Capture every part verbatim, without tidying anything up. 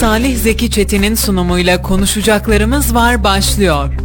Salih Zeki Çetin'in sunumuyla Konuşacaklarımız Var başlıyor.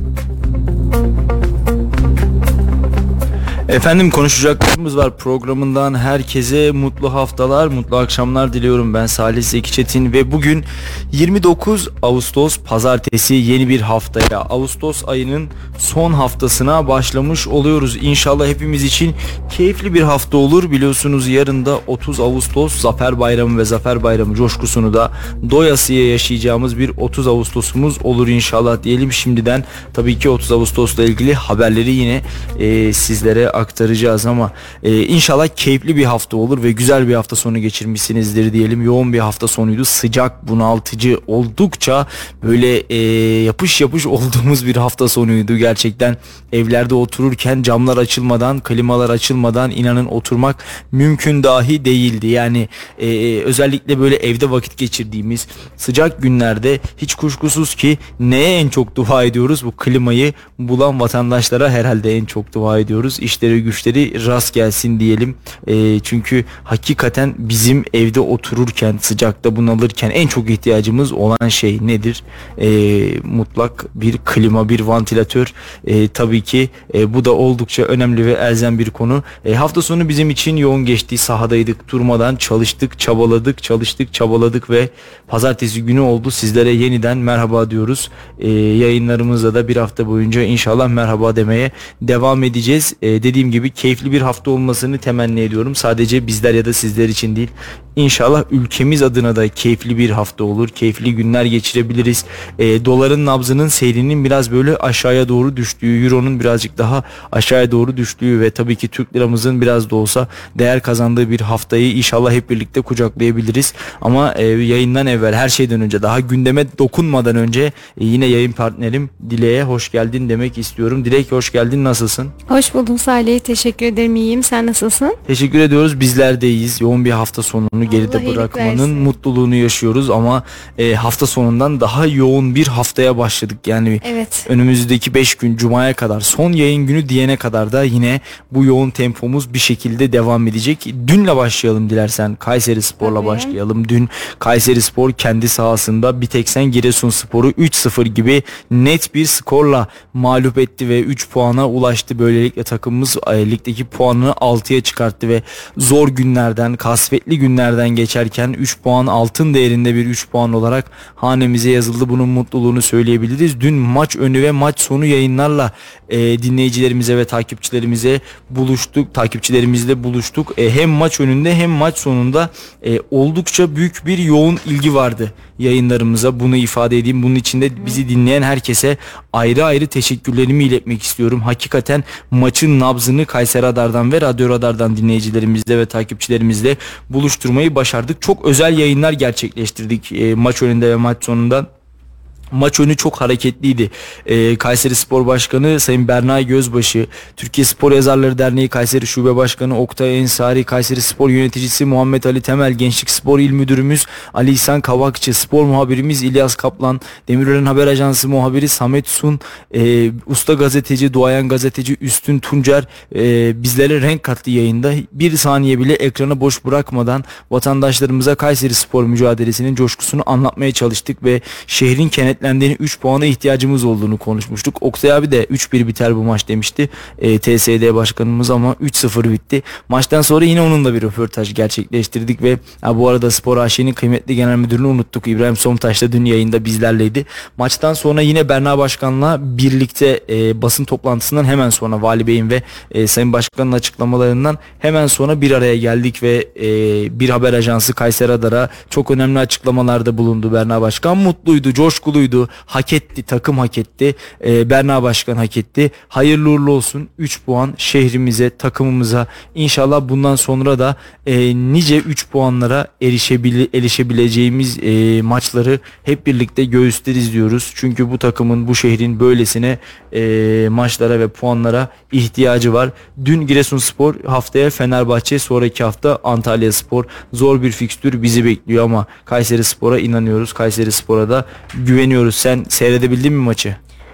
Efendim, Konuşacaklarımız Var programından herkese mutlu haftalar, mutlu akşamlar diliyorum. Ben Salih Zeki Çetin ve bugün yirmi dokuz Ağustos Pazartesi, yeni bir haftaya, Ağustos ayının son haftasına başlamış oluyoruz. İnşallah hepimiz için keyifli bir hafta olur. Biliyorsunuz yarın da otuz Ağustos Zafer Bayramı ve Zafer Bayramı coşkusunu da doyasıya yaşayacağımız bir otuz Ağustos'umuz olur inşallah diyelim. Şimdiden tabii ki otuz Ağustos'la ilgili haberleri yine e, sizlere aktaracağız ama e, inşallah keyifli bir hafta olur ve güzel bir hafta sonu geçirmişsinizdir diyelim. Yoğun bir hafta sonuydu. Sıcak, bunaltıcı, oldukça böyle e, yapış yapış olduğumuz bir hafta sonuydu. Gerçekten evlerde otururken camlar açılmadan, klimalar açılmadan inanın oturmak mümkün dahi değildi. Yani e, özellikle böyle evde vakit geçirdiğimiz sıcak günlerde hiç kuşkusuz ki neye en çok dua ediyoruz? Bu klimayı bulan vatandaşlara herhalde en çok dua ediyoruz. İşte güçleri rast gelsin diyelim. E, çünkü hakikaten bizim evde otururken, sıcakta bunalırken en çok ihtiyacımız olan şey nedir? E, mutlak bir klima, bir vantilatör. E, tabii ki e, bu da oldukça önemli ve elzem bir konu. E, hafta sonu bizim için yoğun geçti. Sahadaydık, durmadan çalıştık, çabaladık, çalıştık, çabaladık ve pazartesi günü oldu. Sizlere yeniden merhaba diyoruz. E, yayınlarımızda da bir hafta boyunca inşallah merhaba demeye devam edeceğiz. E, dediğim gibi keyifli bir hafta olmasını temenni ediyorum. Sadece bizler ya da sizler için değil. İnşallah ülkemiz adına da keyifli bir hafta olur. Keyifli günler geçirebiliriz. E, doların nabzının seyrinin biraz böyle aşağıya doğru düştüğü, euronun birazcık daha aşağıya doğru düştüğü ve tabii ki Türk liramızın biraz da olsa değer kazandığı bir haftayı inşallah hep birlikte kucaklayabiliriz. Ama e, yayından evvel, her şeyden önce, daha gündeme dokunmadan önce e, yine yayın partnerim Dilek'e hoş geldin demek istiyorum. Dilek, hoş geldin, nasılsın? Hoş buldum Salih, teşekkür ederim, iyiyim. Sen nasılsın? Teşekkür ediyoruz. Bizler de iyiyiz. Yoğun bir hafta sonunu geride Allah bırakmanın mutluluğunu yaşıyoruz ama e, hafta sonundan daha yoğun bir haftaya başladık. Yani evet. Önümüzdeki beş gün Cuma'ya kadar, son yayın günü diyene kadar da yine bu yoğun tempomuz bir şekilde devam edecek. Dünle başlayalım dilersen. Kayserispor'la başlayalım. Dün Kayserispor kendi sahasında Biteksen Giresunspor'u üç sıfır gibi net bir skorla mağlup etti ve üç puana ulaştı. Böylelikle takımımız e, ligdeki puanını altıya çıkarttı ve zor günlerden, kasvetli günlerden geçerken üç puan, altın değerinde bir üç puan olarak hanemize yazıldı. Bunun mutluluğunu söyleyebiliriz. Dün maç önü ve maç sonu yayınlarla e, dinleyicilerimize ve takipçilerimize buluştuk. Takipçilerimizle buluştuk. E, hem maç önünde hem maç sonunda e, oldukça büyük bir yoğun ilgi vardı yayınlarımıza. Bunu ifade edeyim. Bunun için de bizi dinleyen herkese ayrı ayrı teşekkürlerimi iletmek istiyorum. Hakikaten maçın nabzını Kayseri Radar'dan ve Radyo Radar'dan dinleyicilerimizle ve takipçilerimizle buluşturmayı başardık. Çok özel yayınlar gerçekleştirdik e, maç önünde ve maç sonunda. Maç önü çok hareketliydi. Ee, Kayseri Spor Başkanı Sayın Berna Gözbaşı, Türkiye Spor Yazarları Derneği Kayseri Şube Başkanı Oktay Ensari, Kayseri Spor Yöneticisi Muhammed Ali Temel, Gençlik Spor İl Müdürümüz Ali İhsan Kavakçı, Spor Muhabirimiz İlyas Kaplan, Demirören Haber Ajansı Muhabiri Samet Sun, e, Usta Gazeteci, Duayen Gazeteci Üstün Tuncer e, bizlere renk kattı yayında. Bir saniye bile ekranı boş bırakmadan vatandaşlarımıza Kayseri Spor mücadelesinin coşkusunu anlatmaya çalıştık ve şehrin kenet üç puana ihtiyacımız olduğunu konuşmuştuk. Oktay abi de üç bir biter bu maç demişti. E, T S D başkanımız ama üç sıfır bitti. Maçtan sonra yine onunla bir röportaj gerçekleştirdik ve ha, bu arada Spor A Ş'nin kıymetli genel müdürünü unuttuk. İbrahim Somtaş da dün yayında bizlerleydi. Maçtan sonra yine Berna Başkan'la birlikte e, basın toplantısından hemen sonra Vali Bey'in ve e, Sayın Başkan'ın açıklamalarından hemen sonra bir araya geldik ve e, bir haber ajansı Kayseri Radar'a çok önemli açıklamalarda bulundu Berna Başkan. Mutluydu, coşkuluydu. Hak etti, takım hak etti, ee, Berna Başkan hak etti. Hayırlı uğurlu olsun. üç puan şehrimize, takımımıza. İnşallah bundan sonra da e, nice üç puanlara erişebile, erişebileceğimiz e, maçları hep birlikte göğüsleriz diyoruz. Çünkü bu takımın, bu şehrin böylesine e, maçlara ve puanlara ihtiyacı var. Dün Giresunspor, haftaya Fenerbahçe, sonraki hafta Antalyaspor. Zor bir fikstür bizi bekliyor ama Kayserispor'a inanıyoruz. Kayserispor'a da güveniyoruz. Sen seyredebildin mi maçı?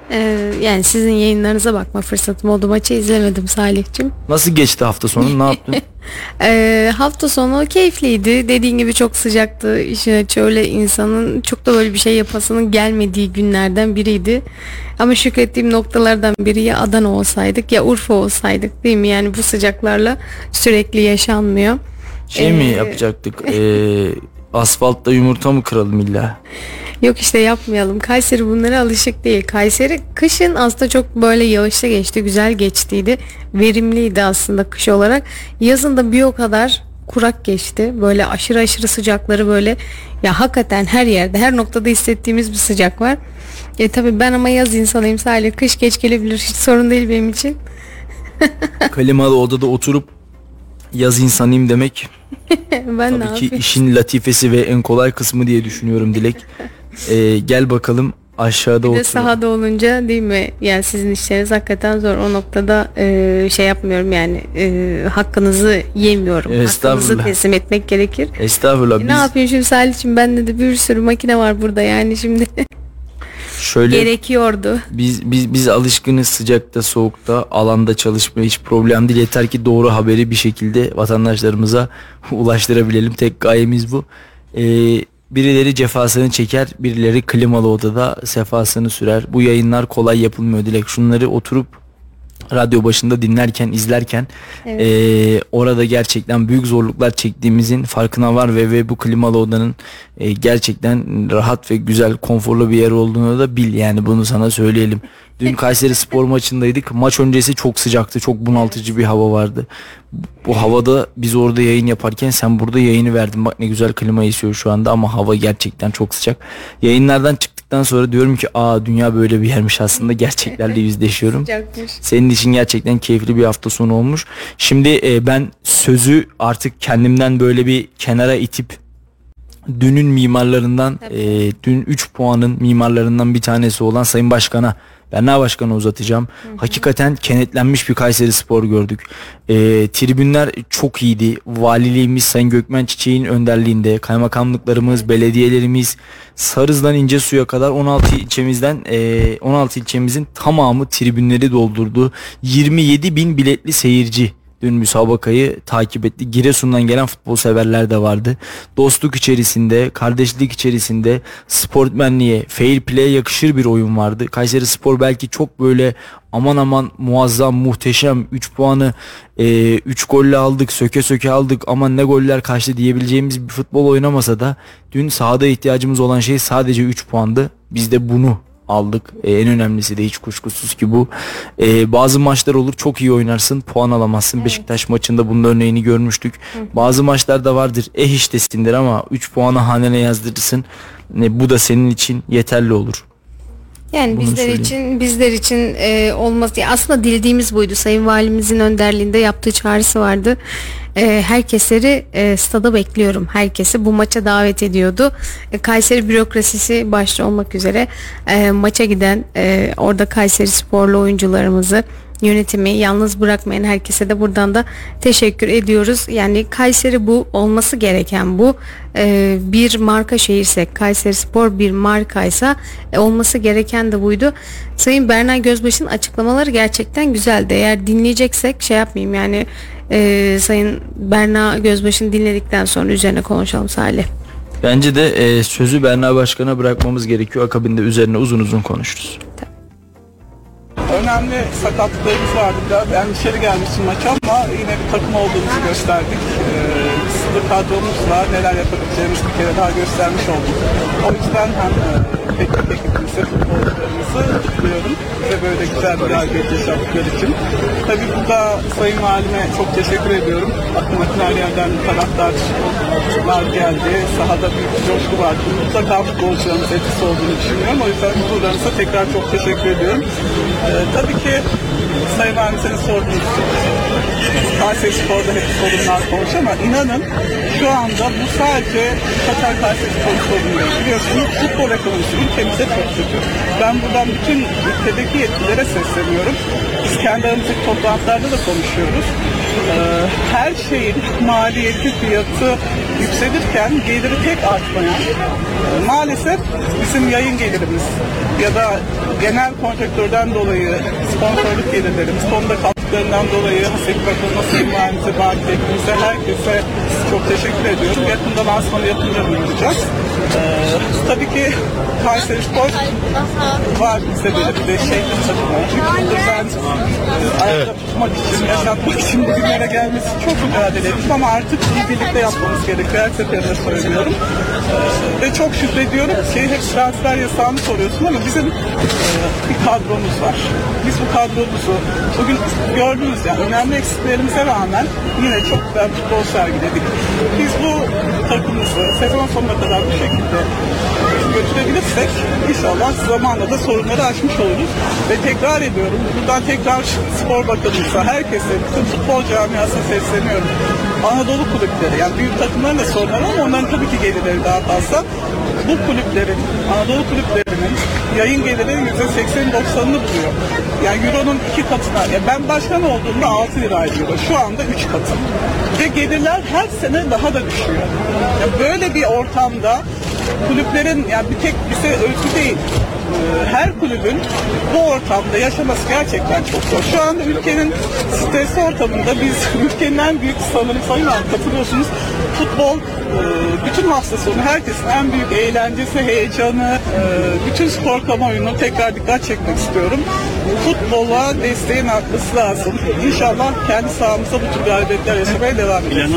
Ee, yani sizin yayınlarınıza bakma fırsatım oldu. Maçı izlemedim Salih'cim. Nasıl geçti hafta sonu? Ne yaptın? Ee, hafta sonu keyifliydi. Dediğin gibi çok sıcaktı. İşin açığı öyle insanın çok da böyle bir şey yapasının gelmediği günlerden biriydi. Ama şükrettiğim noktalardan biri ya Adana olsaydık ya Urfa olsaydık, değil mi? Yani bu sıcaklarla sürekli yaşanmıyor. Şey Ee, mi yapacaktık? Ee, asfaltta yumurta mı kıralım illa? Yok işte yapmayalım. Kayseri bunlara alışık değil. Kayseri kışın aslında çok böyle yağışlı geçti. Güzel geçtiydi. Verimliydi aslında kış olarak. Yazın da bir o kadar kurak geçti. Böyle aşırı aşırı sıcakları böyle ya hakikaten her yerde her noktada hissettiğimiz bir sıcak var. E tabii ben ama yaz insanıyım Salih. Kış geç gelebilir. Hiç sorun değil benim için. Klimalı odada oturup yaz insanıyım demek Ben ne tabii ki yapayım? işin latifesi ve en kolay kısmı diye düşünüyorum Dilek. Ee, gel bakalım aşağıda Bir de otur. sahada olunca, değil mi? Yani sizin işleriniz hakikaten zor. O noktada e, şey yapmıyorum yani e, hakkınızı yemiyorum. Hakkınızı Estağfurullah. teslim etmek gerekir. Estağfurullah. E, Biz ne yapayım şimdi Salih'cim, bende de bir sürü makine var burada yani şimdi şöyle gerekiyordu. biz biz biz alışkınız sıcakta, soğukta, alanda çalışmaya, hiç problem değil. Yeter ki doğru haberi bir şekilde vatandaşlarımıza ulaştırabilelim. Tek gayemiz bu. Ee, birileri cefasını çeker, birileri klimalı odada sefasını sürer. Bu yayınlar kolay yapılmıyor Dilek. Şunları oturup radyo başında dinlerken, izlerken Evet. eee, orada gerçekten büyük zorluklar çektiğimizin farkına var ve ve bu klimalı odanın eee, gerçekten rahat ve güzel, konforlu bir yer olduğunu da bil. Yani bunu sana söyleyelim. Dün Kayseri Spor maçındaydık. Maç öncesi çok sıcaktı. Çok bunaltıcı bir hava vardı. Bu havada biz orada yayın yaparken sen burada yayını verdin. Bak ne güzel klima esiyor şu anda ama hava gerçekten çok sıcak. Yayınlardan çıktıktan sonra diyorum ki aa, dünya böyle bir yermiş aslında. Gerçeklerle yüzleşiyorum. Sıcakmış. Senin için gerçekten keyifli bir hafta sonu olmuş. Şimdi e, ben sözü artık kendimden böyle bir kenara itip dünün mimarlarından, e, dün üç puanın mimarlarından bir tanesi olan Sayın Başkan'a, Berna Başkan'a uzatacağım. Hı hı. Hakikaten kenetlenmiş bir Kayseri Spor gördük. E, tribünler çok iyiydi. Valiliğimiz Sayın Gökmen Çiçek'in önderliğinde, kaymakamlıklarımız, belediyelerimiz, Sarız'dan İncesu'ya kadar on altı ilçemizden e, on altı ilçemizin tamamı tribünleri doldurdu. yirmi yedi bin biletli seyirci dün müsabakayı takip etti. Giresun'dan gelen futbol severler de vardı. Dostluk içerisinde, kardeşlik içerisinde, sportmenliğe, fair play'e yakışır bir oyun vardı. Kayseri Spor belki çok böyle aman aman muazzam, muhteşem üç puanı üç golle aldık, söke söke aldık, aman ne goller kaçtı diyebileceğimiz bir futbol oynamasa da dün sahada ihtiyacımız olan şey sadece üç puandı. Biz de bunu aldık. Ee, en önemlisi de hiç kuşkusuz ki bu. Ee, bazı maçlar olur çok iyi oynarsın, puan alamazsın. Evet. Beşiktaş maçında bunun örneğini görmüştük. Hı. Bazı maçlarda vardır eh iştesindir ama üç puanı hanene yazdırırsın. Ne, bu da senin için yeterli olur. Yani Bunu bizler söyleyeyim. için bizler için e, olması ya aslında dilediğimiz buydu. Sayın Valimizin önderliğinde yaptığı çağrısı vardı. E, herkesleri e, stada bekliyorum. Herkesi bu maça davet ediyordu. E, Kayseri bürokrasisi başta olmak üzere e, maça giden e, orada Kayseri Sporlu oyuncularımızı, yönetimi yalnız bırakmayan herkese de buradan da teşekkür ediyoruz. Yani Kayseri bu, olması gereken bu. Ee, bir marka şehirse, Kayseri Spor bir markaysa e, olması gereken de buydu. Sayın Berna Gözbaşı'nın açıklamaları gerçekten güzeldi. Eğer dinleyeceksek şey yapmayayım yani e, Sayın Berna Gözbaşı'nı dinledikten sonra üzerine konuşalım Salih. Bence de e, sözü Berna Başkan'a bırakmamız gerekiyor. Akabinde üzerine uzun uzun konuşuruz. Önemli sakatlıklarımız vardı. Biraz endişeli gelmiştim maça ama yine bir takım olduğumuzu gösterdik. Ee, sınır kadromuzla neler yapabileceğimizi bir kere daha göstermiş olduk. O yüzden hem e, teknik ekibimizi, futbolcularımızı kutluyorum. Bize böyle güzel bir galibiyet yaşattıkları için. Tabii burada Sayın Valime çok teşekkür ediyorum. Aklıma her yerden taraftarlar geldi. Sahada büyük bir coşku vardı. Mutlaka futbolcularımız etkisi olduğunu düşünüyorum. O yüzden huzurlarınıza tekrar çok teşekkür ediyorum. Ee, tabii ki Sayın Valim senin sorduğunuz Kayseri Spor'da hep sorunlar konuşuyor ama inanın şu anda bu sadece Katar Kayseri Spor sorunu değil. Biliyorsunuz futbol ekonomisi ülkemizde çok kötü. Ben buradan bütün ülkedeki yetkililere sesleniyorum. Biz kendi aramızdaki toplantılarda da konuşuyoruz. Ee, her şeyin maliyeti, fiyatı yükselirken geliri tek artmayan e, maalesef bizim yayın gelirimiz ya da genel konjonktürden dolayı sponsorluk gelirlerimiz, konuda katkılarından dolayı Hasek Bakanı'na, Sayın Valimize, Baki Bekir'imize, herkese çok teşekkür ediyorum. Yakında lansmanı yapınca duyuracağız. Ee, tabii ki Kayseri Spor var bize böyle bir şey takımı. Çünkü ben e, ayakta tutmak için, yaşatmak için bugünlere gelmesi çok mücadele ettim ama artık bunu birlikte yapmamız gerekiyor. Her seferinde söylüyorum. Ee, ve çok şükrediyorum ki hep transfer yasağını soruyorsun ama bizim e, bir kadromuz var. Biz bu kadromuzu bugün gördünüz yani önemli eksiklerimize rağmen yine çok güzel futbol sergiledik. Biz bu takımımızı sezon sonuna kadar bu şekilde götürebilirsek inşallah zamanla da sorunları aşmış oluruz. Ve tekrar ediyorum, buradan tekrar Spor Bakanımıza, herkese, bütün futbol camiasına sesleniyorum. Anadolu kulüpleri, yani büyük takımların da sorunları ama onların tabii ki gelirleri daha fazla. Bu kulüplerin, Anadolu kulüplerinin yayın gelirinin yüzde seksen doksanını buluyor. Yani Euro'nun iki katına, ya ben başkan olduğumda altı liraydı Euro, şu anda üç katı. Ve gelirler her sene daha da düşüyor. Ya böyle bir ortamda kulüplerin, yani bir tek bize özgü değil, her kulübün bu ortamda yaşaması gerçekten çok zor. Şu anda ülkenin stresli ortamında biz ülkenin en büyük, sanırım Sayın Valim katılıyorsunuz, futbol bütün hafta sonu herkesin en büyük eğlencesi, heyecanı, bütün spor kamuoyunu tekrar dikkat çekmek istiyorum. Futbola desteğin artması lazım. İnşallah kendi sahamızda bu tür galibiyetler yaşamaya devam edeceğiz.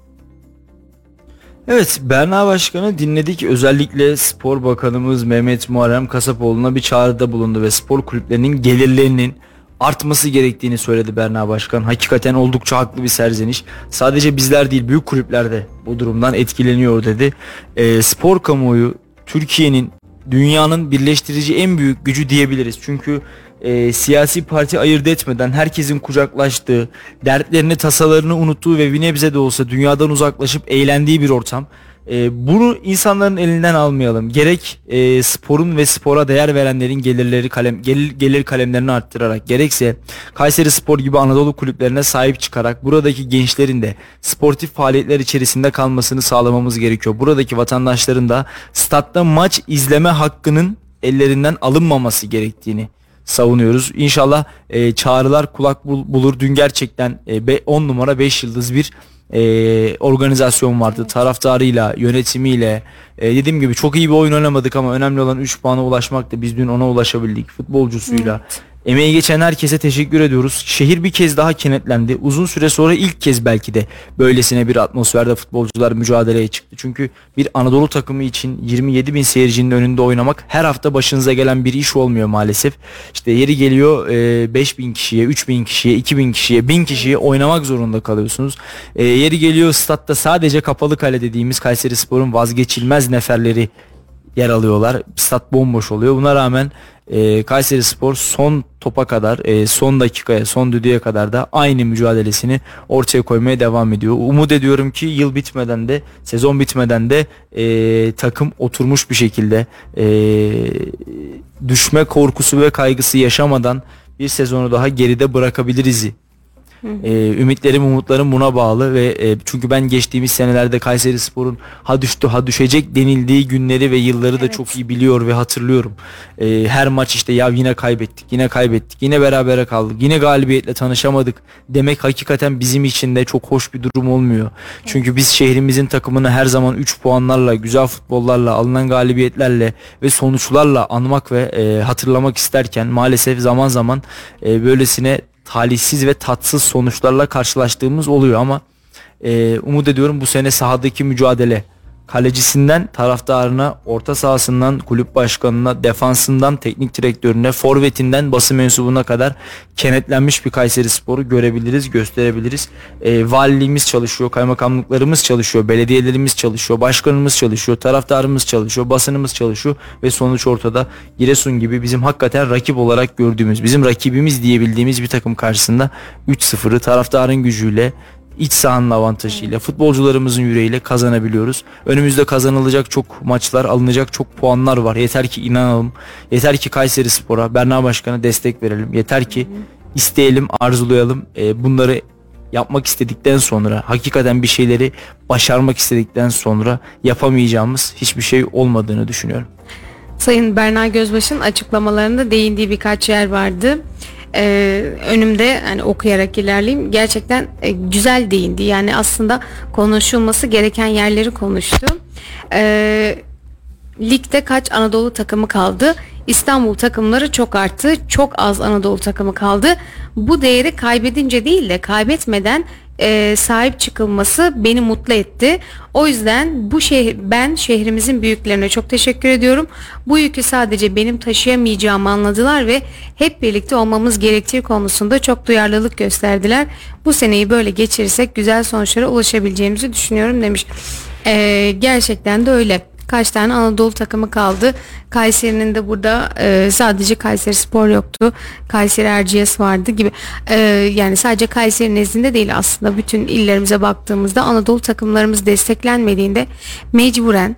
Evet, Berna Başkan'ı dinledik. Özellikle Spor Bakanımız Mehmet Muharrem Kasapoğlu'na bir çağrıda bulundu ve spor kulüplerinin gelirlerinin artması gerektiğini söyledi Berna Başkan. Hakikaten oldukça haklı bir serzeniş. Sadece bizler değil, büyük kulüpler de bu durumdan etkileniyor dedi. E, spor kamuoyu Türkiye'nin, dünyanın birleştirici en büyük gücü diyebiliriz. Çünkü e, siyasi parti ayırt etmeden herkesin kucaklaştığı, dertlerini, tasalarını unuttuğu ve bir nebze de olsa dünyadan uzaklaşıp eğlendiği bir ortam. E, bunu insanların elinden almayalım. Gerek e, sporun ve spora değer verenlerin gelirleri kalem gelir, gelir kalemlerini arttırarak, gerekse Kayseri Spor gibi Anadolu kulüplerine sahip çıkarak buradaki gençlerin de sportif faaliyetler içerisinde kalmasını sağlamamız gerekiyor. Buradaki vatandaşların da statta maç izleme hakkının ellerinden alınmaması gerektiğini savunuyoruz. İnşallah e, çağrılar kulak bul- bulur. Dün gerçekten e, on numara beş yıldız bir e, organizasyon vardı. Taraftarıyla, yönetimiyle. E, dediğim gibi çok iyi bir oyun oynamadık ama önemli olan üç puana ulaşmaktı. Biz dün ona ulaşabildik. Futbolcusuyla. Evet. Emeği geçen herkese teşekkür ediyoruz. Şehir bir kez daha kenetlendi. Uzun süre sonra ilk kez belki de böylesine bir atmosferde futbolcular mücadeleye çıktı. Çünkü bir Anadolu takımı için yirmi yedi bin seyircinin önünde oynamak her hafta başınıza gelen bir iş olmuyor maalesef. İşte yeri geliyor e, beş bin kişiye, üç bin kişiye, iki bin kişiye, bin kişiye oynamak zorunda kalıyorsunuz. E, yeri geliyor statta sadece kapalı kale dediğimiz Kayseri Spor'un vazgeçilmez neferleri yer alıyorlar. Stat bomboş oluyor. Buna rağmen e, Kayseri Spor son topa kadar, e, son dakikaya, son düdüğe kadar da aynı mücadelesini ortaya koymaya devam ediyor. Umut ediyorum ki yıl bitmeden de, sezon bitmeden de e, takım oturmuş bir şekilde e, düşme korkusu ve kaygısı yaşamadan bir sezonu daha geride bırakabiliriz. Ee, ümitlerim, umutlarım buna bağlı ve e, çünkü ben geçtiğimiz senelerde Kayseri Spor'un ha düştü ha düşecek denildiği günleri ve yılları evet. da çok iyi biliyor ve hatırlıyorum. Ee, her maç işte ya yine kaybettik, yine kaybettik, yine berabere kaldık, yine galibiyetle tanışamadık demek hakikaten bizim için de çok hoş bir durum olmuyor. Evet. Çünkü biz şehrimizin takımını her zaman üç puanlarla, güzel futbollarla, alınan galibiyetlerle ve sonuçlarla anmak ve e, hatırlamak isterken maalesef zaman zaman e, böylesine talihsiz ve tatsız sonuçlarla karşılaştığımız oluyor ama e, umut ediyorum bu sene sahadaki mücadele, kalecisinden taraftarına, orta sahasından kulüp başkanına, defansından teknik direktörüne, forvetinden basın mensubuna kadar kenetlenmiş bir Kayserispor'u görebiliriz, gösterebiliriz. E, valiliğimiz çalışıyor, kaymakamlıklarımız çalışıyor, belediyelerimiz çalışıyor, başkanımız çalışıyor, taraftarımız çalışıyor, basınımız çalışıyor ve sonuç ortada. Giresun gibi bizim hakikaten rakip olarak gördüğümüz, bizim rakibimiz diyebildiğimiz bir takım karşısında üç sıfırı taraftarın gücüyle, İç sahanın avantajıyla, futbolcularımızın yüreğiyle kazanabiliyoruz. Önümüzde kazanılacak çok maçlar, alınacak çok puanlar var. Yeter ki inanalım. Yeter ki Kayserispor'a, Berna Başkan'a destek verelim. Yeter ki isteyelim, arzulayalım. E, bunları yapmak istedikten sonra, hakikaten bir şeyleri başarmak istedikten sonra yapamayacağımız hiçbir şey olmadığını düşünüyorum. Sayın Berna Gözbaş'ın açıklamalarında değindiği birkaç yer vardı. Ee, önümde hani okuyarak ilerleyeyim. Gerçekten e, güzel değindi. Yani aslında konuşulması gereken yerleri konuştu. Ee, ligde kaç Anadolu takımı kaldı? İstanbul takımları çok arttı. Çok az Anadolu takımı kaldı. Bu değeri kaybedince değil de kaybetmeden e, sahip çıkılması beni mutlu etti. O yüzden bu şehir, ben şehrimizin büyüklerine çok teşekkür ediyorum. Bu yükü sadece benim taşıyamayacağımı anladılar ve hep birlikte olmamız gerektiği konusunda çok duyarlılık gösterdiler. Bu seneyi böyle geçirirsek güzel sonuçlara ulaşabileceğimizi düşünüyorum demiş. E, gerçekten de öyle. Kaç tane Anadolu takımı kaldı. Kayseri'nin de burada e, sadece Kayserispor yoktu. Kayseri Erciyes vardı gibi. E, yani sadece Kayseri nezdinde değil, aslında bütün illerimize baktığımızda Anadolu takımlarımız desteklenmediğinde mecburen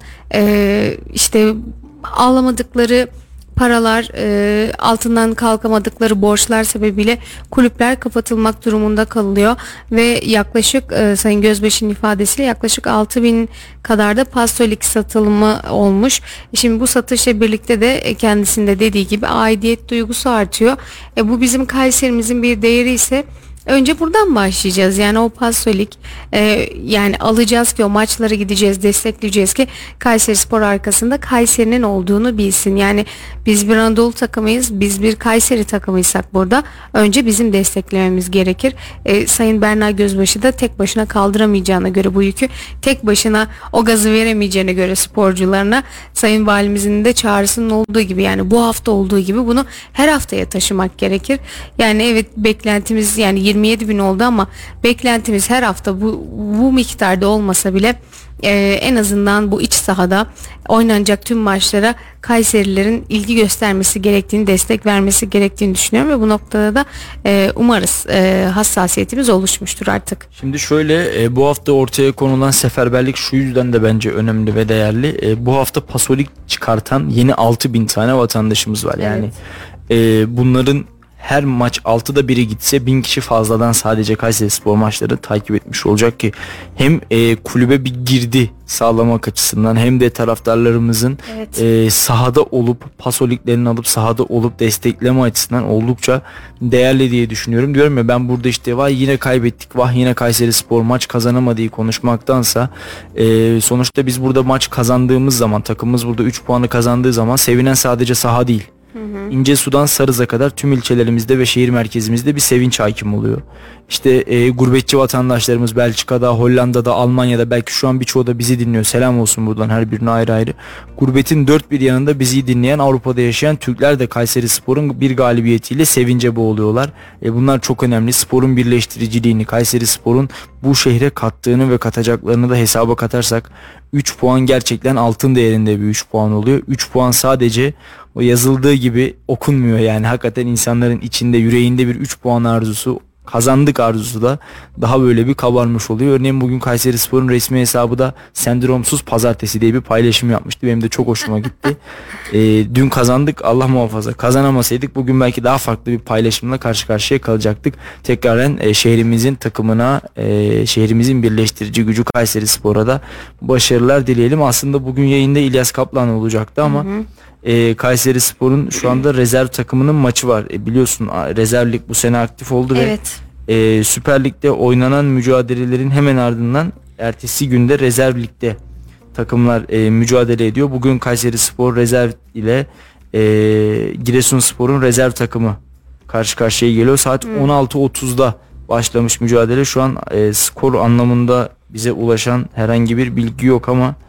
e, işte alamadıkları paralar, e, altından kalkamadıkları borçlar sebebiyle kulüpler kapatılmak durumunda kalıyor ve yaklaşık e, Sayın Gözbaş'ın ifadesiyle yaklaşık altı bin kadar da pastolik satılımı olmuş. Şimdi bu satışla birlikte de kendisinde dediği gibi aidiyet duygusu artıyor. E, bu bizim Kayserimizin bir değeri ise önce buradan başlayacağız. Yani o pastolik e, yani alacağız ki o maçlara gideceğiz, destekleyeceğiz ki Kayserispor arkasında Kayseri'nin olduğunu bilsin. Yani biz bir Anadolu takımıyız, biz bir Kayseri takımıysak burada önce bizim desteklememiz gerekir. E, Sayın Berna Gözbaşı da tek başına kaldıramayacağına göre bu yükü, tek başına o gazı veremeyeceğine göre sporcularına, Sayın Valimizin de çağrısının olduğu gibi, yani bu hafta olduğu gibi bunu her haftaya taşımak gerekir. Yani evet, beklentimiz yani yirmi yedi bin oldu ama beklentimiz her hafta bu, bu miktarda olmasa bile e, en azından bu iç sahada oynanacak tüm maçlara Kayserilerin ilgi göstermesi gerektiğini, destek vermesi gerektiğini düşünüyorum ve bu noktada da e, umarız e, hassasiyetimiz oluşmuştur artık. Şimdi şöyle, e, bu hafta ortaya konulan seferberlik şu yüzden de bence önemli ve değerli. E, bu hafta pasolik çıkartan yeni altı bin tane vatandaşımız var. Yani evet. e, bunların her maç altıda biri gitse bin kişi fazladan sadece Kayserispor maçları takip etmiş olacak ki hem e, kulübe bir girdi sağlamak açısından hem de taraftarlarımızın evet. e, sahada olup pasoliklerini alıp sahada olup destekleme açısından oldukça değerli diye düşünüyorum. Diyorum ya, ben burada işte vay yine kaybettik, vah yine Kayserispor maç kazanamadığı konuşmaktansa e, sonuçta biz burada maç kazandığımız zaman, takımımız burada üç puanı kazandığı zaman sevinen sadece saha değil. Hı hı. İncesu'dan Sarız'a kadar tüm ilçelerimizde ve şehir merkezimizde bir sevinç hakim oluyor. İşte e, gurbetçi vatandaşlarımız Belçika'da, Hollanda'da, Almanya'da, belki şu an birçoğu da bizi dinliyor. Selam olsun buradan her birine ayrı ayrı. Gurbetin dört bir yanında bizi dinleyen, Avrupa'da yaşayan Türkler de Kayserispor'un bir galibiyetiyle sevince boğuluyorlar. E, bunlar çok önemli. Sporun birleştiriciliğini, Kayserispor'un bu şehre kattığını ve katacaklarını da hesaba katarsak üç puan gerçekten altın değerinde bir üç puan oluyor. üç puan sadece o yazıldığı gibi okunmuyor, yani hakikaten insanların içinde, yüreğinde bir üç puan arzusu, kazandık arzusu da daha böyle bir kabarmış oluyor. Örneğin bugün Kayserispor'un resmi hesabı da sendromsuz pazartesi diye bir paylaşım yapmıştı. Benim de çok hoşuma gitti. e, dün kazandık, Allah muhafaza kazanamasaydık bugün belki daha farklı bir paylaşımla karşı karşıya kalacaktık. Tekraren e, şehrimizin takımına, e, şehrimizin birleştirici gücü Kayserispor'a da başarılar dileyelim. Aslında bugün yayında İlyas Kaplan olacaktı ama hı hı. E, Kayserispor'un şu anda rezerv takımının maçı var. E, biliyorsun rezerv lig bu sene aktif oldu evet. ve e, Süper Lig'de oynanan mücadelelerin hemen ardından ertesi günde rezerv ligde takımlar e, mücadele ediyor. Bugün Kayserispor rezerv ile e, Giresunspor'un rezerv takımı karşı karşıya geliyor. Saat hmm. on altı otuzda başlamış mücadele. Şu an e, skor anlamında bize ulaşan herhangi bir bilgi yok ama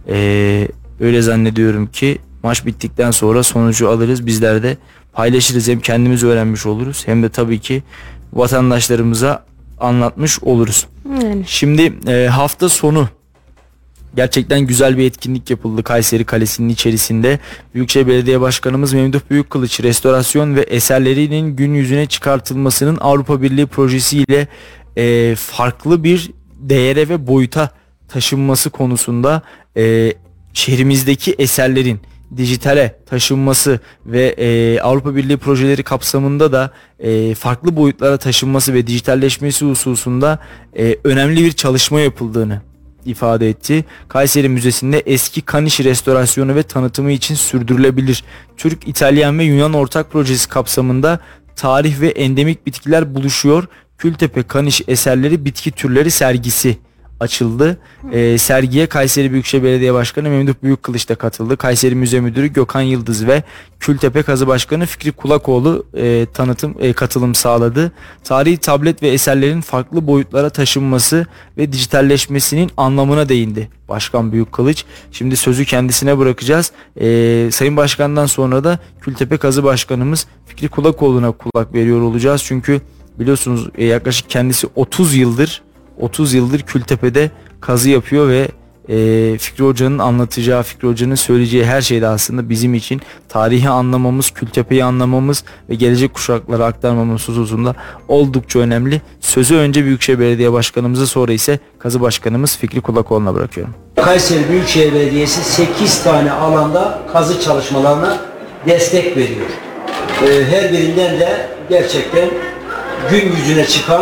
Ee, öyle zannediyorum ki maç bittikten sonra sonucu alırız. Bizler de paylaşırız. Hem kendimiz öğrenmiş oluruz hem de tabii ki vatandaşlarımıza anlatmış oluruz. Yani. Şimdi e, hafta sonu gerçekten güzel bir etkinlik yapıldı Kayseri Kalesi'nin içerisinde. Büyükşehir Belediye Başkanımız Memduh Büyükkılıç restorasyon ve eserlerinin gün yüzüne çıkartılmasının Avrupa Birliği projesiyle e, farklı bir değere ve boyuta taşınması konusunda e, şehrimizdeki eserlerin dijitale taşınması ve e, Avrupa Birliği projeleri kapsamında da e, farklı boyutlara taşınması ve dijitalleşmesi hususunda e, önemli bir çalışma yapıldığını ifade etti. Kayseri Müzesi'nde eski Kaniş restorasyonu ve tanıtımı için sürdürülebilir Türk, İtalyan ve Yunan ortak projesi kapsamında tarih ve endemik bitkiler buluşuyor. Kültepe Kaniş eserleri bitki türleri sergisi açıldı. Ee, sergiye Kayseri Büyükşehir Belediye Başkanı Memduh Büyükkılıç da katıldı. Kayseri Müze Müdürü Gökhan Yıldız ve Kültepe Kazı Başkanı Fikri Kulakoğlu e, tanıtım e, katılım sağladı. Tarihi tablet ve eserlerin farklı boyutlara taşınması ve dijitalleşmesinin anlamına değindi Başkan Büyükkılıç. Şimdi sözü kendisine bırakacağız. E, Sayın Başkan'dan sonra da Kültepe Kazı Başkanımız Fikri Kulakoğlu'na kulak veriyor olacağız. Çünkü biliyorsunuz e, yaklaşık kendisi otuz yıldır otuz yıldır Kültepe'de kazı yapıyor ve e, Fikri Hoca'nın anlatacağı, Fikri Hoca'nın söyleyeceği her şeyde aslında bizim için tarihi anlamamız, Kültepe'yi anlamamız ve gelecek kuşaklara aktarmamız hususunda oldukça önemli. Sözü önce Büyükşehir Belediye Başkanımıza, sonra ise Kazı Başkanımız Fikri Kulakoğlu'na bırakıyorum. Kayseri Büyükşehir Belediyesi sekiz tane alanda kazı çalışmalarına destek veriyor. Ee, her birinden de gerçekten gün yüzüne çıkan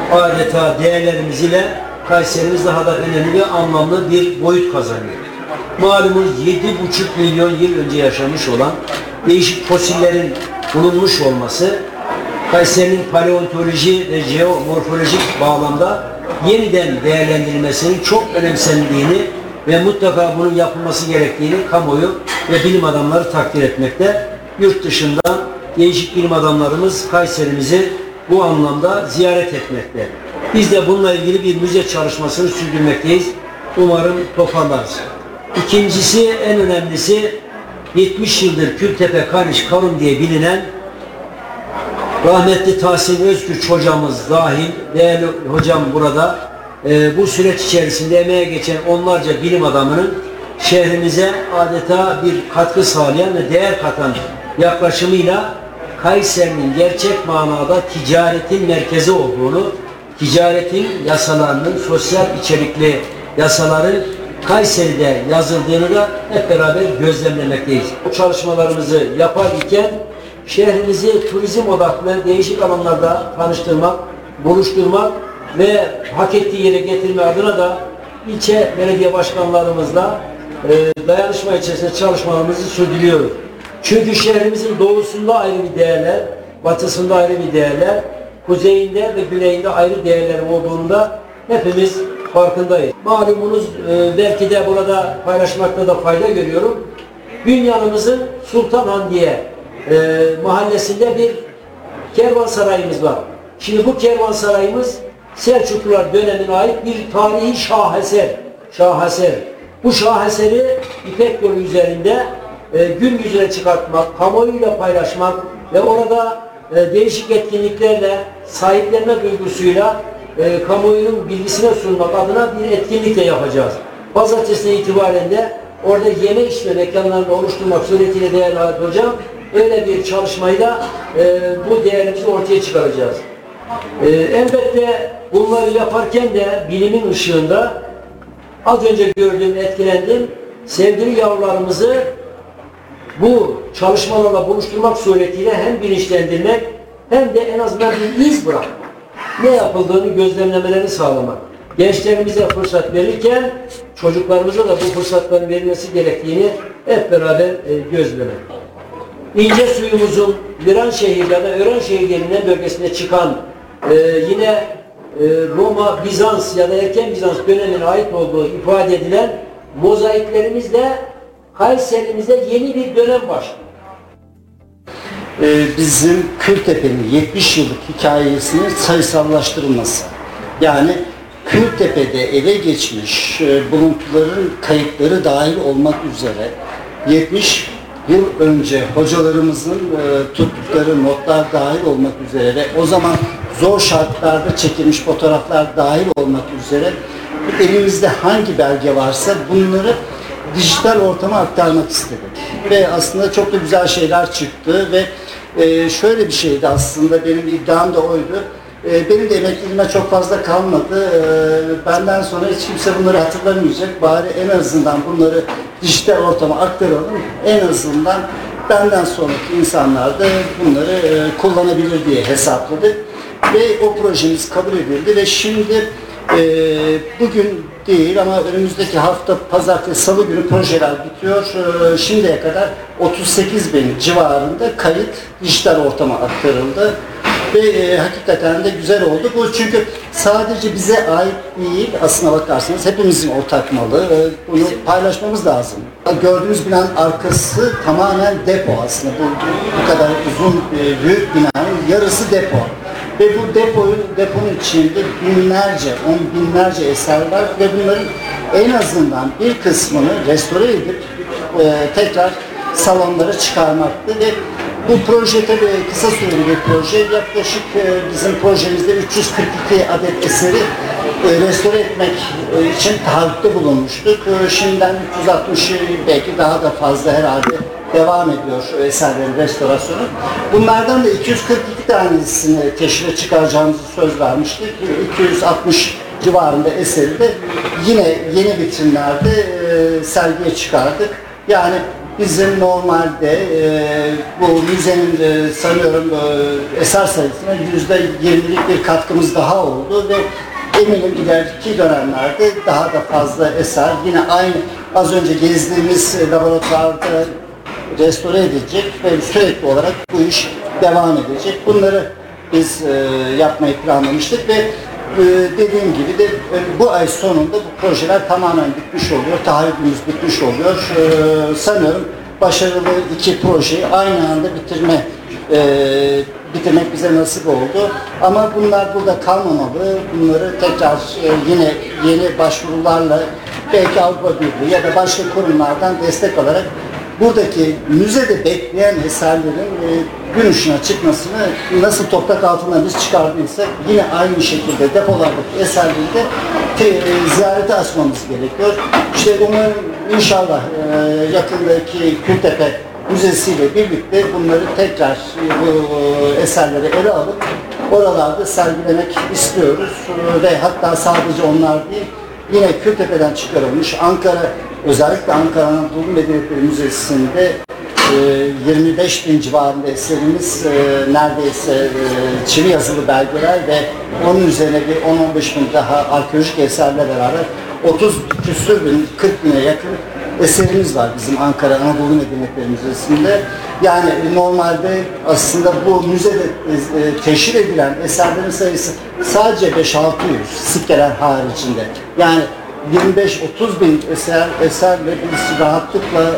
adeta değerlerimiz ile Kayserimiz daha da önemli ve anlamlı bir boyut kazanıyor. Malumunuz yedi buçuk milyon yıl önce yaşamış olan değişik fosillerin bulunmuş olması Kayseri'nin paleontoloji ve jeomorfolojik bağlamda yeniden değerlendirilmesinin çok önemsendiğini ve mutlaka bunun yapılması gerektiğini kamuoyu ve bilim adamları takdir etmekte. Yurt dışından değişik bilim adamlarımız Kayserimizi bu anlamda ziyaret etmekte. Biz de bununla ilgili bir müze çalışmasını sürdürmekteyiz. Umarım toparlarız. İkincisi, en önemlisi yetmiş yıldır Kültepe Kaniş Karun diye bilinen rahmetli Tahsin Özgüç hocamız dahil, değerli hocam burada e, bu süreç içerisinde emeğe geçen onlarca bilim adamının şehrimize adeta bir katkı sağlayan ve değer katan yaklaşımıyla Kayseri'nin gerçek manada ticaretin merkezi olduğunu, ticaretin yasalarının, sosyal içerikli yasaların Kayseri'de yazıldığını da hep beraber gözlemlemekteyiz. Bu çalışmalarımızı yapar iken şehrimizi turizm odaklı değişik alanlarda tanıştırmak, buluşturmak ve hak ettiği yere getirme adına da ilçe belediye başkanlarımızla e, dayanışma içerisinde çalışmalarımızı sürdürüyoruz. Çünkü şehrimizin doğusunda ayrı bir değerler, batısında ayrı bir değerler, kuzeyinde ve güneyinde ayrı değerler olduğunda hepimiz farkındayız. Malumunuz e, belki de burada paylaşmakta da fayda görüyorum. Dünyanımızın Sultanhan diye e, mahallesinde bir kervansarayımız var. Şimdi bu kervansarayımız Selçuklular dönemine ait bir tarihi şaheser. Şaheser. Bu şaheseri İpek Yolu üzerinde e, gün yüzüne çıkartmak, kamuoyuyla paylaşmak ve orada e, değişik etkinliklerle sahiplenme duygusuyla e, kamuoyunun bilgisine sunmak adına bir etkinlik de yapacağız. Pazartesi itibaren de orada yeme içme mekanlarını oluşturmak suretiyle değerli Halit Hocam, öyle bir çalışmayı da e, bu değerimizi ortaya çıkaracağız. E, elbette bunları yaparken de bilimin ışığında az önce gördüğüm, etkilendim. Sevgili yavrularımızı bu çalışmalarla buluşturmak suretiyle hem bilinçlendirmek hem de en azından bir iz bırakmak. Ne yapıldığını gözlemlemelerini sağlamak. Gençlerimize fırsat verirken çocuklarımıza da bu fırsatların verilmesi gerektiğini hep beraber e, gözlemek. İnce suyumuzun Viranşehir ya da Örenşehir denilen bölgesinde çıkan e, yine e, Roma, Bizans ya da erken Bizans dönemine ait olduğu ifade edilen mozaiklerimizle Kayserimize yeni bir dönem başlıyor. Ee, bizim Kültepe'nin yetmiş yıllık hikayesinin sayısallaştırılması. Yani Kültepe'de ele geçmiş e, buluntuların kayıtları dahil olmak üzere yetmiş yıl önce hocalarımızın e, tuttukları notlar dahil olmak üzere ve o zaman zor şartlarda çekilmiş fotoğraflar dahil olmak üzere elimizde hangi belge varsa bunları dijital ortama aktarmak istedik. Ve aslında çok da güzel şeyler çıktı ve e, şöyle bir şeydi aslında, benim iddiam da oydu. E, benim de emekliliğime çok fazla kalmadı. E, benden sonra hiç kimse bunları hatırlamayacak. Bari en azından bunları dijital ortama aktaralım. En azından benden sonraki insanlar da bunları e, kullanabilir diye hesapladık. Ve o projemiz kabul edildi ve şimdi e, bugün değil ama önümüzdeki hafta pazartesi, salı günü projeler bitiyor. E, şimdiye kadar otuz sekiz bin civarında kayıt dijital ortama aktarıldı. Ve e, hakikaten de güzel oldu. Bu çünkü sadece bize ait değil, aslına bakarsanız hepimizin ortak malı. E, bunu paylaşmamız lazım. Gördüğünüz binanın arkası tamamen depo aslında. Bu, bu kadar uzun, e, büyük binanın yarısı depo. Ve bu depoyu, deponun içinde binlerce, on binlerce eser var ve bunların en azından bir kısmını restore edip e, tekrar salonlara çıkarmaktı ve bu proje tabii kısa süreli bir proje. Yaklaşık e, bizim projemizde üç yüz kırk iki adet eseri e, restore etmek e, için taahhütte bulunmuştuk. E, şimdiden üç yüz altmış, belki daha da fazla herhalde devam ediyor eserlerin restorasyonu. Bunlardan da iki yüz kırk iki tanesini teşhire çıkaracağımızı söz vermiştik. iki yüz altmış civarında eseri de yine yeni vitrinlerde e, sergiye çıkardık. Yani bizim normalde e, bu müzenin e, sanıyorum e, eser sayısına yüzde yirmilik bir katkımız daha oldu ve eminim ileriki dönemlerde daha da fazla eser yine aynı az önce gezdiğimiz laboratuvarda restore edilecek ve sürekli olarak bu iş devam edecek. Bunları biz e, yapmayı planlamıştık ve e, dediğim gibi de e, bu ay sonunda bu projeler tamamen bitmiş oluyor. Taahhütümüz bitmiş oluyor. E, sanıyorum başarılı iki projeyi aynı anda bitirme e, bitirmek bize nasip oldu. Ama bunlar burada kalmamalı. Bunları tekrar e, yine yeni başvurularla belki Avrupa Birliği ya da başka kurumlardan destek alarak buradaki müzede bekleyen eserlerin e, gün ışığına çıkmasını nasıl toprak altından biz çıkardıysak yine aynı şekilde depolardaki eserleri de te, e, ziyarete açmamız gerekiyor. İşte umarım inşallah e, yakındaki Kültepe Müzesi ile birlikte bunları tekrar e, bu e, eserleri ele alıp oralarda sergilemek istiyoruz. E, ve hatta sadece onlar değil, yine Kültepe'den çıkarılmış Ankara, özellikle Ankara Anadolu Medeniyetleri Müzesi'nde e, yirmi beş bin civarında eserimiz e, neredeyse e, çivi yazılı belgeler ve onun üzerine bir on on beş bin daha arkeolojik eserle beraber otuz küsur bin, kırk bine yakın eserimiz var bizim Ankara Anadolu Medeniyetleri Müzesi'nde. Yani normalde aslında bu müzede e, teşhir edilen eserlerin sayısı sadece beş altı yüz sikkeler haricinde. Yani yirmi beş otuz bin eser, eserle biz rahatlıkla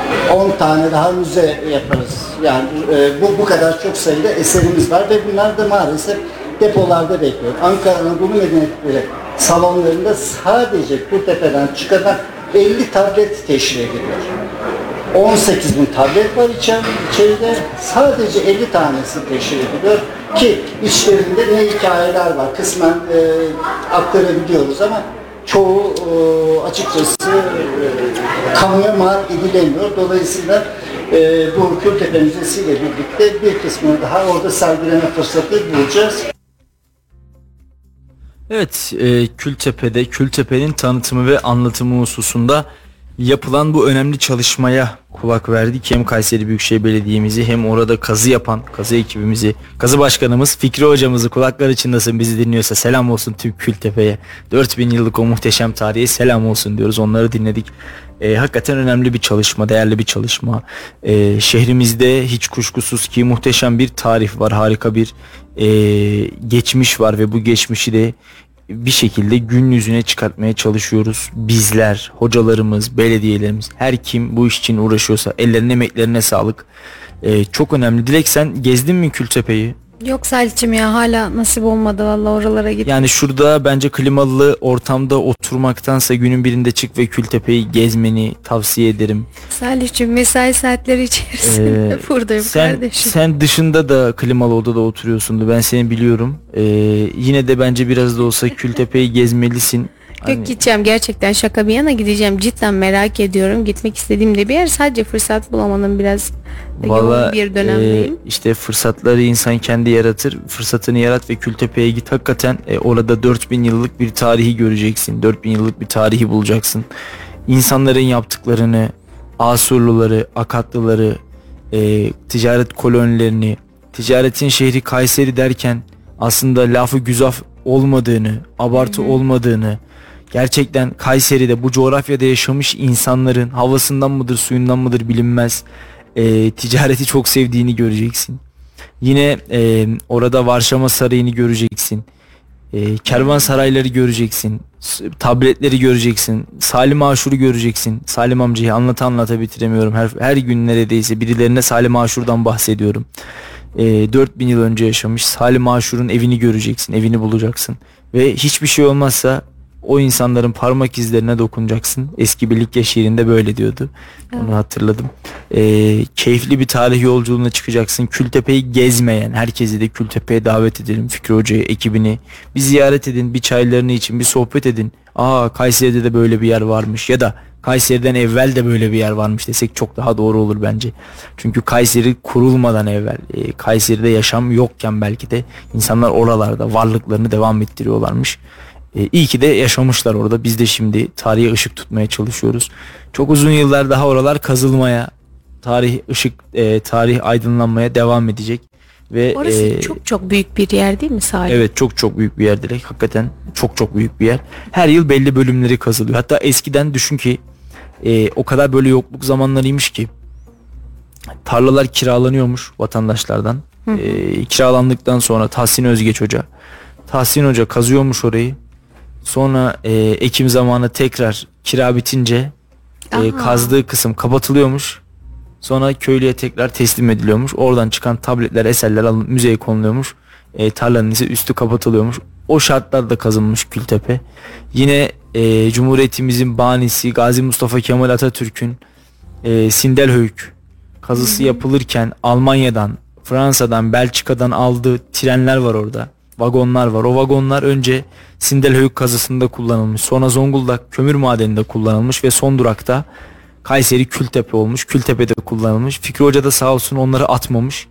on tane daha müze yaparız. Yani e, bu bu kadar çok sayıda eserimiz var ve bunlar da maalesef depolarda bekliyor. Ankara Anadolu Medeniyetleri salonlarında sadece Kültepe'den çıkan elli tablet teşhir ediliyor. on sekiz bin tablet var içeride, sadece elli tanesi teşhir ediliyor ki içlerinde ne hikayeler var kısmen e, aktarabiliyoruz ama çoğu e, açıkçası e, kamuya mal edilemiyor. Dolayısıyla e, bu Kültepe Müzesi ile birlikte bir kısmını daha orada sergileme fırsatı bulacağız. Evet, e, Kültepe'de, Kültepe'nin tanıtımı ve anlatımı hususunda yapılan bu önemli çalışmaya kulak verdik. Hem Kayseri Büyükşehir Belediye'mizi hem orada kazı yapan kazı ekibimizi, kazı başkanımız Fikri hocamızı, kulaklar içindesin, bizi dinliyorsa selam olsun tüm Kültepe'ye. dört bin yıllık o muhteşem tarihe selam olsun diyoruz. Onları dinledik. E, hakikaten önemli bir çalışma, değerli bir çalışma. E, şehrimizde hiç kuşkusuz ki muhteşem bir tarih var, harika bir e, geçmiş var ve bu geçmişi de bir şekilde gün yüzüne çıkartmaya çalışıyoruz. Bizler, hocalarımız, belediyelerimiz, her kim bu iş için uğraşıyorsa ellerine emeklerine sağlık. Ee, çok önemli. Dilek, sen gezdin mi Kültepe'yi? Yok Salih'cim ya, hala nasip olmadı vallahi oralara git. Yani şurada bence klimalı ortamda oturmaktansa günün birinde çık ve Kültepe'yi gezmeni tavsiye ederim. Salih'cim mesai saatleri içerisinde Ee, buradayım sen, kardeşim. sen dışında da klimalı odada oturuyorsundu, ben seni biliyorum. Ee, yine de bence biraz da olsa Kültepe'yi gezmelisin. Yok Hani- gideceğim, gerçekten şaka bir yana gideceğim, cidden merak ediyorum, gitmek istediğim de bir yer, sadece fırsat bulamadım, biraz Valla yoğun bir dönemdeyim. e, işte fırsatları insan kendi yaratır. Fırsatını yarat ve Kültepe'ye git. Hakikaten e, orada dört bin yıllık bir tarihi göreceksin. dört bin yıllık bir tarihi bulacaksın. İnsanların yaptıklarını, Asurluları, Akatlıları, e, ticaret kolonilerini, ticaretin şehri Kayseri derken aslında lafı güzaf olmadığını, abartı olmadığını, gerçekten Kayseri'de bu coğrafyada yaşamış insanların havasından mıdır suyundan mıdır bilinmez e, ticareti çok sevdiğini göreceksin. Yine e, orada Varşova Sarayı'nı göreceksin. E, kervansarayları göreceksin. S- Tabletleri göreceksin. Salim Aşur'u göreceksin. Salim amcayı anlata anlata bitiremiyorum. Her, her gün neredeyse birilerine Salim Aşur'dan bahsediyorum. E, dört bin yıl önce yaşamış Salim Aşur'un evini göreceksin. Evini bulacaksın. Ve hiçbir şey olmazsa o insanların parmak izlerine dokunacaksın. Eski bir Likya şiirinde böyle diyordu. Onu hatırladım. Ee, keyifli bir tarih yolculuğuna çıkacaksın. Kültepe'yi gezmeyen herkesi de Kültepe'ye davet edelim. Fikri Hoca'yı, ekibini bir ziyaret edin. Bir çaylarını için bir sohbet edin. Aa, Kayseri'de de böyle bir yer varmış ya da Kayseri'den evvel de böyle bir yer varmış desek çok daha doğru olur bence. Çünkü Kayseri kurulmadan evvel, e, Kayseri'de yaşam yokken belki de insanlar oralarda varlıklarını devam ettiriyorlarmış. E, iyi ki de yaşamışlar orada. Biz de şimdi tarihe ışık tutmaya çalışıyoruz. Çok uzun yıllar daha oralar kazılmaya, tarih ışık, e, tarih aydınlanmaya devam edecek. Ve Orası e, çok çok büyük bir yer değil mi Salih? evet, çok çok büyük bir yer direkt. Hakikaten çok çok büyük bir yer. Her yıl belli bölümleri kazılıyor. Hatta eskiden düşün ki e, o kadar böyle yokluk zamanlarıymış ki tarlalar kiralanıyormuş vatandaşlardan. E, kiralandıktan sonra Tahsin Özgeç Hoca Tahsin Hoca kazıyormuş orayı. Sonra e, ekim zamanı tekrar kira bitince e, Aha. kazdığı kısım kapatılıyormuş. Sonra köylüye tekrar teslim ediliyormuş. Oradan çıkan tabletler, eserler alınıp müzeye konuluyormuş. E, tarlanın ise üstü kapatılıyormuş. O şartlarda kazınmış Kültepe. Yine e, Cumhuriyetimizin banisi Gazi Mustafa Kemal Atatürk'ün e, Sindelhöyük kazısı yapılırken Almanya'dan, Fransa'dan, Belçika'dan aldığı trenler var orada. Vagonlar var. O vagonlar önce Sindelhöyük kazısında kullanılmış. Sonra Zonguldak kömür madeninde kullanılmış ve son durakta Kayseri Kültepe olmuş. Kültepe'de kullanılmış. Fikri Hoca da sağ olsun onları atmamış.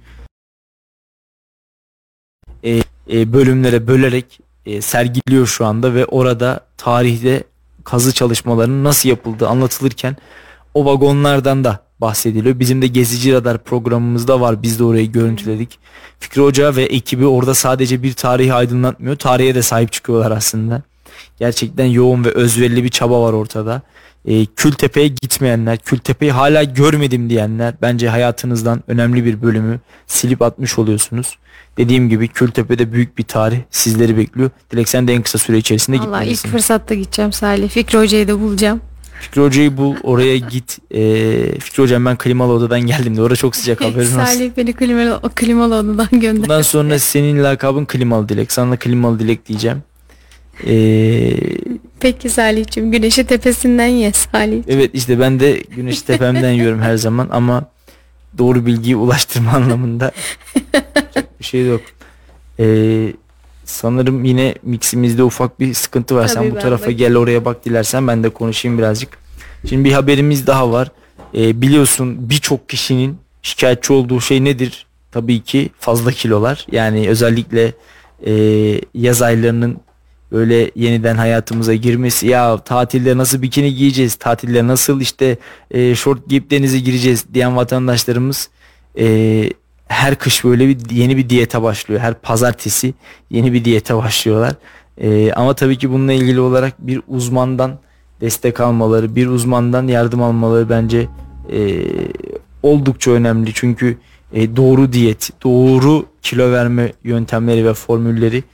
E, e, bölümlere bölerek e, sergiliyor şu anda ve orada tarihte kazı çalışmalarının nasıl yapıldığı anlatılırken o vagonlardan da bahsediliyor. Bizim de Gezici Radar programımızda var. Biz de orayı görüntüledik. Fikri Hoca ve ekibi orada sadece bir tarihi aydınlatmıyor, tarihe de sahip çıkıyorlar aslında. Gerçekten yoğun ve özverili bir çaba var ortada. E, Kültepe'ye gitmeyenler, Kültepe'yi hala görmedim diyenler bence hayatınızdan önemli bir bölümü silip atmış oluyorsunuz. Dediğim gibi Kültepe'de büyük bir tarih sizleri bekliyor. Dilek sen de en kısa süre içerisinde Vallahi ilk gitmelisin. fırsatta gideceğim Salih. Fikri Hoca'yı da bulacağım. Fikri Hoca'yı bul, oraya git. E, Fikri Hocam ben klimalı odadan geldim de orada çok sıcak, haberin olsun. Salih beni klimalı, o klimalı odadan gönder. Bundan sonra senin lakabın klimalı Dilek. Sana da klimalı Dilek diyeceğim. Ee, Peki Salih'cim, güneşi tepesinden ye Salih. evet işte ben de güneş tepemden yiyorum her zaman ama doğru bilgiyi ulaştırma anlamında çok bir şey yok. Ee, sanırım yine miximizde ufak bir sıkıntı var. Sen Tabii, bu ben tarafa bakayım. gel, oraya bak dilersen ben de konuşayım birazcık. Şimdi bir haberimiz daha var. Ee, biliyorsun birçok kişinin şikayetçi olduğu şey nedir? Tabii ki fazla kilolar. Yani özellikle e, yaz aylarının böyle yeniden hayatımıza girmesi, ya tatilde nasıl bikini giyeceğiz, tatilde nasıl işte e, şort giyip denize gireceğiz diyen vatandaşlarımız e, her kış böyle bir yeni bir diyete başlıyor. Her pazartesi yeni bir diyete başlıyorlar. E, ama tabii ki bununla ilgili olarak bir uzmandan destek almaları, bir uzmandan yardım almaları bence e, oldukça önemli. Çünkü e, doğru diyet, doğru kilo verme yöntemleri ve formülleri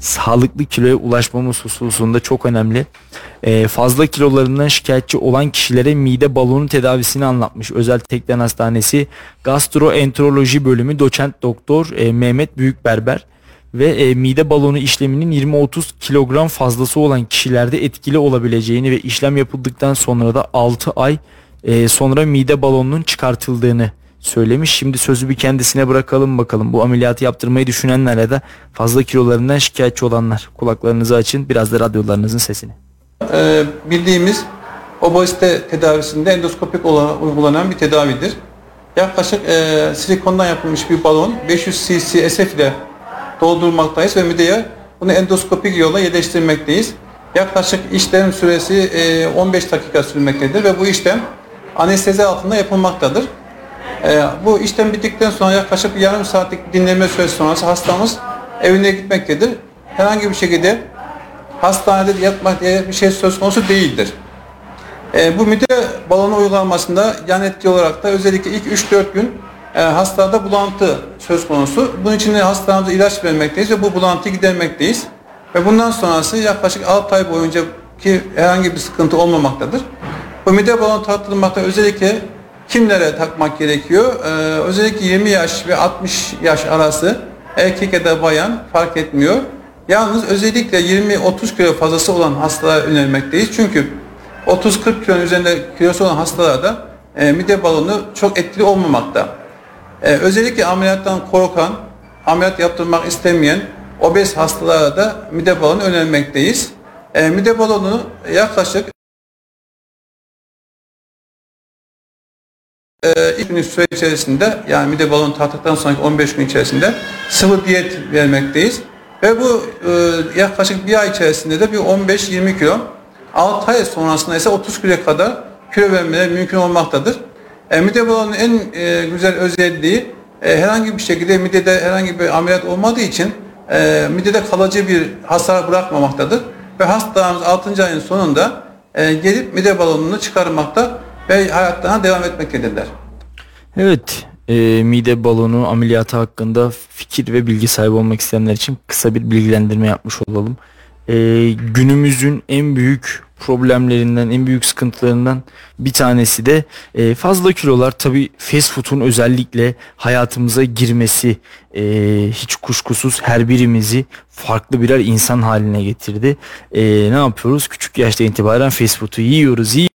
sağlıklı kiloya ulaşmamız hususunda çok önemli. Ee, fazla kilolarından şikayetçi olan kişilere mide balonu tedavisini anlatmış Özel Tekden Hastanesi Gastroenteroloji Bölümü Doçent Doktor e, Mehmet Büyükberber ve e, mide balonu işleminin yirmi otuz kilogram fazlası olan kişilerde etkili olabileceğini ve işlem yapıldıktan sonra da altı ay e, sonra mide balonunun çıkartıldığını söylemiş. Şimdi sözü bir kendisine bırakalım bakalım. Bu ameliyatı yaptırmayı düşünenlere de fazla kilolarından şikayetçi olanlar kulaklarınızı açın, biraz da radyolarınızın sesini. Ee, bildiğimiz obezite tedavisinde endoskopik olarak uygulanan bir tedavidir. Yaklaşık e, silikondan yapılmış bir balon beş yüz cc S F ile doldurmaktayız ve mideye bunu endoskopik yolla yerleştirmekteyiz. Yaklaşık işlem süresi e, on beş dakika sürmektedir ve bu işlem anestezi altında yapılmaktadır. E, bu işlem bittikten sonra yaklaşık yarım saatlik dinlenme süresi sonrası hastamız evine gitmektedir. Herhangi bir şekilde hastanede yatmak diye bir şey söz konusu değildir. E, bu mide balonu uygulanmasında yan etki olarak da özellikle ilk üç dört gün e, hastada bulantı söz konusu. Bunun için de hastamıza ilaç vermekteyiz ve bu bulantıyı gidermekteyiz. Ve bundan sonrası yaklaşık altı ay boyunca ki herhangi bir sıkıntı olmamaktadır. Bu mide balonu taktırmakta özellikle kimlere takmak gerekiyor? Ee, özellikle yirmi yaş ve altmış yaş arası erkek ya da bayan fark etmiyor. Yalnız özellikle yirmi otuz kilo fazlası olan hastalara önermekteyiz. Çünkü otuz kırk kilonun üzerinde kilosu olan hastalarda e, mide balonu çok etkili olmamakta. E, özellikle ameliyattan korkan, ameliyat yaptırmak istemeyen obez hastalara da mide balonu önermekteyiz. E, mide balonu yaklaşık e, ilk gün süre içerisinde, yani mide balonu taktıktan sonraki on beş gün içerisinde sıvı diyet vermekteyiz. Ve bu e, yaklaşık bir ay içerisinde de bir on beş yirmi kilo, altı ay sonrasında ise otuz kiloya kadar kilo vermeleri mümkün olmaktadır. E, mide balonunun en e, güzel özelliği e, herhangi bir şekilde midede herhangi bir ameliyat olmadığı için e, midede kalıcı bir hasar bırakmamaktadır. Ve hastalarımız altıncı ayın sonunda e, gelip mide balonunu çıkarmakta ve hayatlarına devam etmektedirler. Evet, e, mide balonu ameliyatı hakkında fikir ve bilgi sahibi olmak isteyenler için kısa bir bilgilendirme yapmış olalım. E, günümüzün en büyük problemlerinden, en büyük sıkıntılarından bir tanesi de e, fazla kilolar. Tabii fast food'un özellikle hayatımıza girmesi e, hiç kuşkusuz her birimizi farklı birer insan haline getirdi. E, ne yapıyoruz? Küçük yaşta itibaren fast food'u yiyoruz, yiyoruz.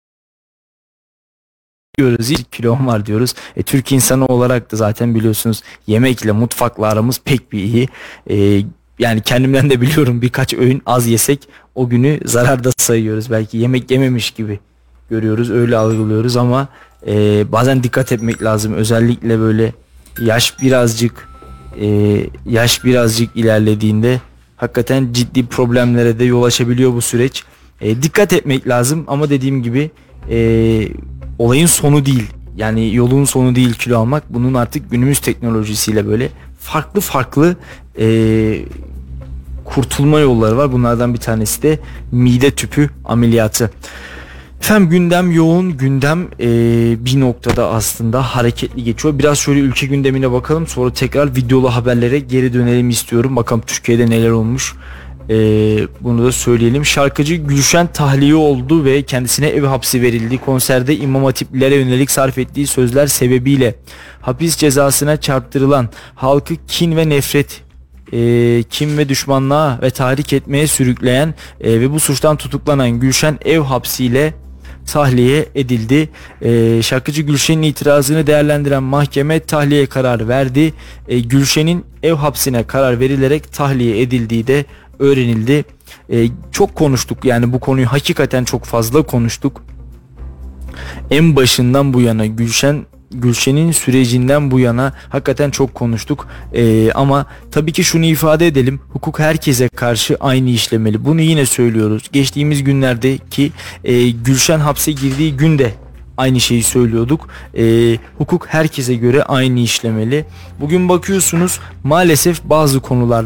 diyoruz, kilom var diyoruz. E, Türk insanı olarak da zaten biliyorsunuz yemekle mutfakla aramız pek bir iyi. E, yani kendimden de biliyorum, birkaç öğün az yesek o günü zararda sayıyoruz. Belki yemek yememiş gibi görüyoruz, öyle algılıyoruz ama e, bazen dikkat etmek lazım. Özellikle böyle yaş birazcık e, yaş birazcık ilerlediğinde hakikaten ciddi problemlere de yol açabiliyor bu süreç. E, dikkat etmek lazım ama dediğim gibi e, olayın sonu değil. Yani yolun sonu değil kilo almak. Bunun artık günümüz teknolojisiyle böyle farklı farklı e, kurtulma yolları var. Bunlardan bir tanesi de mide tüpü ameliyatı. Efendim gündem yoğun, gündem e, bir noktada aslında hareketli geçiyor. Biraz şöyle ülke gündemine bakalım, sonra tekrar videolu haberlere geri dönelim istiyorum. Bakalım Türkiye'de neler olmuş. Ee, bunu da söyleyelim. Şarkıcı Gülşen tahliye oldu ve kendisine ev hapsi verildi. Konserde İmam Hatiplilere yönelik sarf ettiği sözler sebebiyle hapis cezasına çarptırılan, halkı kin ve nefret, e, kin ve düşmanlığa ve tahrik etmeye sürükleyen e, ve bu suçtan tutuklanan Gülşen ev hapsiyle tahliye edildi. E, şarkıcı Gülşen'in itirazını değerlendiren mahkeme tahliye kararı verdi. E, Gülşen'in ev hapsine karar verilerek tahliye edildiği de öğrenildi. Ee, çok konuştuk, yani bu konuyu hakikaten çok fazla konuştuk. En başından bu yana Gülşen Gülşen'in sürecinden bu yana hakikaten çok konuştuk. Ee, ama tabii ki şunu ifade edelim. Hukuk herkese karşı aynı işlemeli. Bunu yine söylüyoruz. Geçtiğimiz günlerdeki e, Gülşen hapse girdiği günde aynı şeyi söylüyorduk. E, hukuk herkese göre aynı işlemeli. Bugün bakıyorsunuz maalesef bazı konularda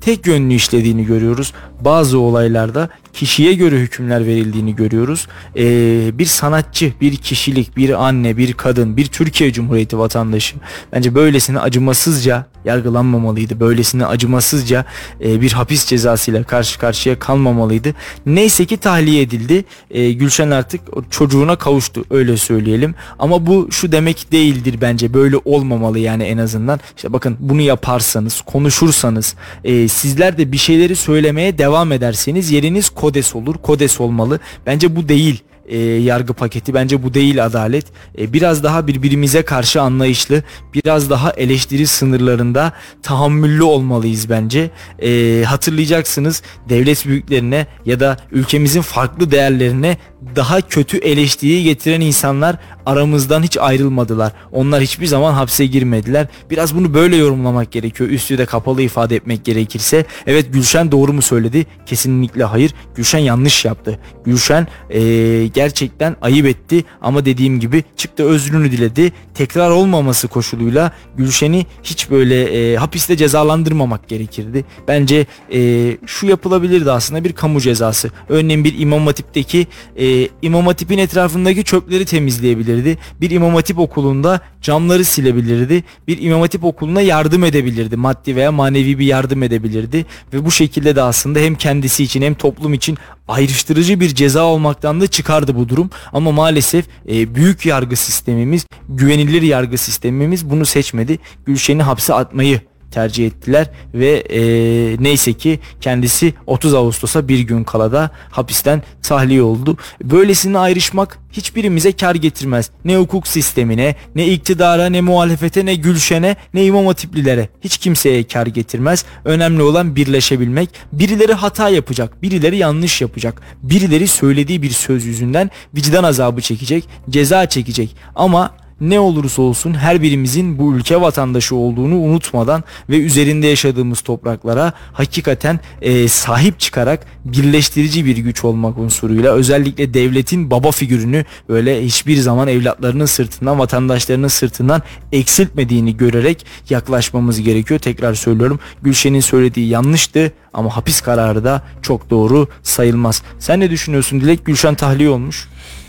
tek yönlü işlediğini görüyoruz. Bazı olaylarda kişiye göre hükümler verildiğini görüyoruz. Ee, bir sanatçı, bir kişilik, bir anne, bir kadın, bir Türkiye Cumhuriyeti vatandaşı bence böylesine acımasızca yargılanmamalıydı. Böylesine acımasızca e, bir hapis cezasıyla karşı karşıya kalmamalıydı. Neyse ki tahliye edildi. E, Gülşen artık çocuğuna kavuştu, öyle söyleyelim. Ama bu şu demek değildir bence. Böyle olmamalı yani en azından. İşte bakın, bunu yaparsanız, konuşursanız, e, sizler de bir şeyleri söylemeye devam ederseniz yeriniz KODES olur. KODES olmalı. Bence bu değil e, yargı paketi. Bence bu değil adalet. E, biraz daha birbirimize karşı anlayışlı, biraz daha eleştiri sınırlarında tahammüllü olmalıyız bence. E, hatırlayacaksınız, devlet büyüklerine ya da ülkemizin farklı değerlerine daha kötü eleştiriyi getiren insanlar aramızdan hiç ayrılmadılar. Onlar hiçbir zaman hapse girmediler. Biraz bunu böyle yorumlamak gerekiyor. Üstü de kapalı ifade etmek gerekirse. Evet, Gülşen doğru mu söyledi? Kesinlikle hayır. Gülşen yanlış yaptı. Gülşen ee, gerçekten ayıp etti ama dediğim gibi çıktı, özrünü diledi. Tekrar olmaması koşuluyla Gülşen'i hiç böyle e, hapiste cezalandırmamak gerekirdi. Bence e, şu yapılabilirdi aslında, bir kamu cezası. Örneğin bir İmam Hatip'teki e, İmam Hatip'in etrafındaki çöpleri temizleyebilirdi. Bir İmam Hatip okulunda camları silebilirdi. Bir İmam Hatip okuluna yardım edebilirdi. Maddi veya manevi bir yardım edebilirdi. Ve bu şekilde de aslında hem kendisi için hem toplum için ayrıştırıcı bir ceza olmaktan da çıkardı bu durum. Ama maalesef e, büyük yargı sistemimiz, güvenilir yargı sistemimiz bunu seçmedi. Gülşen'i hapse atmayı tercih ettiler ve e, neyse ki kendisi otuz Ağustos'a bir gün kala da hapisten tahliye oldu. Böylesine ayrışmak hiçbirimize kar getirmez. Ne hukuk sistemine, ne iktidara, ne muhalefete, ne Gülşen'e, ne İmam Hatiplilere. Hiç kimseye kar getirmez. Önemli olan birleşebilmek. Birileri hata yapacak, birileri yanlış yapacak. Birileri söylediği bir söz yüzünden vicdan azabı çekecek, ceza çekecek. Ama ne olursa olsun her birimizin bu ülke vatandaşı olduğunu unutmadan ve üzerinde yaşadığımız topraklara hakikaten e, sahip çıkarak birleştirici bir güç olmak unsuruyla, özellikle devletin baba figürünü böyle hiçbir zaman evlatlarının sırtından, vatandaşlarının sırtından eksiltmediğini görerek yaklaşmamız gerekiyor. Tekrar söylüyorum, Gülşen'in söylediği yanlıştı ama hapis kararı da çok doğru sayılmaz. Sen ne düşünüyorsun Dilek? Gülşen tahliye olmuş.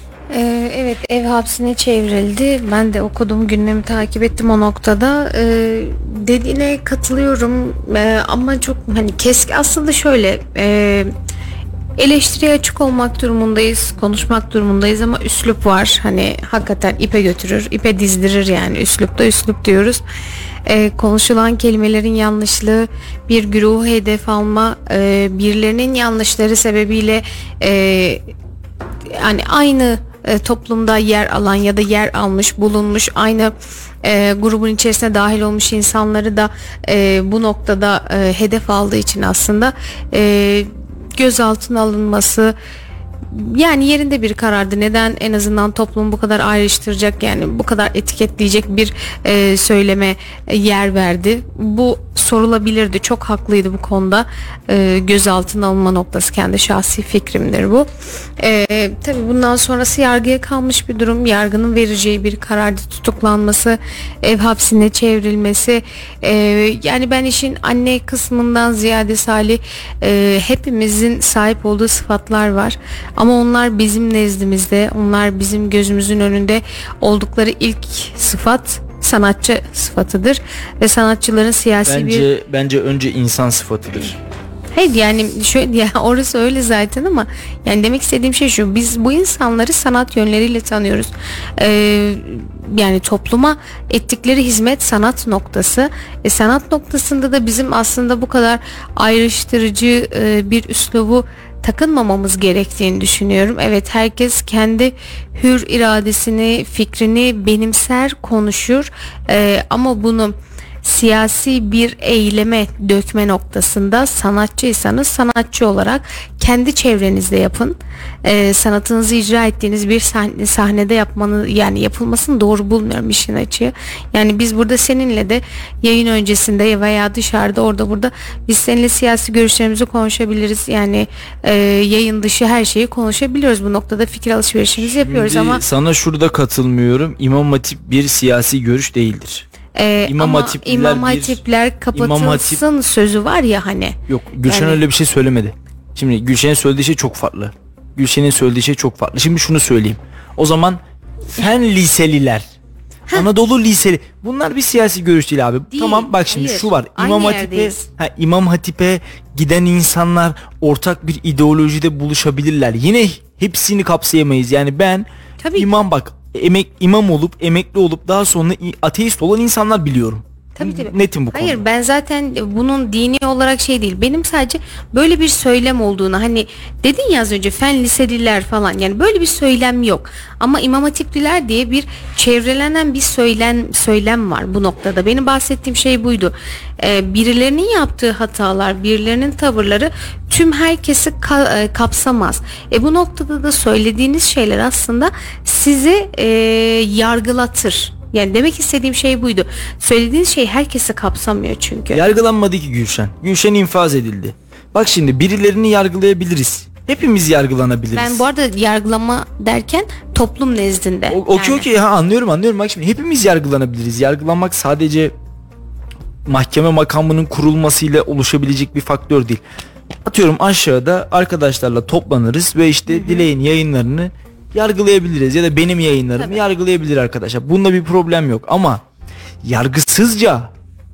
Ee, evet, ev hapsine çevrildi. Ben de okudum, gündemi takip ettim o noktada. Ee, dediğine katılıyorum ee, ama çok hani keski aslında şöyle e, eleştiriye açık olmak durumundayız, konuşmak durumundayız ama üslup var. Hani hakikaten ipe götürür, ipe dizdirir yani, üslupta üslup diyoruz. Ee, konuşulan kelimelerin yanlışlığı, bir güruhu hedef alma, e, birilerinin yanlışları sebebiyle e, yani aynı e, toplumda yer alan ya da yer almış, bulunmuş, aynı e, grubun içerisine dahil olmuş insanları da e, bu noktada e, hedef aldığı için aslında e, gözaltına alınması yani yerinde bir karardı. Neden en azından toplumu bu kadar ayrıştıracak, yani bu kadar etiketleyecek bir e, söyleme e, yer verdi? Bu sorulabilirdi. Çok haklıydı bu konuda. E, gözaltına alınma noktası, kendi şahsi fikrimdir bu. E, tabii bundan sonrası yargıya kalmış bir durum. Yargının vereceği bir karardı, tutuklanması, ev hapsine çevrilmesi. E, yani ben işin anne kısmından ziyade Salih, e, hepimizin sahip olduğu sıfatlar var. Ama onlar bizim nezdimizde, onlar bizim gözümüzün önünde oldukları ilk sıfat sanatçı sıfatıdır ve sanatçıların siyasi bence, bir bence önce insan sıfatıdır. Hayır yani şöyle ya, orası öyle zaten ama yani demek istediğim şey şu: biz bu insanları sanat yönleriyle tanıyoruz. Ee, yani topluma ettikleri hizmet sanat noktası. E, sanat noktasında da bizim aslında bu kadar ayrıştırıcı e, bir üslubu takınmamamız gerektiğini düşünüyorum. Evet, herkes kendi hür iradesini, fikrini benimser, konuşur ee, ama bunu siyasi bir eyleme dökme noktasında sanatçıysanız sanatçı olarak kendi çevrenizde yapın. Ee, sanatınızı icra ettiğiniz bir sahne, sahnede yapmanı, yani yapılmasını doğru bulmuyorum işin açığı. Yani biz burada seninle de yayın öncesinde veya dışarıda, orada burada biz seninle siyasi görüşlerimizi konuşabiliriz. Yani e, yayın dışı her şeyi konuşabiliyoruz. Bu noktada fikir alışverişimizi yapıyoruz. Şimdi ama sana şurada katılmıyorum. İmam Hatip bir siyasi görüş değildir. Ee, İmam ama Hatipliler İmam bir- Hatipler kapatılsın İmam Hatip- sözü var ya hani. Yok, Gülşen Yani- öyle bir şey söylemedi. Şimdi Gülşen'in söylediği şey çok farklı. Gülşen'in söylediği şey çok farklı. Şimdi şunu söyleyeyim. O zaman fen liseliler, Anadolu liseli, bunlar bir siyasi görüş değil abi. Değil, Tamam, bak şimdi hayır. şu var. Aynı İmam Hatip'e yerdeyiz. ha, İmam Hatip'e giden insanlar ortak bir ideolojide buluşabilirler. Yine hepsini kapsayamayız. Yani ben Tabii ki. imam bak emek imam olup emekli olup daha sonra i- ateist olan insanlar biliyorum. Tabii tabii. Netim bu konuda. Hayır, ben zaten bunun dini olarak şey değil. Benim sadece böyle bir söylem olduğunu, hani dedin ya az önce fen liseliler falan, yani böyle bir söylem yok. Ama İmam Hatipliler diye bir çevrelenen bir söylem söylem var bu noktada. Benim bahsettiğim şey buydu. Ee, birilerinin yaptığı hatalar, birilerinin tavırları tüm herkesi ka- e, kapsamaz. E bu noktada da söylediğiniz şeyler aslında sizi e, yargılatır. Yani demek istediğim şey buydu. Söylediğiniz şey herkesi kapsamıyor çünkü. Yargılanmadı ki Gülşen. Gülşen infaz edildi. Bak şimdi birilerini yargılayabiliriz. Hepimiz yargılanabiliriz. Ben bu arada yargılama derken toplum nezdinde. O- Okey yani. okey ha, anlıyorum anlıyorum. Bak şimdi hepimiz yargılanabiliriz. Yargılanmak sadece mahkeme makamının kurulmasıyla oluşabilecek bir faktör değil. Atıyorum aşağıda arkadaşlarla toplanırız ve işte Dilek'in yayınlarını yargılayabiliriz ya da benim yayınlarımı Tabii. yargılayabilir arkadaşlar. Bunda bir problem yok ama yargısızca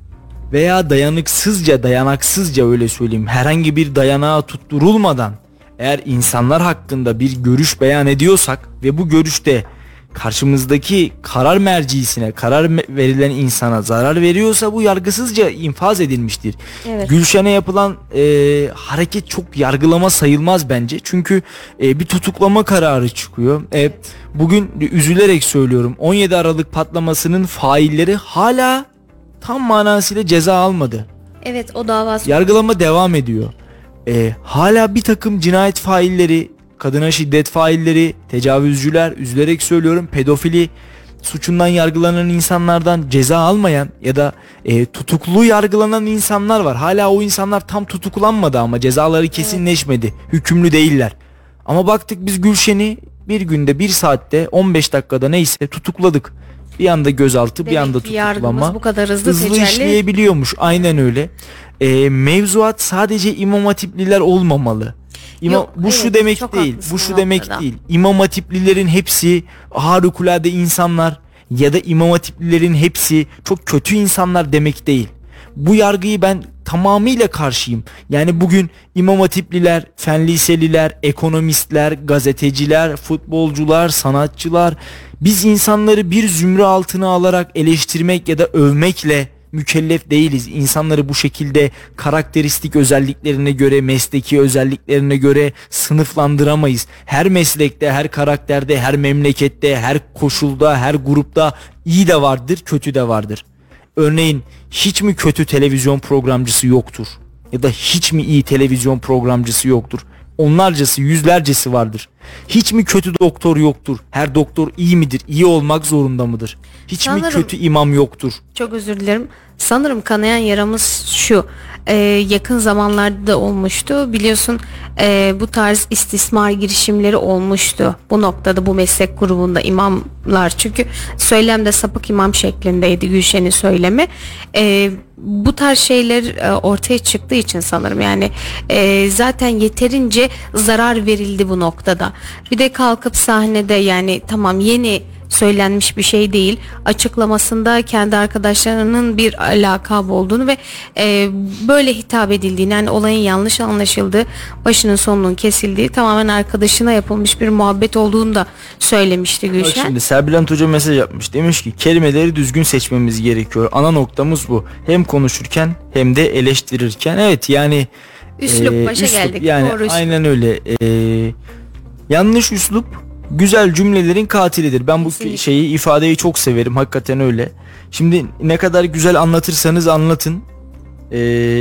veya dayanıksızca, dayanaksızca öyle söyleyeyim, herhangi bir dayanağa tutturulmadan eğer insanlar hakkında bir görüş beyan ediyorsak ve bu görüşte karşımızdaki karar mercisine, karar me- verilen insana zarar veriyorsa bu yargısızca infaz edilmiştir. Evet. Gülşen'e yapılan e, hareket çok yargılama sayılmaz bence. Çünkü e, bir tutuklama kararı çıkıyor. E, bugün üzülerek söylüyorum, on yedi Aralık patlamasının failleri hala tam manasıyla ceza almadı. Evet, o davası. Yargılama devam ediyor. Ee, hala bir takım cinayet failleri, kadına şiddet failleri, tecavüzcüler, üzülerek söylüyorum, pedofili suçundan yargılanan insanlardan ceza almayan ya da e, tutuklu yargılanan insanlar var. Hala o insanlar tam tutuklanmadı ama cezaları kesinleşmedi. Hükümlü değiller. Ama baktık biz Gülşen'i bir günde, bir saatte, on beş dakikada neyse tutukladık. Bir anda gözaltı, bir Demek anda ki yargımız tutuklama. bu kadar hızlı hızlı tecelli- işleyebiliyormuş. Aynen öyle. Ee, mevzuat sadece İmam Hatipliler olmamalı. İmam, Yok, bu şu evet, demek çok değil. haklısın Bu şu o demek noktada. değil. İmam Hatiplilerin hepsi harikulade insanlar ya da İmam Hatiplilerin hepsi çok kötü insanlar demek değil. Bu yargıyı ben tamamıyla karşıyım. Yani bugün İmam Hatipliler, fen liseliler, ekonomistler, gazeteciler, futbolcular, sanatçılar, biz insanları bir zümre altına alarak eleştirmek ya da övmekle mükellef değiliz. İnsanları bu şekilde karakteristik özelliklerine göre, mesleki özelliklerine göre sınıflandıramayız. Her meslekte, her karakterde, her memlekette, her koşulda, her grupta iyi de vardır, kötü de vardır. Örneğin hiç mi kötü televizyon programcısı yoktur? Ya da hiç mi iyi televizyon programcısı yoktur? Onlarcası, yüzlercesi vardır. Hiç mi kötü doktor yoktur? Her doktor iyi midir? İyi olmak zorunda mıdır? Hiç mi Sanırım- kötü imam yoktur? Çok özür dilerim. Sanırım kanayan yaramız şu. Ee, yakın zamanlarda da olmuştu. Biliyorsun e, bu tarz istismar girişimleri olmuştu. Bu noktada bu meslek grubunda imamlar. Çünkü söylemde sapık imam şeklindeydi Gülşen'in söylemi. Ee, bu tarz şeyler e, ortaya çıktığı için sanırım yani e, zaten yeterince zarar verildi bu noktada. Bir de kalkıp sahnede, yani tamam yeni söylenmiş bir şey değil, açıklamasında kendi arkadaşlarının bir lakabı olduğunu ve e, böyle hitap edildiğini, yani olayın yanlış anlaşıldığı, başının sonunun kesildiği, tamamen arkadaşına yapılmış bir muhabbet olduğunu da söylemişti Bak Gülşen. şimdi Serbülent Hoca mesaj yapmış. Demiş ki kelimeleri düzgün seçmemiz gerekiyor. Ana noktamız bu. Hem konuşurken hem de eleştirirken. Evet yani Üslup, e, başa üslup, geldik. yani Doğru üslup. aynen öyle. E, yanlış üslup güzel cümlelerin katilidir. Ben bu Kesinlikle. şeyi, ifadeyi çok severim. Hakikaten öyle. Şimdi ne kadar güzel anlatırsanız anlatın, e,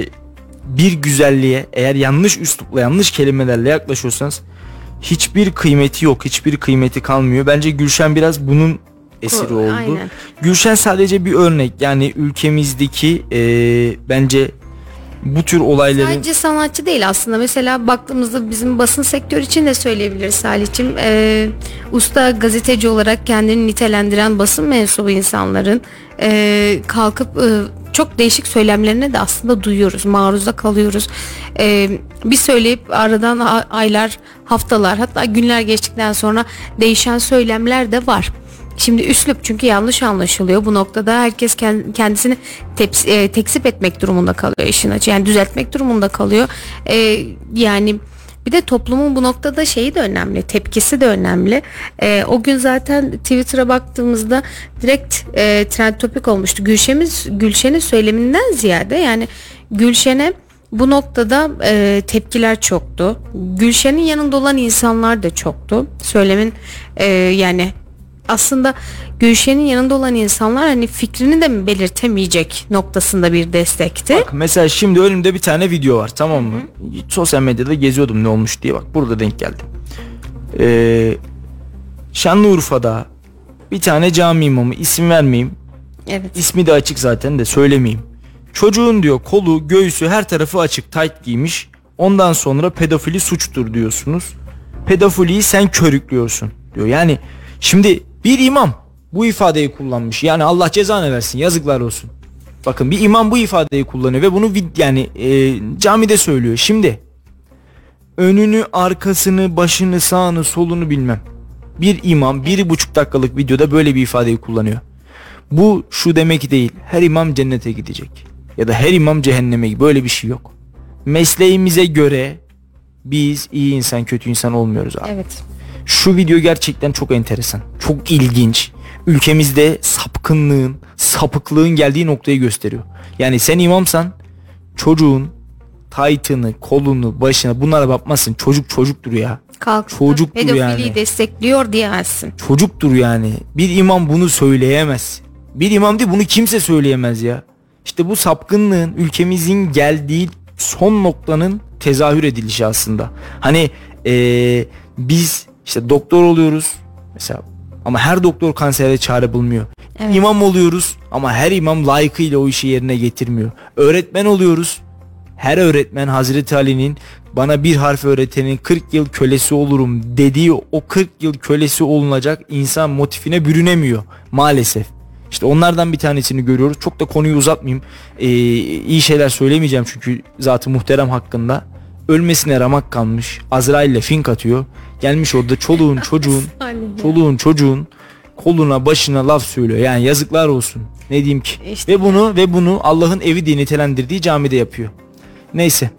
bir güzelliğe eğer yanlış üslupla, yanlış kelimelerle yaklaşıyorsanız hiçbir kıymeti yok. Hiçbir kıymeti kalmıyor. Bence Gülşen biraz bunun esiri oldu. Aynen. Gülşen sadece bir örnek. Yani ülkemizdeki e, bence bu tür olayların... Sadece sanatçı değil aslında. Mesela baktığımızda bizim basın sektörü için de söyleyebiliriz Salih'cim. Ee, usta gazeteci olarak kendini nitelendiren basın mensubu insanların e, kalkıp e, çok değişik söylemlerine de aslında duyuyoruz, maruzda kalıyoruz. Ee, bir söyleyip aradan aylar, haftalar, hatta günler geçtikten sonra değişen söylemler de var. Şimdi üslup çünkü yanlış anlaşılıyor. Bu noktada herkes kendisini tepsi, e, tekzip etmek durumunda kalıyor işin açığı. Yani düzeltmek durumunda kalıyor. E, yani bir de toplumun bu noktada şeyi de önemli, tepkisi de önemli. E, o gün zaten Twitter'a baktığımızda direkt e, trend topik olmuştu. Gülşen'in Gülşen'in söyleminden ziyade yani Gülşen'e bu noktada e, tepkiler çoktu. Gülşen'in yanında olan insanlar da çoktu. Söylemin e, yani aslında Gülşen'in yanında olan insanlar hani fikrini de mi belirtemeyecek noktasında bir destekti. Bak mesela şimdi önümde bir tane video var, tamam mı? Hı-hı. Sosyal medyada geziyordum ne olmuş diye, bak burada denk geldim. Ee, Şanlıurfa'da bir tane cami imamı, isim vermeyeyim. Evet. İsmi de açık zaten de söylemeyeyim. Çocuğun diyor kolu, göğsü, her tarafı açık, tayt giymiş. Ondan sonra pedofili suçtur diyorsunuz. Pedofiliyi sen körüklüyorsun diyor. Yani şimdi bir imam bu ifadeyi kullanmış. Yani Allah cezanı versin, yazıklar olsun. Bakın bir imam bu ifadeyi kullanıyor ve bunu yani e, camide söylüyor. Şimdi önünü, arkasını, başını, sağını, solunu bilmem. Bir imam bir buçuk dakikalık videoda böyle bir ifadeyi kullanıyor. Bu şu demek değil. Her imam cennete gidecek. Ya da her imam cehenneme gidecek. Böyle bir şey yok. Mesleğimize göre biz iyi insan, kötü insan olmuyoruz abi. Evet. Şu video gerçekten çok enteresan. Çok ilginç. Ülkemizde sapkınlığın, sapıklığın geldiği noktayı gösteriyor. Yani sen imamsan çocuğun taytını, kolunu, başına bunlara bakmazsın. Çocuk çocuktur ya. Kalkıp çocuktur pedofiliyi yani. destekliyor diyemezsin. Çocuktur yani. Bir imam bunu söyleyemez. Bir imam değil, bunu kimse söyleyemez ya. İşte bu sapkınlığın ülkemizin geldiği son noktanın tezahür edilişi aslında. Hani ee, biz işte doktor oluyoruz mesela ama her doktor kansere çare bulmuyor. Evet. İmam oluyoruz ama her imam layıkıyla o işi yerine getirmiyor. Öğretmen oluyoruz. Her öğretmen Hazreti Ali'nin bana bir harf öğretenin kırk yıl kölesi olurum dediği o kırk yıl kölesi olunacak insan motifine bürünemiyor maalesef. İşte onlardan bir tanesini görüyoruz. Çok da konuyu uzatmayayım. Ee, iyi şeyler söylemeyeceğim çünkü Zat-ı Muhterem hakkında. Ölmesine ramak kalmış. Azrail'le fink atıyor. Gelmiş orada çoluğun çocuğun çoluğun çocuğun koluna başına laf söylüyor. Yani yazıklar olsun. Ne diyeyim ki? İşte ve bunu ve bunu Allah'ın evi diye nitelendirdiği camide yapıyor. Neyse.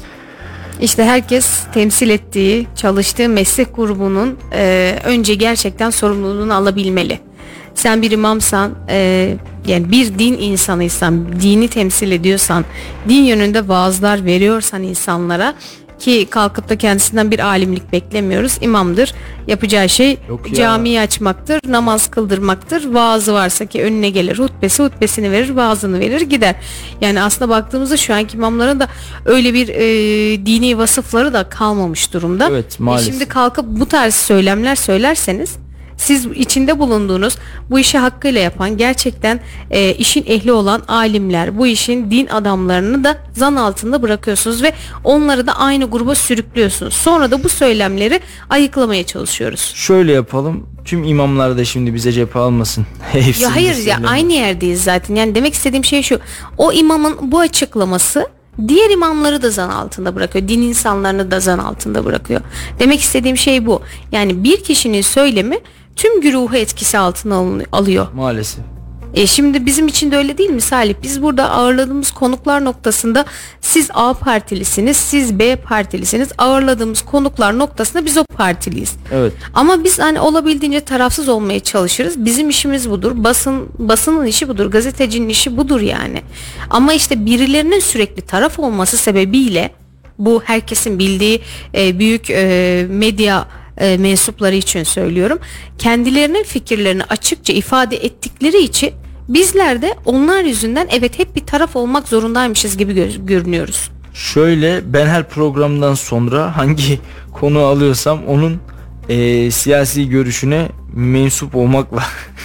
İşte herkes temsil ettiği, çalıştığı meslek grubunun e, önce gerçekten sorumluluğunu alabilmeli. Sen bir imamsan, e, yani bir din insanıysan, dini temsil ediyorsan, din yönünde vaazlar veriyorsan insanlara, ki kalkıp da kendisinden bir alimlik beklemiyoruz. İmamdır. Yapacağı şey camiyi açmaktır, namaz kıldırmaktır. Vaazı varsa ki önüne gelir, hutbesi hutbesini verir, vaazını verir, gider. Yani aslında baktığımızda şu anki imamların da öyle bir e, dini vasıfları da kalmamış durumda. Evet, maalesef. E şimdi kalkıp bu tarz söylemler söylerseniz, siz içinde bulunduğunuz bu işi hakkıyla yapan, gerçekten e, işin ehli olan alimler, bu işin din adamlarını da zan altında bırakıyorsunuz ve onları da aynı gruba sürüklüyorsunuz. Sonra da bu söylemleri ayıklamaya çalışıyoruz. Şöyle yapalım. Tüm imamlar da şimdi bize cephe almasın. Ya hayır ya, aynı yerdeyiz zaten. Yani demek istediğim şey şu. O imamın bu açıklaması diğer imamları da zan altında bırakıyor. Din insanlarını da zan altında bırakıyor. Demek istediğim şey bu. Yani bir kişinin söylemi tüm güruhu etkisi altına alıyor. Maalesef. E şimdi bizim için de öyle değil mi Salih? Biz burada ağırladığımız konuklar noktasında siz A partilisiniz, siz B partilisiniz. Ağırladığımız konuklar noktasında biz o partiliyiz. Evet. Ama biz hani olabildiğince tarafsız olmaya çalışırız. Bizim işimiz budur. Basın basının işi budur. Gazetecinin işi budur yani. Ama işte birilerinin sürekli taraf olması sebebiyle, bu herkesin bildiği e, büyük e, medya e, mensupları için söylüyorum. Kendilerinin fikirlerini açıkça ifade ettikleri için bizler de onlar yüzünden evet hep bir taraf olmak zorundaymışız gibi gö- görünüyoruz. Şöyle, ben her programdan sonra hangi konu alıyorsam onun e, siyasi görüşüne mensup olmakla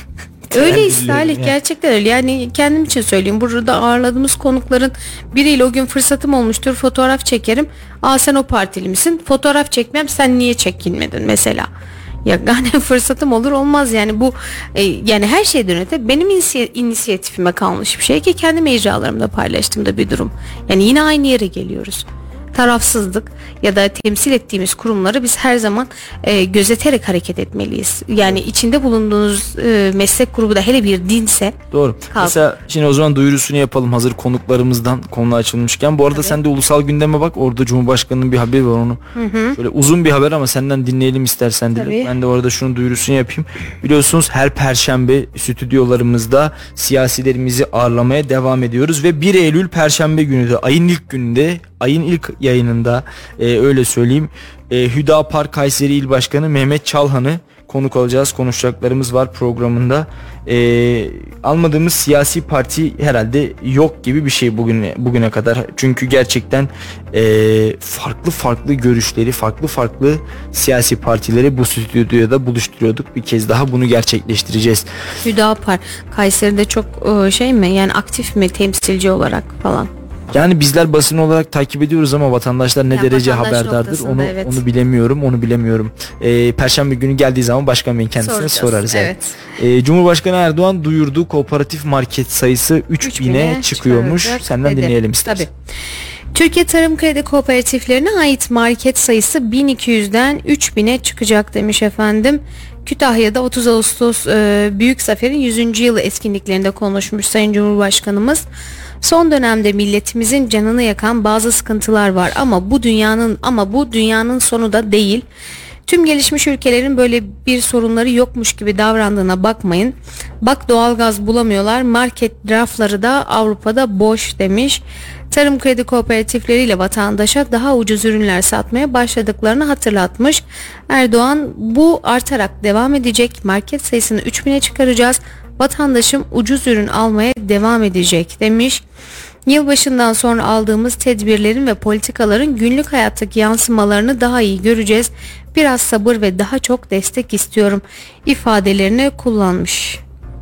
Öyle Salih, gerçekten öyle. Yani kendim için söyleyeyim. Burada ağırladığımız konukların biriyle o gün fırsatım olmuştur. Fotoğraf çekerim. Aa, sen o partili misin? Fotoğraf çekmem. Sen niye çekinmedin mesela? Ya yani fırsatım olur olmaz yani bu e, yani her şeyden öte benim inisiy- inisiyatifime kalmış bir şey ki kendi mecralarımda paylaştığımda bir durum. Yani yine aynı yere geliyoruz. Tarafsızlık ya da temsil ettiğimiz kurumları biz her zaman e, gözeterek hareket etmeliyiz. Yani içinde bulunduğunuz e, meslek grubu da hele bir dinse. Doğru. Kalk. Mesela şimdi o zaman duyurusunu yapalım hazır konuklarımızdan konu açılmışken. Bu arada Tabii. sen de ulusal gündeme bak. Orada Cumhurbaşkanı'nın bir haberi var, onu. Hı hı. Şöyle uzun bir haber ama senden dinleyelim istersen de. Ben de orada şunun duyurusunu yapayım. Biliyorsunuz her perşembe stüdyolarımızda siyasilerimizi ağırlamaya devam ediyoruz ve bir Eylül perşembe günü de ayın ilk gününde ayın ilk yayınında e, öyle söyleyeyim e, Hüdapar Kayseri İl Başkanı Mehmet Çalhan'ı konuk alacağız. Konuşacaklarımız var programında. E, almadığımız siyasi parti herhalde yok gibi bir şey bugüne bugüne kadar. Çünkü gerçekten e, farklı farklı görüşleri, farklı farklı siyasi partileri bu stüdyoda buluşturuyorduk. Bir kez daha bunu gerçekleştireceğiz. Hüdapar Kayseri'de çok şey mi? Yani aktif mi temsilci olarak falan? Yani bizler basın olarak takip ediyoruz ama vatandaşlar ne yani derece vatandaş haberdardır onu evet. onu bilemiyorum onu bilemiyorum. Ee, Perşembe günü geldiği zaman başkan beyin kendisine Soracağız. sorarız. Evet. Ee, Cumhurbaşkanı Erdoğan duyurdu, kooperatif market sayısı üç bine çıkıyormuş. Senden dedi. Dinleyelim istersen. Tabii. Türkiye Tarım Kredi Kooperatiflerine ait market sayısı bin iki yüzden üç bine çıkacak demiş efendim. Kütahya'da otuz Ağustos e, Büyük Zafer'in yüzüncü yılı etkinliklerinde konuşmuş Sayın Cumhurbaşkanımız. Son dönemde milletimizin canını yakan bazı sıkıntılar var ama bu dünyanın ama bu dünyanın sonu da değil. Tüm gelişmiş ülkelerin böyle bir sorunları yokmuş gibi davrandığına bakmayın. Bak doğalgaz bulamıyorlar, market rafları da Avrupa'da boş demiş. Tarım kredi kooperatifleriyle vatandaşa daha ucuz ürünler satmaya başladıklarını hatırlatmış. Erdoğan bu artarak devam edecek, market sayısını üç bine çıkaracağız. Vatandaşım ucuz ürün almaya devam edecek demiş. Yılbaşından sonra aldığımız tedbirlerin ve politikaların günlük hayattaki yansımalarını daha iyi göreceğiz. Biraz sabır ve daha çok destek istiyorum ifadelerini kullanmış.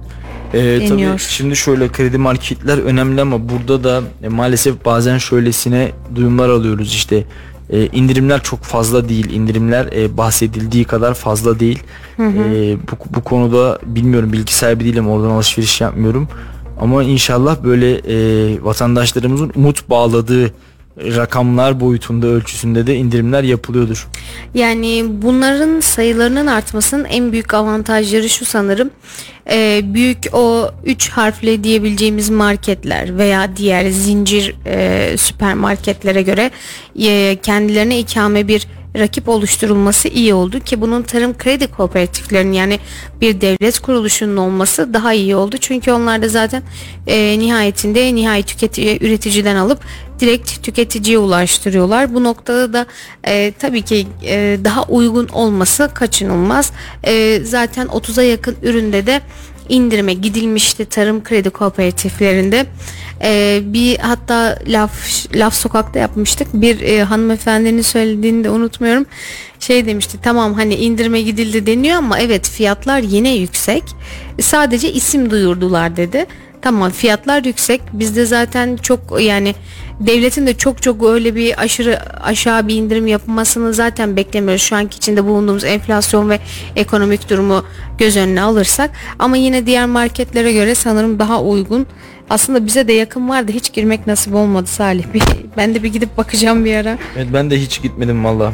Ee, tabii şimdi şöyle kredi marketler önemli ama burada da e, maalesef bazen şöylesine duyumlar alıyoruz işte. E, indirimler çok fazla değil. İndirimler e, bahsedildiği kadar fazla değil. Hı hı. E, bu, bu konuda bilmiyorum, bilgi sahibi değilim, oradan alışveriş yapmıyorum. Ama inşallah böyle e, vatandaşlarımızın umut bağladığı rakamlar boyutunda, ölçüsünde de indirimler yapılıyordur. Yani bunların sayılarının artmasının en büyük avantajları şu sanırım. E, büyük o üç harfli diyebileceğimiz marketler veya diğer zincir e, süpermarketlere göre e, kendilerine ikame bir rakip oluşturulması iyi oldu ki bunun tarım kredi kooperatiflerinin yani bir devlet kuruluşunun olması daha iyi oldu. Çünkü onlar da zaten e, nihayetinde nihai tüketici üreticiden alıp direkt tüketiciye ulaştırıyorlar. Bu noktada da e, tabii ki e, daha uygun olması kaçınılmaz. E, zaten otuza yakın üründe de indirime gidilmişti tarım kredi kooperatiflerinde. Ee, bir hatta laf laf sokakta yapmıştık. Bir e, hanımefendinin söylediğini de unutmuyorum. Şey demişti, tamam hani indirime gidildi deniyor ama evet fiyatlar yine yüksek. Sadece isim duyurdular dedi. Tamam, fiyatlar yüksek. Bizde zaten çok yani devletin de çok çok öyle bir aşırı aşağı bir indirim yapmasını zaten beklemiyoruz. Şu anki içinde bulunduğumuz enflasyon ve ekonomik durumu göz önüne alırsak. Ama yine diğer marketlere göre sanırım daha uygun. Aslında bize de yakın vardı. Hiç girmek nasip olmadı Salih. Ben de bir gidip bakacağım bir ara. Evet, ben de hiç gitmedim valla.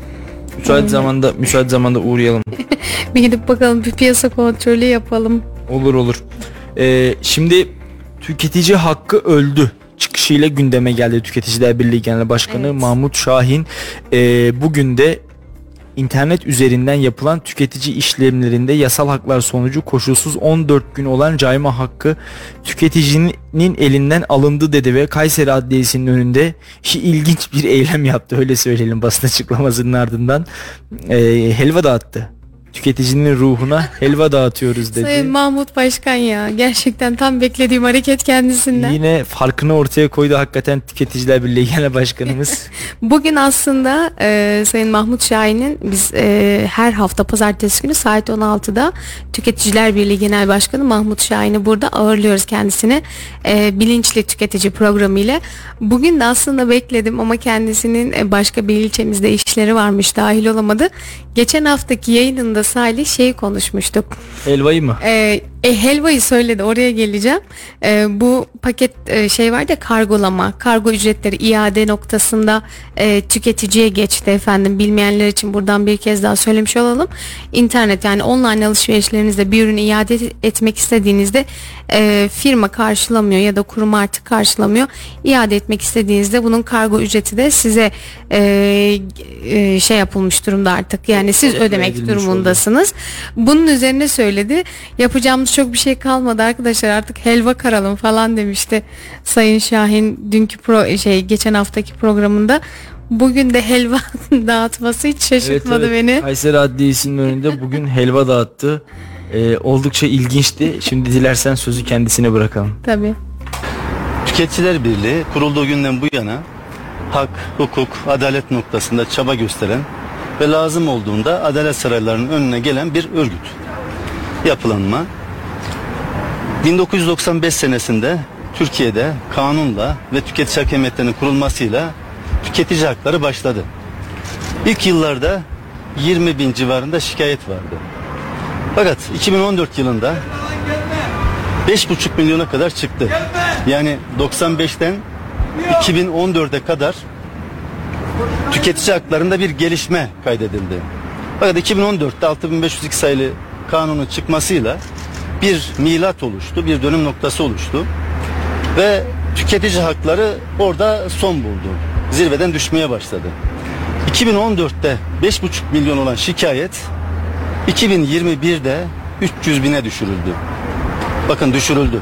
Müsait hmm. zamanda müsait zamanda uğrayalım. Bir gidip bakalım, bir piyasa kontrolü yapalım. Olur olur. Ee, şimdi tüketici hakkı öldü çıkışıyla gündeme geldi Tüketiciler Birliği Genel Başkanı evet. Mahmut Şahin. Ee, bugün de İnternet üzerinden yapılan tüketici işlemlerinde yasal haklar sonucu koşulsuz on dört gün olan cayma hakkı tüketicinin elinden alındı dedi ve Kayseri Adliyesi'nin önünde ilginç bir eylem yaptı, öyle söyleyelim, basın açıklamasının ardından e, helva dağıttı tüketicinin ruhuna helva dağıtıyoruz dedi. Sayın Mahmut Başkan ya, gerçekten tam beklediğim hareket kendisinden. Yine farkını ortaya koydu hakikaten Tüketiciler Birliği Genel Başkanımız. Bugün aslında e, Sayın Mahmut Şahin'in biz e, her hafta pazartesi günü saat on altıda Tüketiciler Birliği Genel Başkanı Mahmut Şahin'i burada ağırlıyoruz kendisini. E, bilinçli tüketici programı ile. Bugün de aslında bekledim ama kendisinin e, başka bir ilçemizde işleri varmış, dahil olamadı. Geçen haftaki yayınında Salih şeyi konuşmuştuk. Helvayı mı? E, e, helvayı söyledi, oraya geleceğim. E, bu paket e, şey var ya, kargolama, kargo ücretleri iade noktasında e, tüketiciye geçti efendim. Bilmeyenler için buradan bir kez daha söylemiş olalım. İnternet, yani online alışverişlerinizde bir ürünü iade etmek istediğinizde e, firma karşılamıyor ya da kurum artık karşılamıyor. İade etmek istediğinizde bunun kargo ücreti de size e, e, şey yapılmış durumda artık. Yani siz ödemek durumundasınız. Bunun üzerine söyledi. Yapacağımız çok bir şey kalmadı arkadaşlar, artık helva karalım falan demişti Sayın Şahin dünkü pro şey geçen haftaki programında. Bugün de helva dağıtması hiç şaşırtmadı evet, evet. beni. Kayseri Adliyesi'nin önünde bugün helva dağıttı. Ee, oldukça ilginçti. Şimdi dilersen sözü kendisine bırakalım. Tabii. Tüketiciler Birliği kurulduğu günden bu yana hak, hukuk, adalet noktasında çaba gösteren ve lazım olduğunda adalet saraylarının önüne gelen bir örgüt. Yapılanma bin dokuz yüz doksan beş senesinde Türkiye'de kanunla ve tüketici hakimiyetlerinin kurulmasıyla tüketici hakları başladı. İlk yıllarda yirmi bin civarında şikayet vardı. Fakat iki bin on dört yılında beş buçuk milyona kadar çıktı. Yani doksan beşten iki bin on dörde kadar tüketici haklarında bir gelişme kaydedildi. Fakat iki bin on dörtte altı bin beş yüz iki sayılı kanunun çıkmasıyla bir milat oluştu, bir dönüm noktası oluştu ve tüketici hakları orada son buldu. Zirveden düşmeye başladı. iki bin on dörtte beş buçuk milyon olan şikayet iki bin yirmi birde üç yüz bine düşürüldü. Bakın düşürüldü.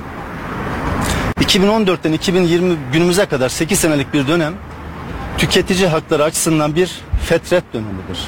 iki bin on dörtten iki bin yirmi günümüze kadar sekiz senelik bir dönem tüketici hakları açısından bir fetret dönemidir.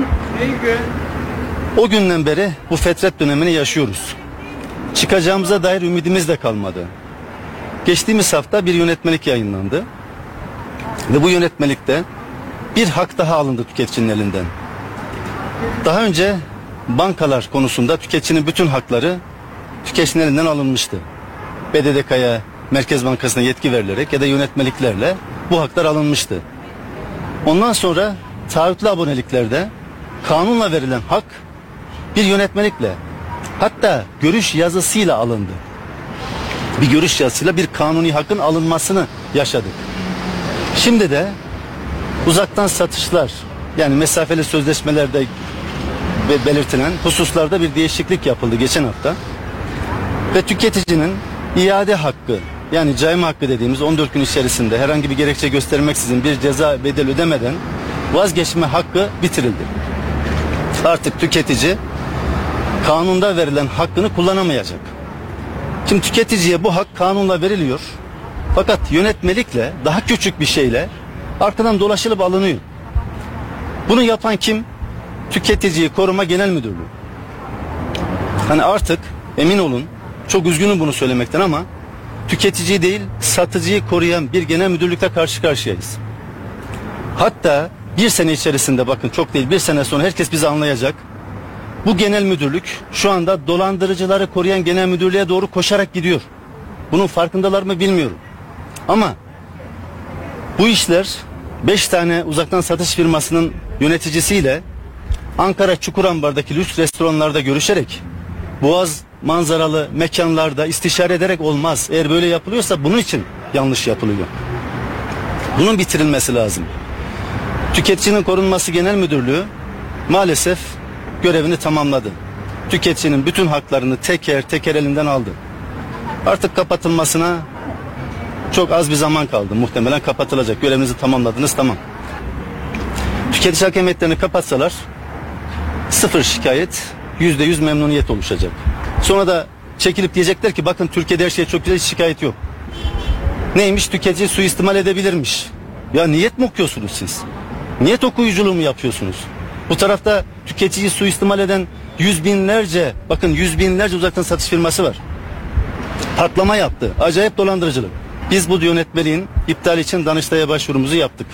O günden beri bu fetret dönemini yaşıyoruz. Çıkacağımıza dair ümidimiz de kalmadı. Geçtiğimiz hafta bir yönetmelik yayınlandı. Ve bu yönetmelikte bir hak daha alındı tüketicinin elinden. Daha önce bankalar konusunda tüketicinin bütün hakları tüketicinin elinden alınmıştı. B D D K'ya, Merkez Bankası'na yetki verilerek ya da yönetmeliklerle bu haklar alınmıştı. Ondan sonra taahhütlü aboneliklerde kanunla verilen hak bir yönetmelikle, hatta görüş yazısıyla alındı. Bir görüş yazısıyla bir kanuni hakkın alınmasını yaşadık. Şimdi de uzaktan satışlar, yani mesafeli sözleşmelerde belirtilen hususlarda bir değişiklik yapıldı geçen hafta. Ve tüketicinin iade hakkı, yani cayma hakkı dediğimiz on dört gün içerisinde herhangi bir gerekçe göstermeksizin bir ceza bedel ödemeden vazgeçme hakkı bitirildi. Artık tüketici kanunda verilen hakkını kullanamayacak. Şimdi tüketiciye bu hak kanunla veriliyor. Fakat yönetmelikle, daha küçük bir şeyle arkadan dolaşılıp alınıyor. Bunu yapan kim? Tüketiciyi Koruma Genel Müdürlüğü. Hani artık emin olun, çok üzgünüm bunu söylemekten ama tüketiciyi değil, satıcıyı koruyan bir genel müdürlükle karşı karşıyayız. Hatta bir sene içerisinde, bakın çok değil, bir sene sonra herkes bizi anlayacak. Bu genel müdürlük şu anda dolandırıcıları koruyan genel müdürlüğe doğru koşarak gidiyor. Bunun farkındalar mı bilmiyorum. Ama bu işler beş tane uzaktan satış firmasının yöneticisiyle Ankara Çukurambar'daki lüks restoranlarda görüşerek, Boğaz manzaralı mekanlarda istişare ederek olmaz. Eğer böyle yapılıyorsa bunun için yanlış yapılıyor. Bunun bitirilmesi lazım. Tüketicinin Korunması Genel Müdürlüğü maalesef görevini tamamladı. Tüketicinin bütün haklarını teker teker elinden aldı. Artık kapatılmasına çok az bir zaman kaldı. Muhtemelen kapatılacak. Görevinizi tamamladınız, tamam. Tüketici hakimiyetlerini kapatsalar sıfır şikayet, yüzde yüz memnuniyet oluşacak. Sonra da çekilip diyecekler ki bakın Türkiye'de her şey çok güzel, hiç şikayet yok. Neymiş? Tüketici suistimal edebilirmiş. Ya niyet mi okuyorsunuz siz? Niyet okuyuculuğu mu yapıyorsunuz? Bu tarafta tüketiciyi suistimal eden yüz binlerce, bakın yüz binlerce uzaktan satış firması var. Patlama yaptı. Acayip dolandırıcılık. Biz bu yönetmeliğin iptal için Danıştay'a başvurumuzu yaptık.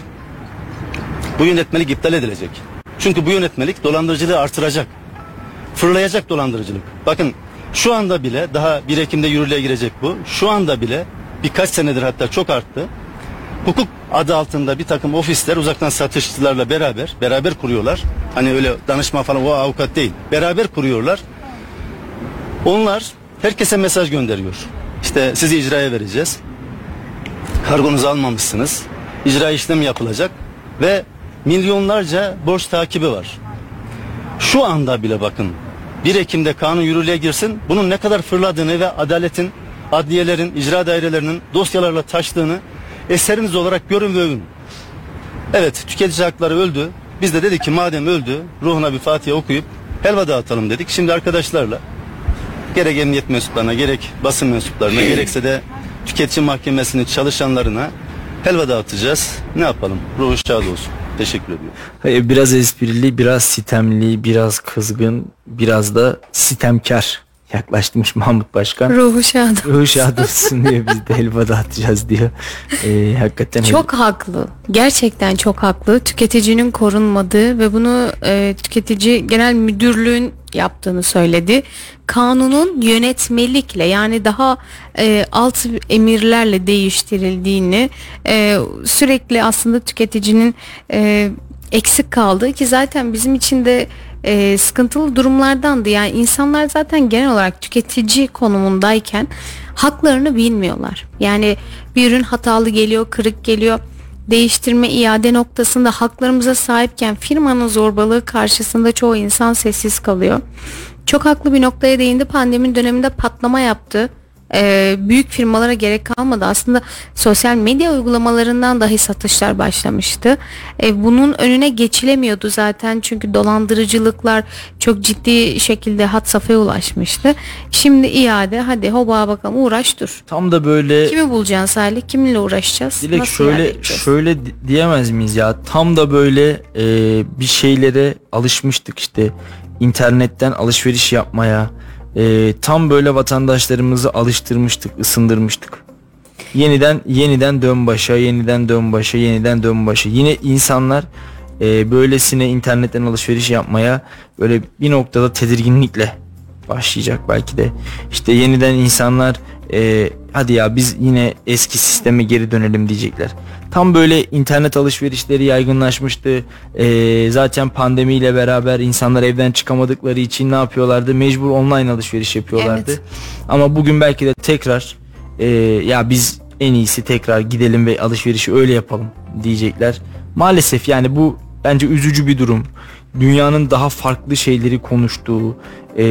Bu yönetmelik iptal edilecek. Çünkü bu yönetmelik dolandırıcılığı artıracak. Fırlayacak dolandırıcılık. Bakın şu anda bile, daha bir Ekim'de yürürlüğe girecek bu. Şu anda bile birkaç senedir hatta çok arttı. Hukuk adı altında bir takım ofisler uzaktan satışçılarla beraber beraber kuruyorlar. Hani öyle danışma falan, o avukat değil. Beraber kuruyorlar. Onlar herkese mesaj gönderiyor. İşte sizi icraya vereceğiz. Kargonuzu almamışsınız. İcra işlemi yapılacak ve milyonlarca borç takibi var. Şu anda bile bakın bir Ekim'de kanun yürürlüğe girsin, bunun ne kadar fırladığını ve adaletin, adliyelerin, icra dairelerinin dosyalarla taştığını eseriniz olarak görün ve övün. Evet, tüketici hakları öldü. Biz de dedik ki madem öldü, ruhuna bir Fatiha okuyup helva dağıtalım dedik. Şimdi arkadaşlarla gerek emniyet mensuplarına, gerek basın mensuplarına, gerekse de tüketici mahkemesinin çalışanlarına helva dağıtacağız. Ne yapalım? Ruhu şad olsun. Teşekkür ediyorum. Biraz esprili, biraz sitemli, biraz kızgın, biraz da sitemkar yaklaştırmış Mahmut Başkan. Ruhu şad. Ruhu şad olsun diyor, biz de helva dağıtacağız diyor. Ee, hakikaten çok helva. Haklı. Gerçekten çok haklı. Tüketicinin korunmadığı ve bunu e, tüketici genel müdürlüğün yaptığını söyledi. Kanunun yönetmelikle, yani daha e, alt emirlerle değiştirildiğini, e, sürekli aslında tüketicinin e, eksik kaldığı, ki zaten bizim için de e, sıkıntılı durumlardandı. Yani insanlar zaten genel olarak tüketici konumundayken haklarını bilmiyorlar. Yani bir ürün hatalı geliyor, kırık geliyor. Değiştirme, iade noktasında haklarımıza sahipken firmanın zorbalığı karşısında çoğu insan sessiz kalıyor. Çok haklı bir noktaya değindi. Pandemi döneminde patlama yaptı. Ee, büyük firmalara gerek kalmadı. Aslında sosyal medya uygulamalarından dahi satışlar başlamıştı. Ee, bunun önüne geçilemiyordu zaten. Çünkü dolandırıcılıklar çok ciddi şekilde had safhaya ulaşmıştı. Şimdi iade, hadi hoba bakalım, uğraş dur. Tam da böyle. Kimi bulacaksın Salih? Kiminle uğraşacağız? Dilek, nasıl şöyle şöyle diyemez miyiz ya? Tam da böyle e, bir şeylere alışmıştık işte. İnternetten alışveriş yapmaya. E, tam böyle vatandaşlarımızı alıştırmıştık, ısındırmıştık. Yeniden yeniden dön başa, yeniden dön başa, yeniden dön başa. Yine insanlar e, böylesine internetten alışveriş yapmaya böyle bir noktada tedirginlikle başlayacak belki de. İşte yeniden insanlar e, hadi ya biz yine eski sisteme geri dönelim diyecekler. Tam böyle internet alışverişleri yaygınlaşmıştı. E, zaten pandemiyle beraber insanlar evden çıkamadıkları için ne yapıyorlardı? Mecbur online alışveriş yapıyorlardı. Evet. Ama bugün belki de tekrar e, ya biz en iyisi tekrar gidelim ve alışverişi öyle yapalım diyecekler. Maalesef yani bu bence üzücü bir durum. Dünyanın daha farklı şeyleri konuştuğu, e,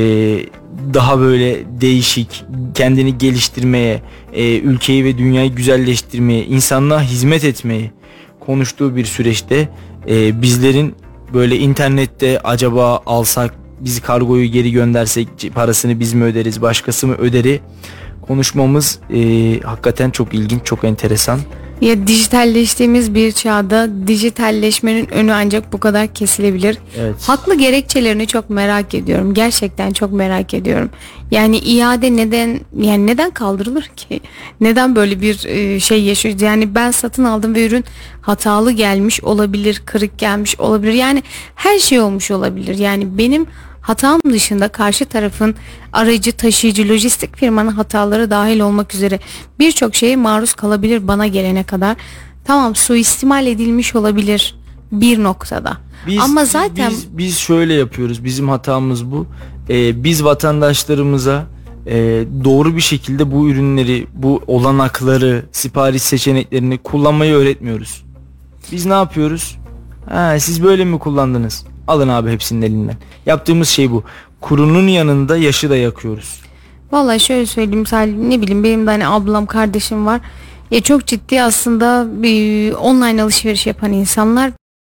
daha böyle değişik, kendini geliştirmeye, e, ülkeyi ve dünyayı güzelleştirmeye, insanlığa hizmet etmeye konuştuğu bir süreçte e, bizlerin böyle internette acaba alsak, biz kargoyu geri göndersek parasını biz mi öderiz, başkası mı öderi konuşmamız e, hakikaten çok ilginç, çok enteresan. Ya dijitalleştiğimiz bir çağda dijitalleşmenin önü ancak bu kadar kesilebilir. Evet. Haklı gerekçelerini çok merak ediyorum. Gerçekten çok merak ediyorum. Yani iade neden, yani neden kaldırılır ki? Neden böyle bir şey yaşıyoruz? Yani ben satın aldım ve ürün hatalı gelmiş olabilir, kırık gelmiş olabilir. Yani her şey olmuş olabilir. Yani benim hatam dışında karşı tarafın aracı, taşıyıcı, lojistik firmanın hataları dahil olmak üzere birçok şeye maruz kalabilir bana gelene kadar. Tamam, suistimal edilmiş olabilir bir noktada. Biz, Ama zaten biz, biz şöyle yapıyoruz. Bizim hatamız bu. Ee, biz vatandaşlarımıza e, doğru bir şekilde bu ürünleri, bu olanakları, sipariş seçeneklerini kullanmayı öğretmiyoruz. Biz ne yapıyoruz? Ha, siz böyle mi kullandınız? Alın abi hepsinin elinden. Yaptığımız şey bu. Kurunun yanında yaşı da yakıyoruz. Vallahi şöyle söyleyeyim Salih, ne bileyim, benim de hani ablam, kardeşim var. Ya çok ciddi aslında bir online alışveriş yapan insanlar.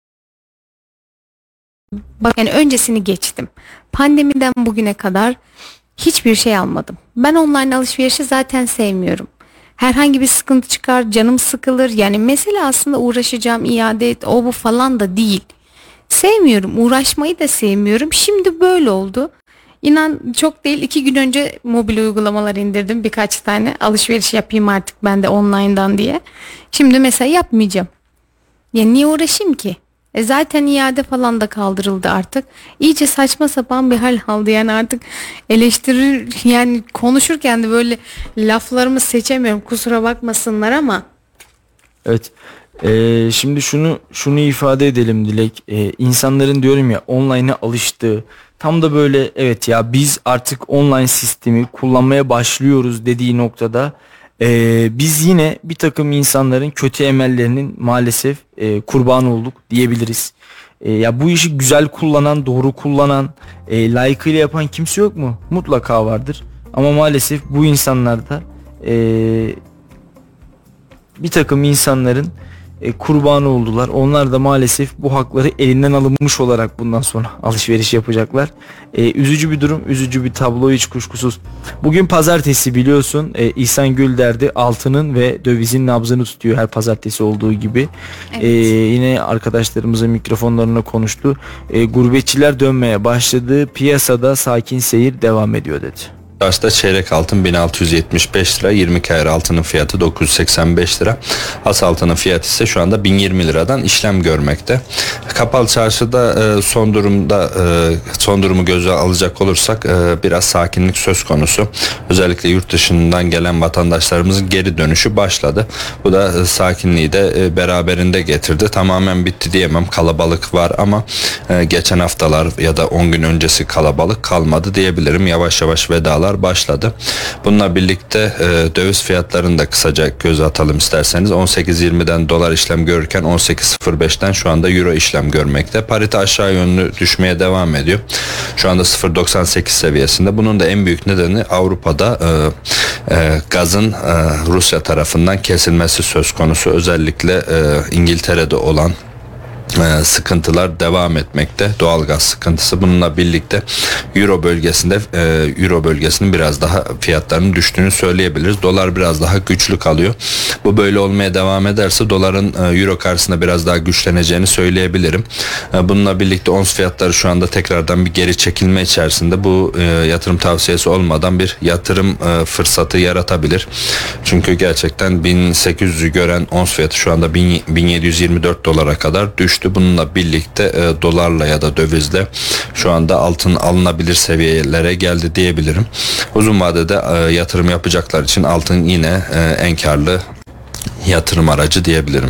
Bak yani öncesini geçtim. Pandemiden bugüne kadar hiçbir şey almadım. Ben online alışverişi zaten sevmiyorum. Herhangi bir sıkıntı çıkar, canım sıkılır. Yani mesele aslında uğraşacağım, iade et, o bu falan da değil. sevmiyorum. Uğraşmayı da sevmiyorum. Şimdi böyle oldu. İnan çok değil, iki gün önce mobil uygulamalar indirdim birkaç tane. Alışveriş yapayım artık ben de online'dan diye. Şimdi mesela yapmayacağım. Ya niye uğraşayım ki? E zaten iade falan da kaldırıldı artık. İyice saçma sapan bir hal aldı yani, artık eleştirir yani, konuşurken de böyle laflarımı seçemiyorum, kusura bakmasınlar ama. Evet. Ee, şimdi şunu şunu ifade edelim Dilek. Ee, insanların diyorum ya online'a alıştığı, tam da böyle evet ya biz artık online sistemi kullanmaya başlıyoruz dediği noktada Ee, biz yine bir takım insanların kötü emellerinin maalesef e, kurbanı olduk diyebiliriz. E, ya bu işi güzel kullanan, doğru kullanan, e, layıkıyla yapan kimse yok mu? Mutlaka vardır. Ama maalesef bu insanlarda e, bir takım insanların e, kurbanı oldular. Onlar da maalesef bu hakları elinden alınmış olarak bundan sonra alışveriş yapacaklar. E, üzücü bir durum, üzücü bir tablo, hiç kuşkusuz. Bugün pazartesi biliyorsun. E, İhsan Gülderdi altının ve dövizin nabzını tutuyor her pazartesi olduğu gibi. Evet. E, yine arkadaşlarımızın mikrofonlarına konuştu. E, gurbetçiler dönmeye başladı. Piyasada sakin seyir devam ediyor dedi. Çarşıda çeyrek altın bin altı yüz yetmiş beş lira, yirmi karat altının fiyatı dokuz yüz seksen beş lira. As altının fiyatı ise şu anda bin yirmi liradan işlem görmekte. Kapalı çarşıda e, son durumda e, son durumu göze alacak olursak e, biraz sakinlik söz konusu. Özellikle yurt dışından gelen vatandaşlarımızın geri dönüşü başladı. Bu da e, sakinliği de e, beraberinde getirdi. Tamamen bitti diyemem. Kalabalık var ama e, geçen haftalar ya da on gün öncesi kalabalık kalmadı diyebilirim. Yavaş yavaş vedalar başladı. Bununla birlikte e, döviz fiyatlarını da kısaca göz atalım isterseniz. on sekiz yirmiden dolar işlem görürken on sekiz sıfır beşten şu anda euro işlem görmekte. Parite aşağı yönlü düşmeye devam ediyor. Şu anda sıfır virgül doksan sekiz seviyesinde. Bunun da en büyük nedeni Avrupa'da e, e, gazın e, Rusya tarafından kesilmesi söz konusu. Özellikle e, İngiltere'de olan sıkıntılar devam etmekte. Doğalgaz sıkıntısı. Bununla birlikte Euro bölgesinde e, Euro bölgesinin biraz daha fiyatlarının düştüğünü söyleyebiliriz. Dolar biraz daha güçlü kalıyor. Bu böyle olmaya devam ederse doların e, Euro karşısında biraz daha güçleneceğini söyleyebilirim. E, bununla birlikte ons fiyatları şu anda tekrardan bir geri çekilme içerisinde. Bu e, yatırım tavsiyesi olmadan bir yatırım e, fırsatı yaratabilir. Çünkü gerçekten bin sekiz yüzü gören ons fiyatı şu anda bin yedi yüz yirmi dört dolara kadar düştü. Bununla birlikte e, dolarla ya da dövizle şu anda altın alınabilir seviyelere geldi diyebilirim. Uzun vadede e, yatırım yapacaklar için altın yine e, en karlı yatırım aracı diyebilirim.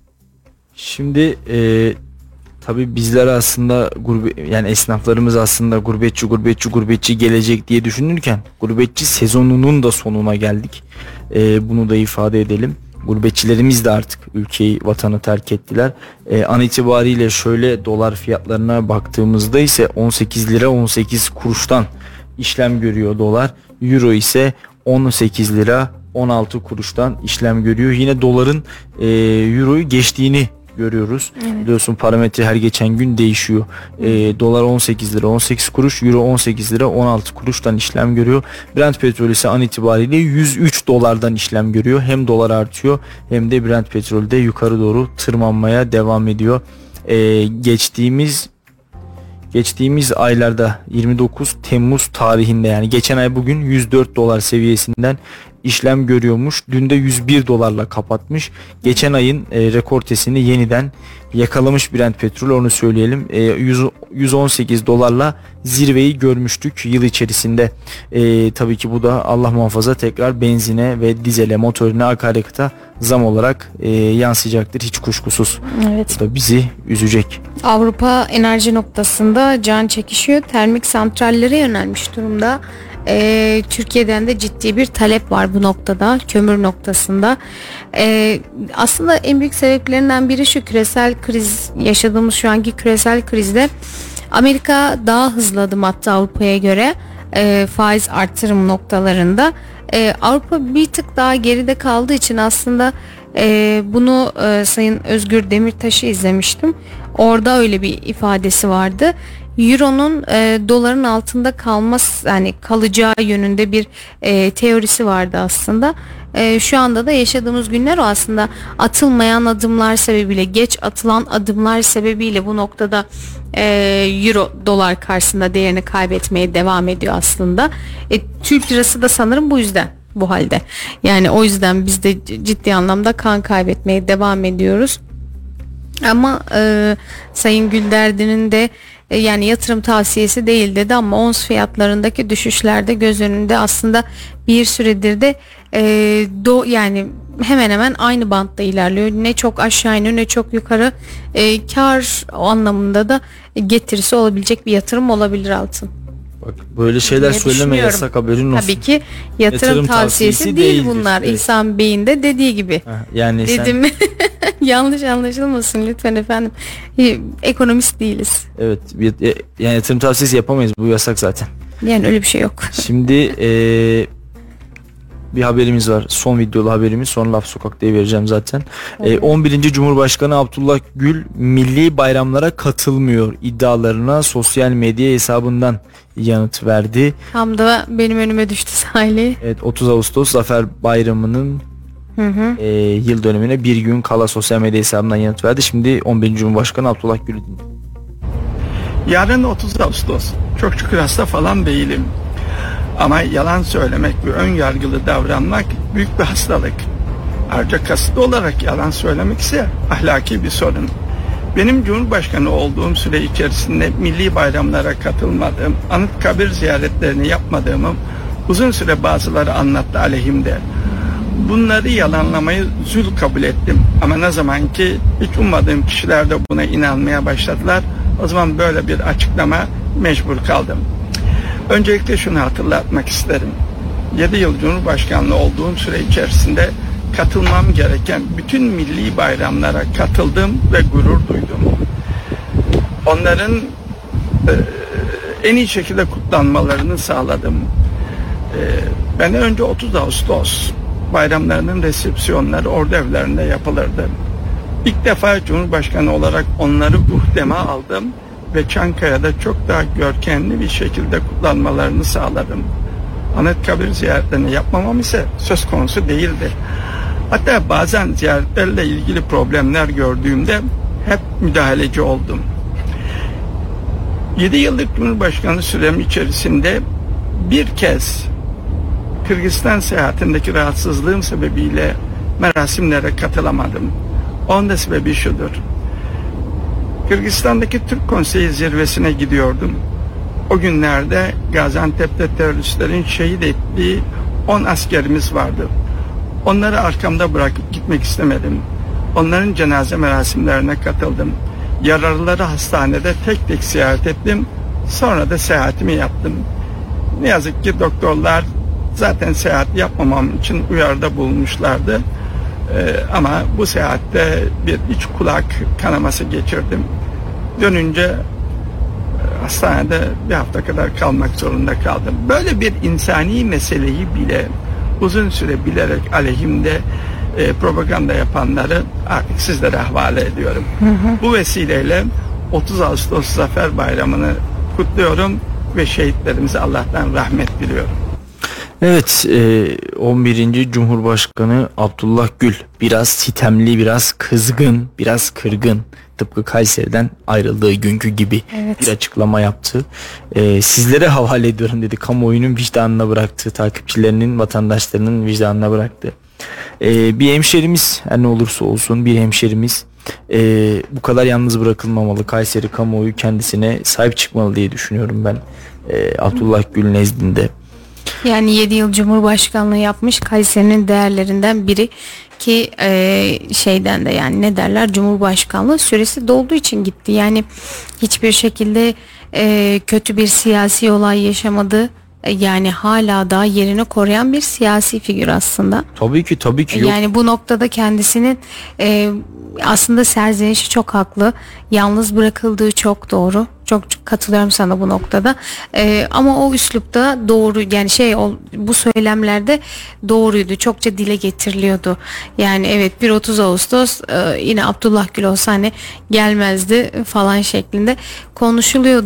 Şimdi e, tabii bizler aslında gurbe, yani esnaflarımız aslında gurbetçi gurbetçi gurbetçi gelecek diye düşünürken gurbetçi sezonunun da sonuna geldik. E, bunu da ifade edelim. Gurbetçilerimiz de artık ülkeyi, vatanı terk ettiler. Ee, an itibariyle şöyle dolar fiyatlarına baktığımızda ise on sekiz lira on sekiz kuruştan işlem görüyor dolar. Euro ise on sekiz lira on altı kuruştan işlem görüyor. Yine doların e, euroyu geçtiğini görüyoruz. Evet. Biliyorsun parametre her geçen gün değişiyor. E, dolar on sekiz lira on sekiz kuruş, euro on sekiz lira on altı kuruştan işlem görüyor. Brent petrol ise an itibariyle yüz üç dolardan işlem görüyor. Hem dolar artıyor hem de Brent petrol de yukarı doğru tırmanmaya devam ediyor. E, geçtiğimiz Geçtiğimiz aylarda yirmi dokuz Temmuz tarihinde, yani geçen ay bugün yüz dört dolar seviyesinden işlem görüyormuş. Dün de yüz bir dolarla kapatmış. Geçen ayın e, rekortesini yeniden yakalamış Brent petrol, onu söyleyelim. E, yüz on sekiz dolarla zirveyi görmüştük yıl içerisinde. E, tabii ki bu da Allah muhafaza tekrar benzine ve dizele, motorine, akaryakıta zam olarak e, yansıyacaktır hiç kuşkusuz. Evet. Bu da bizi üzecek. Avrupa enerji noktasında can çekişiyor. Termik santrallere yönelmiş durumda. Ee, Türkiye'den de ciddi bir talep var bu noktada, kömür noktasında. Ee, aslında en büyük sebeplerinden biri şu: küresel kriz, yaşadığımız şu anki küresel krizde Amerika daha hızlı adım attı Avrupa'ya göre e, faiz artırım noktalarında. E, Avrupa bir tık daha geride kaldığı için aslında e, bunu e, Sayın Özgür Demirtaş'ı izlemiştim. Orada öyle bir ifadesi vardı. Euro'nun e, doların altında kalması, yani kalacağı yönünde bir e, teorisi vardı aslında. E, şu anda da yaşadığımız günler o aslında. Atılmayan adımlar sebebiyle, geç atılan adımlar sebebiyle bu noktada e, euro dolar karşısında değerini kaybetmeye devam ediyor aslında. E, Türk lirası da sanırım bu yüzden bu halde. Yani o yüzden biz de ciddi anlamda kan kaybetmeye devam ediyoruz. Ama e, Sayın Gülderdi'nin de e, yani yatırım tavsiyesi değil dedi ama ons fiyatlarındaki düşüşlerde göz önünde aslında bir süredir de e, do yani hemen hemen aynı bantta ilerliyor. Ne çok aşağı iniyor ne çok yukarı. E, kar anlamında da getirisi olabilecek bir yatırım olabilir altın. Bak böyle şeyler söyleme, yasak, haberin olsun. Tabii ki yatırım, yatırım tavsiyesi, tavsiyesi değil bunlar. Evet. İhsan Bey'in de dediği gibi. Ha, yani dedim sen... yanlış anlaşılmasın lütfen efendim. Ekonomist değiliz. Evet, yani yatırım tavsiyesi yapamayız, bu yasak zaten. Yani öyle bir şey yok. Şimdi ee, bir haberimiz var. Son videolu haberimiz. Sonra Laf Sokak'ta vereceğim zaten. Evet. Ee, on birinci Cumhurbaşkanı Abdullah Gül milli bayramlara katılmıyor iddialarına sosyal medya hesabından yanıt verdi. Tam da benim önüme düştü Salih. Evet, otuz Ağustos Zafer Bayramı'nın hı hı. E, yıl dönümüne bir gün kala sosyal medya hesabından yanıt verdi. Şimdi on birinci Cumhurbaşkanı Abdullah Gül'ü dinleyelim. Yarın otuz Ağustos. Çok şükür hasta falan değilim. Ama yalan söylemek ve ön yargılı davranmak büyük bir hastalık. Ayrıca kasıtlı olarak yalan söylemek ise ahlaki bir sorun. Benim Cumhurbaşkanı olduğum süre içerisinde milli bayramlara katılmadığım, Anıtkabir ziyaretlerini yapmadığımı uzun süre bazıları anlattı aleyhimde. Bunları yalanlamayı zul kabul ettim. Ama ne zaman ki hiç ummadığım kişiler de buna inanmaya başladılar, o zaman böyle bir açıklama mecbur kaldım. Öncelikle şunu hatırlatmak isterim. yedi yıl Cumhurbaşkanlığı olduğum süre içerisinde katılmam gereken bütün milli bayramlara katıldım ve gurur duydum. Onların e, en iyi şekilde kutlanmalarını sağladım. E, ben önce otuz Ağustos bayramlarının resepsiyonları ordu evlerinde yapılırdı. İlk defa Cumhurbaşkanı olarak onları uhdeme aldım ve Çankaya'da çok daha görkemli bir şekilde kutlanmalarını sağladım. Anıtkabir ziyaretlerini yapmamam ise söz konusu değildi. Hatta bazen ziyaretlerle ilgili problemler gördüğümde hep müdahaleci oldum. yedi yıllık Cumhurbaşkanı sürem içerisinde bir kez Kırgızistan seyahatindeki rahatsızlığım sebebiyle merasimlere katılamadım. Onun da sebebi şudur. Kırgızistan'daki Türk Konseyi zirvesine gidiyordum. O günlerde Gaziantep'te teröristlerin şehit ettiği on askerimiz vardı. Onları arkamda bırakıp gitmek istemedim. Onların cenaze merasimlerine katıldım. Yaralıları hastanede tek tek ziyaret ettim. Sonra da seyahatimi yaptım. Ne yazık ki doktorlar zaten seyahat yapmamam için uyarıda bulunmuşlardı. Ee, ama bu seyahatte bir iç kulak kanaması geçirdim. Dönünce e, hastanede bir hafta kadar kalmak zorunda kaldım. Böyle bir insani meseleyi bile uzun süre bilerek aleyhimde e, propaganda yapanları artık sizlere havale ediyorum. Hı hı. Bu vesileyle otuz Ağustos Zafer Bayramı'nı kutluyorum ve şehitlerimize Allah'tan rahmet diliyorum. Evet, on birinci Cumhurbaşkanı Abdullah Gül biraz sitemli, biraz kızgın, biraz kırgın. Tıpkı Kayseri'den ayrıldığı günkü gibi evet. bir açıklama yaptı. Ee, sizlere havale ediyorum dedi. Kamuoyunun vicdanına bıraktı, takipçilerinin, vatandaşlarının vicdanına bıraktı. Ee, bir hemşerimiz, her ne olursa olsun bir hemşerimiz e, bu kadar yalnız bırakılmamalı. Kayseri kamuoyu kendisine sahip çıkmalı diye düşünüyorum ben. Ee, Abdullah Gül nezdinde. Yani yedi yıl Cumhurbaşkanlığı yapmış, Kayseri'nin değerlerinden biri ki e, şeyden de yani ne derler, Cumhurbaşkanlığı süresi dolduğu için gitti. Yani hiçbir şekilde e, kötü bir siyasi olay yaşamadı. E, yani hala daha yerini koruyan bir siyasi figür aslında. Tabii ki tabii ki yok. Yani bu noktada kendisinin e, aslında serzenişi çok haklı. Yalnız bırakıldığı çok doğru. Çok katılıyorum sana bu noktada. Ee, ama o üslupta doğru, yani şey o, bu söylemlerde doğruydu. Çokça dile getiriliyordu. Yani evet bir otuz Ağustos e, yine Abdullah Gül olsa hani gelmezdi falan şeklinde konuşuluyordu.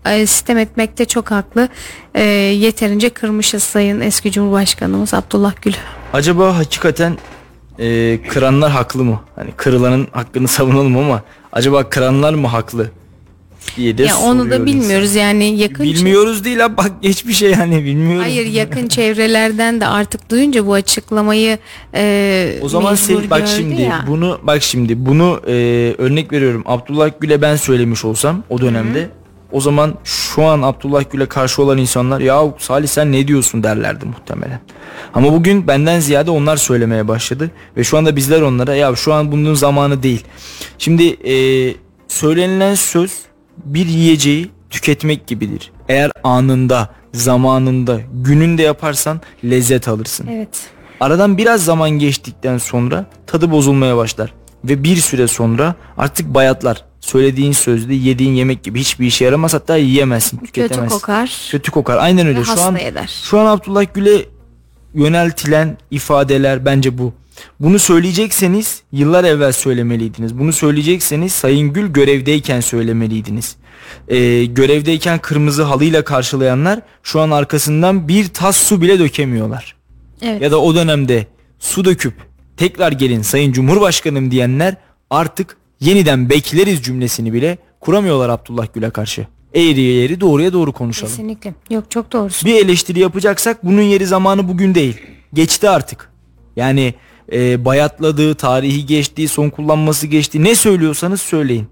e, sitem etmekte çok haklı. E, yeterince kırmışız Sayın eski Cumhurbaşkanımız Abdullah Gül. Acaba hakikaten e, kıranlar haklı mı? Hani kırılanın hakkını savunalım ama acaba kıranlar mı haklı diye de ya onu da bilmiyoruz insan. yani yakın bilmiyoruz değil abi, bak geçmiş şey yani bilmiyoruz. Hayır, yakın çevrelerden de artık duyunca bu açıklamayı e, o zaman sen, bak şimdi ya. bunu bak şimdi bunu e, örnek veriyorum, Abdullah Gül'e ben söylemiş olsam o dönemde, Hı-hı. o zaman şu an Abdullah Gül'e karşı olan insanlar ya Salih sen ne diyorsun derlerdi muhtemelen. Ama bugün benden ziyade onlar söylemeye başladı ve şu anda bizler onlara ya şu an bunun zamanı değil. Şimdi e, söylenilen söz bir yiyeceği tüketmek gibidir. Eğer anında, zamanında, gününde yaparsan lezzet alırsın. Evet. Aradan biraz zaman geçtikten sonra tadı bozulmaya başlar ve bir süre sonra artık bayatlar. Söylediğin sözde yediğin yemek gibi hiçbir işe yaramaz, hatta yiyemezsin, tüketemezsin. Kötü kokar. Kötü kokar. Aynen öyle. Şu an eder. şu an Abdullah Gül'e yöneltilen ifadeler bence bu. Bunu söyleyecekseniz yıllar evvel söylemeliydiniz. Bunu söyleyecekseniz Sayın Gül görevdeyken söylemeliydiniz. Ee, görevdeyken kırmızı halıyla karşılayanlar şu an arkasından bir tas su bile dökemiyorlar. Evet. Ya da o dönemde su döküp tekrar gelin Sayın Cumhurbaşkanım diyenler artık yeniden bekleriz cümlesini bile kuramıyorlar Abdullah Gül'e karşı. Eğriye eğri, doğruya doğru konuşalım. Kesinlikle. Yok, çok doğrusu. Bir eleştiri yapacaksak bunun yeri zamanı bugün değil. Geçti artık. Yani e, bayatladığı, tarihi geçti, son kullanması geçti. Ne söylüyorsanız söyleyin.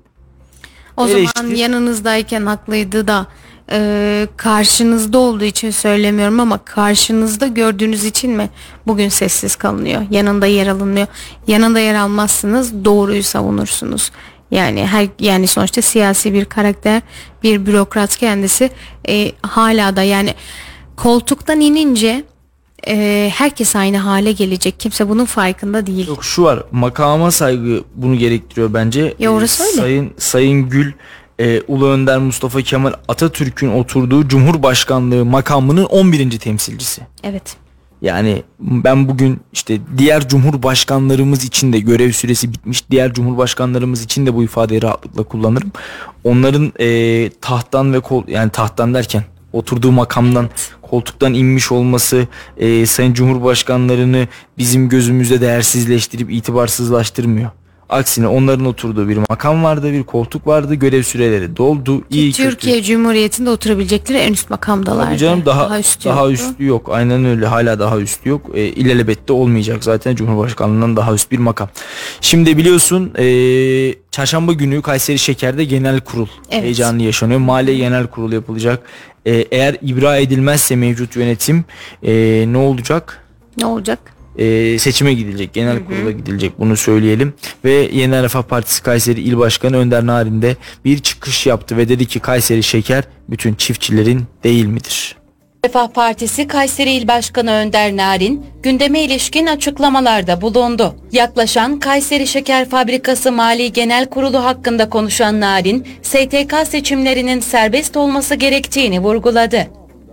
O Eleştir. zaman yanınızdayken haklıydı da e, karşınızda olduğu için söylemiyorum ama karşınızda gördüğünüz için mi bugün sessiz kalınıyor? Yanında yer alınıyor. Yanında yer almazsınız, doğruyu savunursunuz. Yani her yani sonuçta siyasi bir karakter, bir bürokrat kendisi, e, hala da yani koltuktan inince e, herkes aynı hale gelecek. Kimse bunun farkında değil. Yok, şu var, makama saygı bunu gerektiriyor bence. Ya orası öyle. Sayın Sayın Gül e, Ulu Önder Mustafa Kemal Atatürk'ün oturduğu Cumhurbaşkanlığı makamının on birinci temsilcisi. Evet. Yani ben bugün işte diğer cumhurbaşkanlarımız için de görev süresi bitmiş diğer cumhurbaşkanlarımız için de bu ifadeyi rahatlıkla kullanırım. Onların e, tahttan ve kol, yani tahttan derken oturduğu makamdan, evet, koltuktan inmiş olması e, Sayın Cumhurbaşkanlarını bizim gözümüzde değersizleştirip itibarsızlaştırmıyor. Aksine onların oturduğu bir makam vardı, bir koltuk vardı, görev süreleri doldu. İyi, Türkiye kötü. Cumhuriyeti'nde oturabilecekleri en üst makamdalardı. Tabii canım, daha daha üstü, daha üstü yok. Aynen öyle. Hala daha üstü yok. E, ilelebette olmayacak zaten, Cumhurbaşkanlığından daha üst bir makam. Şimdi biliyorsun e, çarşamba günü Kayseri Şeker'de genel kurul evet. heyecanı yaşanıyor. Maliye genel kurulu yapılacak. E, eğer ibra edilmezse mevcut yönetim e, ne olacak? Ne olacak? Ee, seçime gidilecek, genel hı hı. kurula gidilecek, bunu söyleyelim. Ve Yeniden Refah Partisi Kayseri İl Başkanı Önder Narin de bir çıkış yaptı ve dedi ki Kayseri Şeker bütün çiftçilerin değil midir? Refah Partisi Kayseri İl Başkanı Önder Narin gündeme ilişkin açıklamalarda bulundu. Yaklaşan Kayseri Şeker Fabrikası Mali Genel Kurulu hakkında konuşan Narin, S T K seçimlerinin serbest olması gerektiğini vurguladı.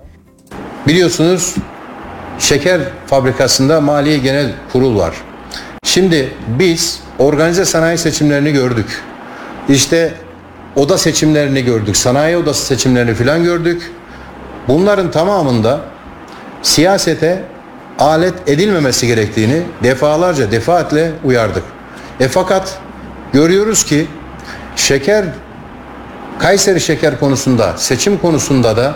Biliyorsunuz şeker fabrikasında Mali Genel Kurul var. Şimdi biz organize sanayi seçimlerini gördük. İşte oda seçimlerini gördük. Sanayi odası seçimlerini filan gördük. Bunların tamamında siyasete alet edilmemesi gerektiğini defalarca defaatle uyardık. E fakat görüyoruz ki şeker, Kayseri Şeker konusunda, seçim konusunda da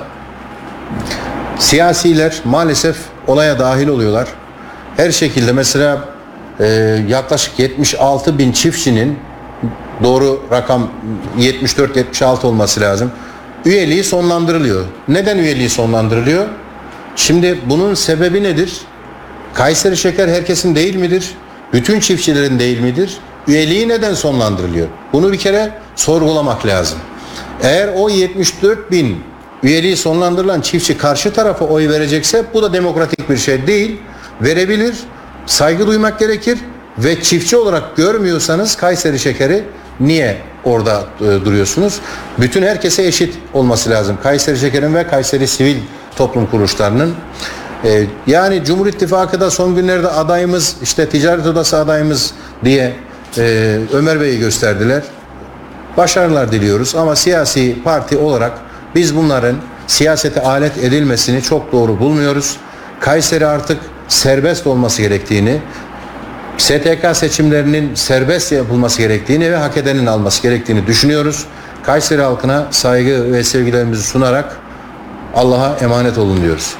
siyasiler maalesef olaya dahil oluyorlar. Her şekilde mesela e, yaklaşık yetmiş altı bin çiftçinin, doğru rakam yetmiş dört yetmiş altı olması lazım, üyeliği sonlandırılıyor. Neden üyeliği sonlandırılıyor? Şimdi bunun sebebi nedir? Kayseri Şeker herkesin değil midir? Bütün çiftçilerin değil midir? Üyeliği neden sonlandırılıyor? Bunu bir kere sorgulamak lazım. Eğer o yetmiş dört bin üyeliği sonlandırılan çiftçi karşı tarafa oy verecekse bu da demokratik bir şey değil. Verebilir, saygı duymak gerekir ve çiftçi olarak görmüyorsanız Kayseri Şeker'i niye orada e, duruyorsunuz? Bütün herkese eşit olması lazım. Kayseri Şeker'in ve Kayseri Sivil Toplum Kuruluşlarının. E, yani Cumhur İttifakı da son günlerde adayımız, işte Ticaret Odası adayımız diye e, Ömer Bey'i gösterdiler. Başarılar diliyoruz ama siyasi parti olarak Biz bunların siyasete alet edilmesini çok doğru bulmuyoruz. Kayseri artık serbest olması gerektiğini, S T K seçimlerinin serbest yapılması gerektiğini ve hak edenin alması gerektiğini düşünüyoruz. Kayseri halkına saygı ve sevgilerimizi sunarak Allah'a emanet olun diyoruz.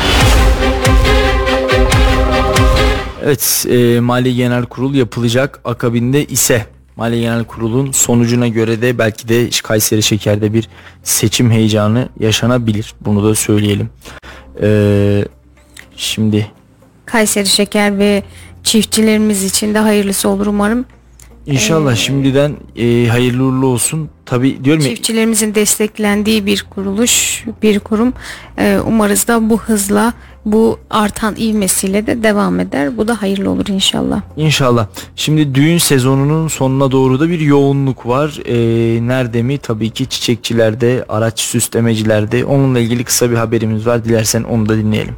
Evet, e, Mali Genel Kurul yapılacak. Akabinde ise Mali Genel Kurul'un sonucuna göre de belki de Kayseri Şeker'de bir seçim heyecanı yaşanabilir. Bunu da söyleyelim. Ee, şimdi Kayseri Şeker ve çiftçilerimiz için de hayırlısı olur umarım. İnşallah ee, şimdiden e, hayırlı uğurlu olsun. Tabii diyorum ya, çiftçilerimizin desteklendiği bir kuruluş, bir kurum. Ee, umarız da bu hızla, bu artan ivmesiyle de devam eder. Bu da hayırlı olur inşallah. İnşallah. Şimdi düğün sezonunun sonuna doğru da bir yoğunluk var. Ee, nerede mi? Tabii ki çiçekçilerde, araç süslemecilerde. Onunla ilgili kısa bir haberimiz var. Dilersen onu da dinleyelim.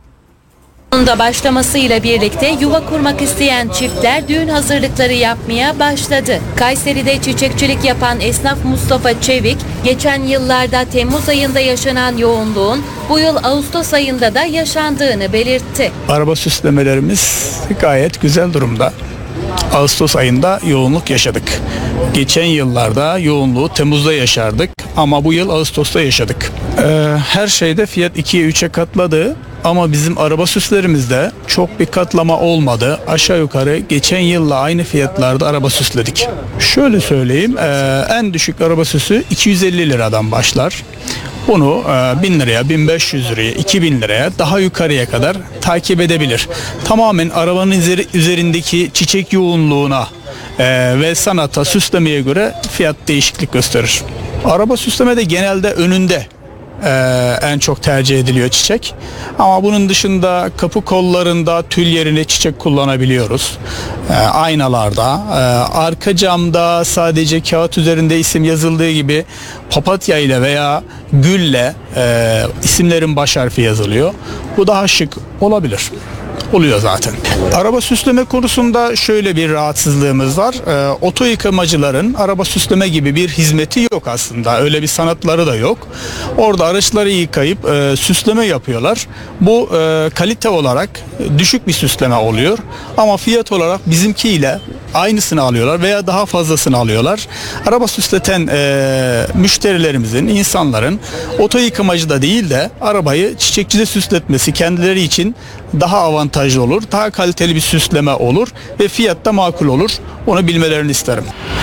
Da başlamasıyla birlikte yuva kurmak isteyen çiftler düğün hazırlıkları yapmaya başladı. Kayseri'de çiçekçilik yapan esnaf Mustafa Çevik, geçen yıllarda Temmuz ayında yaşanan yoğunluğun bu yıl Ağustos ayında da yaşandığını belirtti. Araba süslemelerimiz gayet güzel durumda. Ağustos ayında yoğunluk yaşadık. Geçen yıllarda yoğunluğu Temmuz'da yaşardık ama bu yıl Ağustos'ta yaşadık. Ee, her şeyde fiyat ikiye üçe katladı. Ama bizim araba süslerimizde çok bir katlama olmadı. Aşağı yukarı geçen yılla aynı fiyatlarda araba süsledik. Şöyle söyleyeyim, e, en düşük araba süsü iki yüz elli liradan başlar. Bunu e, bin liraya, bin beş yüz liraya, iki bin liraya daha yukarıya kadar takip edebilir. Tamamen arabanın üzerindeki çiçek yoğunluğuna e, ve sanata, süslemeye göre fiyat değişiklik gösterir. Araba süslemede genelde önünde Ee, en çok tercih ediliyor çiçek. Ama bunun dışında kapı kollarında tül yerine çiçek kullanabiliyoruz. Ee, aynalarda, e, arka camda sadece kağıt üzerinde isim yazıldığı gibi papatya ile veya gülle e, isimlerin baş harfi yazılıyor. Bu daha şık olabilir. Oluyor zaten. Araba süsleme konusunda şöyle bir rahatsızlığımız var. E, oto yıkamacıların araba süsleme gibi bir hizmeti yok aslında. Öyle bir sanatları da yok. Orada araçları yıkayıp e, süsleme yapıyorlar. Bu e, kalite olarak düşük bir süsleme oluyor. Ama fiyat olarak bizimkiyle aynısını alıyorlar veya daha fazlasını alıyorlar. Araba süsleten e, müşterilerimizin, insanların oto yıkamacıda değil de arabayı çiçekçide süsletmesi kendileri için daha avantajlı olur, daha kaliteli bir süsleme olur ve fiyat da makul olur. Onu bilmelerini isterim.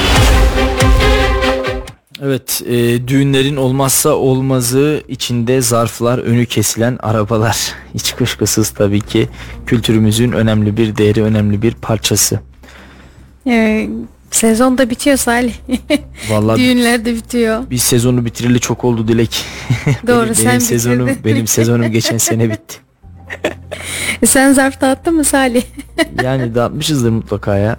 Evet, e, düğünlerin olmazsa olmazı içinde zarflar, önü kesilen arabalar. Hiç kuşkusuz tabii ki kültürümüzün önemli bir değeri, önemli bir parçası. Ee, sezon da bitiyor Salih. Vallahi düğünler de bitiyor. Bir sezonu bitirili çok oldu Dilek. Doğru, benim, sen benim sezonum, bitirdin. benim sezonum geçen sene bitti. Sen zarf dağıttın mı Salih? Yani dağıtmışızdır mutlaka ya.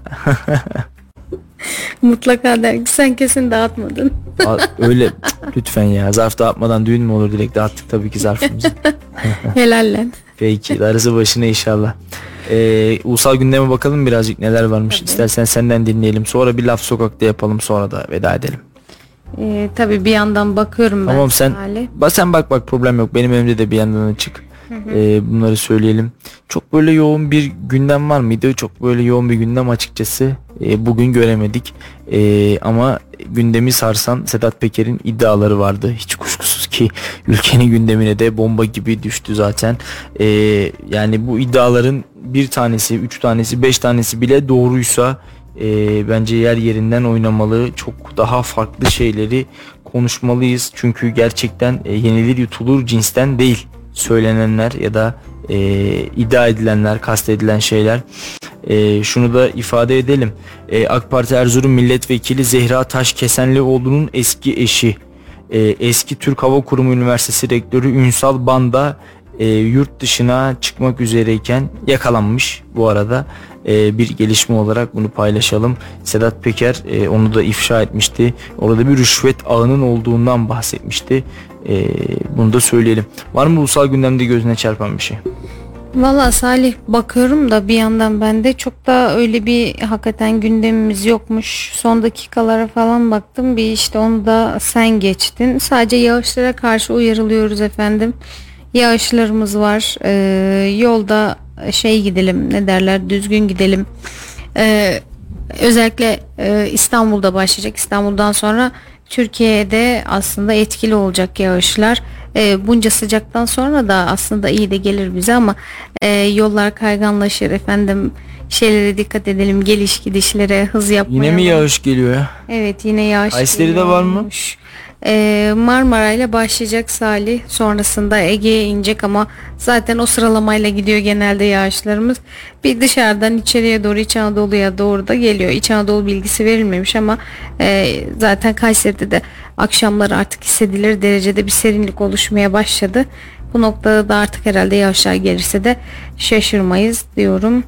Mutlaka der ki sen kesin dağıtmadın. Öyle lütfen ya, zarf dağıtmadan düğün mü olur? Dilek dağıttık tabii ki zarfımızı. Helallen. Peki, darısı başına inşallah. Ee, ulusal gündeme bakalım birazcık, neler varmış. Tabii. İstersen senden dinleyelim, sonra bir laf sokakta yapalım, sonra da veda edelim. Ee, tabii bir yandan bakıyorum ben. Tamam, sen, sen bak bak problem yok, benim önümde de bir yandan açık. Ee, bunları söyleyelim. Çok böyle yoğun bir gündem var mıydı? Çok böyle yoğun bir gündem açıkçası e, bugün göremedik. E, ama gündemi sarsan Sedat Peker'in iddiaları vardı. Hiç kuşkusuz ki ülkenin gündemine de bomba gibi düştü zaten. E, yani bu iddiaların bir tanesi, üç tanesi, beş tanesi bile doğruysa e, bence yer yerinden oynamalı. Çok daha farklı şeyleri konuşmalıyız. Çünkü gerçekten e, yenilir yutulur cinsten değil söylenenler ya da e, iddia edilenler, kastedilen şeyler. E, şunu da ifade edelim. E, AK Parti Erzurum Milletvekili Zehra Taşkesenlioğlu'nun eski eşi, e, eski Türk Hava Kurumu Üniversitesi Rektörü Ünsal Banda e, yurt dışına çıkmak üzereyken yakalanmış. Bu arada e, bir gelişme olarak bunu paylaşalım. Sedat Peker e, onu da ifşa etmişti. Orada bir rüşvet ağının olduğundan bahsetmişti. Ee, bunu da söyleyelim. Var mı ulusal gündemde gözüne çarpan bir şey? Valla Salih, bakıyorum da bir yandan ben de çok da öyle bir hakikaten gündemimiz yokmuş. Son dakikalara falan baktım, bir işte onu da sen geçtin. Sadece yağışlara karşı uyarılıyoruz efendim. Yağışlarımız var. Ee, yolda şey gidelim, ne derler, düzgün gidelim. Ee, özellikle e, İstanbul'da başlayacak. İstanbul'dan sonra Türkiye'de aslında etkili olacak yağışlar. E, bunca sıcaktan sonra da aslında iyi de gelir bize ama e, yollar kayganlaşır efendim. Şeylere dikkat edelim, geliş gidişlere hız yapmayalım. Yine mi yağış geliyor ya? Evet, yine yağış Kayseri'de var mı? Ee, Marmara ile başlayacak Salih, sonrasında Ege'ye inecek ama zaten o sıralamayla gidiyor genelde yağışlarımız. Bir dışarıdan içeriye doğru, İç Anadolu'ya doğru da geliyor. İç Anadolu bilgisi verilmemiş ama e, zaten Kayseri'de de akşamlar artık hissedilir derecede bir serinlik oluşmaya başladı. Bu noktada da artık herhalde yağışlar gelirse de şaşırmayız diyorum.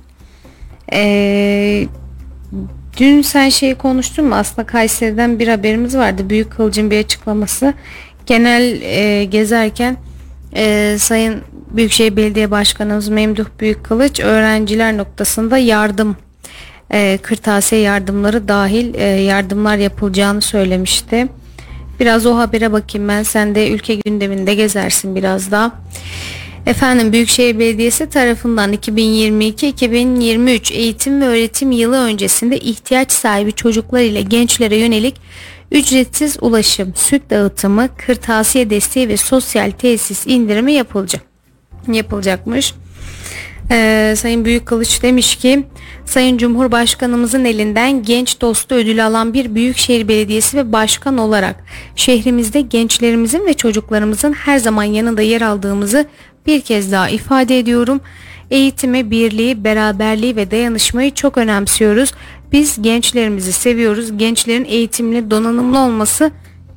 Eee Dün sen şeyi konuştun mu? Aslında Kayseri'den bir haberimiz vardı. Büyük Kılıç'ın bir açıklaması. Genel e, gezerken e, Sayın Büyükşehir Belediye Başkanımız Memduh Büyükkılıç öğrenciler noktasında yardım, e, kırtasiye yardımları dahil e, yardımlar yapılacağını söylemişti. Biraz o habere bakayım ben. Sen de ülke gündeminde gezersin biraz daha. Efendim, Büyükşehir Belediyesi tarafından iki bin yirmi iki iki bin yirmi üç eğitim ve öğretim yılı öncesinde ihtiyaç sahibi çocuklar ile gençlere yönelik ücretsiz ulaşım, süt dağıtımı, kırtasiye desteği ve sosyal tesis indirimi yapılacak. yapılacakmış. Ee, Sayın Büyükkılıç demiş ki, Sayın Cumhurbaşkanımızın elinden genç dostu ödülü alan bir Büyükşehir Belediyesi ve başkan olarak şehrimizde gençlerimizin ve çocuklarımızın her zaman yanında yer aldığımızı bir kez daha ifade ediyorum. Eğitimi, birliği, beraberliği ve dayanışmayı çok önemsiyoruz. Biz gençlerimizi seviyoruz. Gençlerin eğitimli, donanımlı olması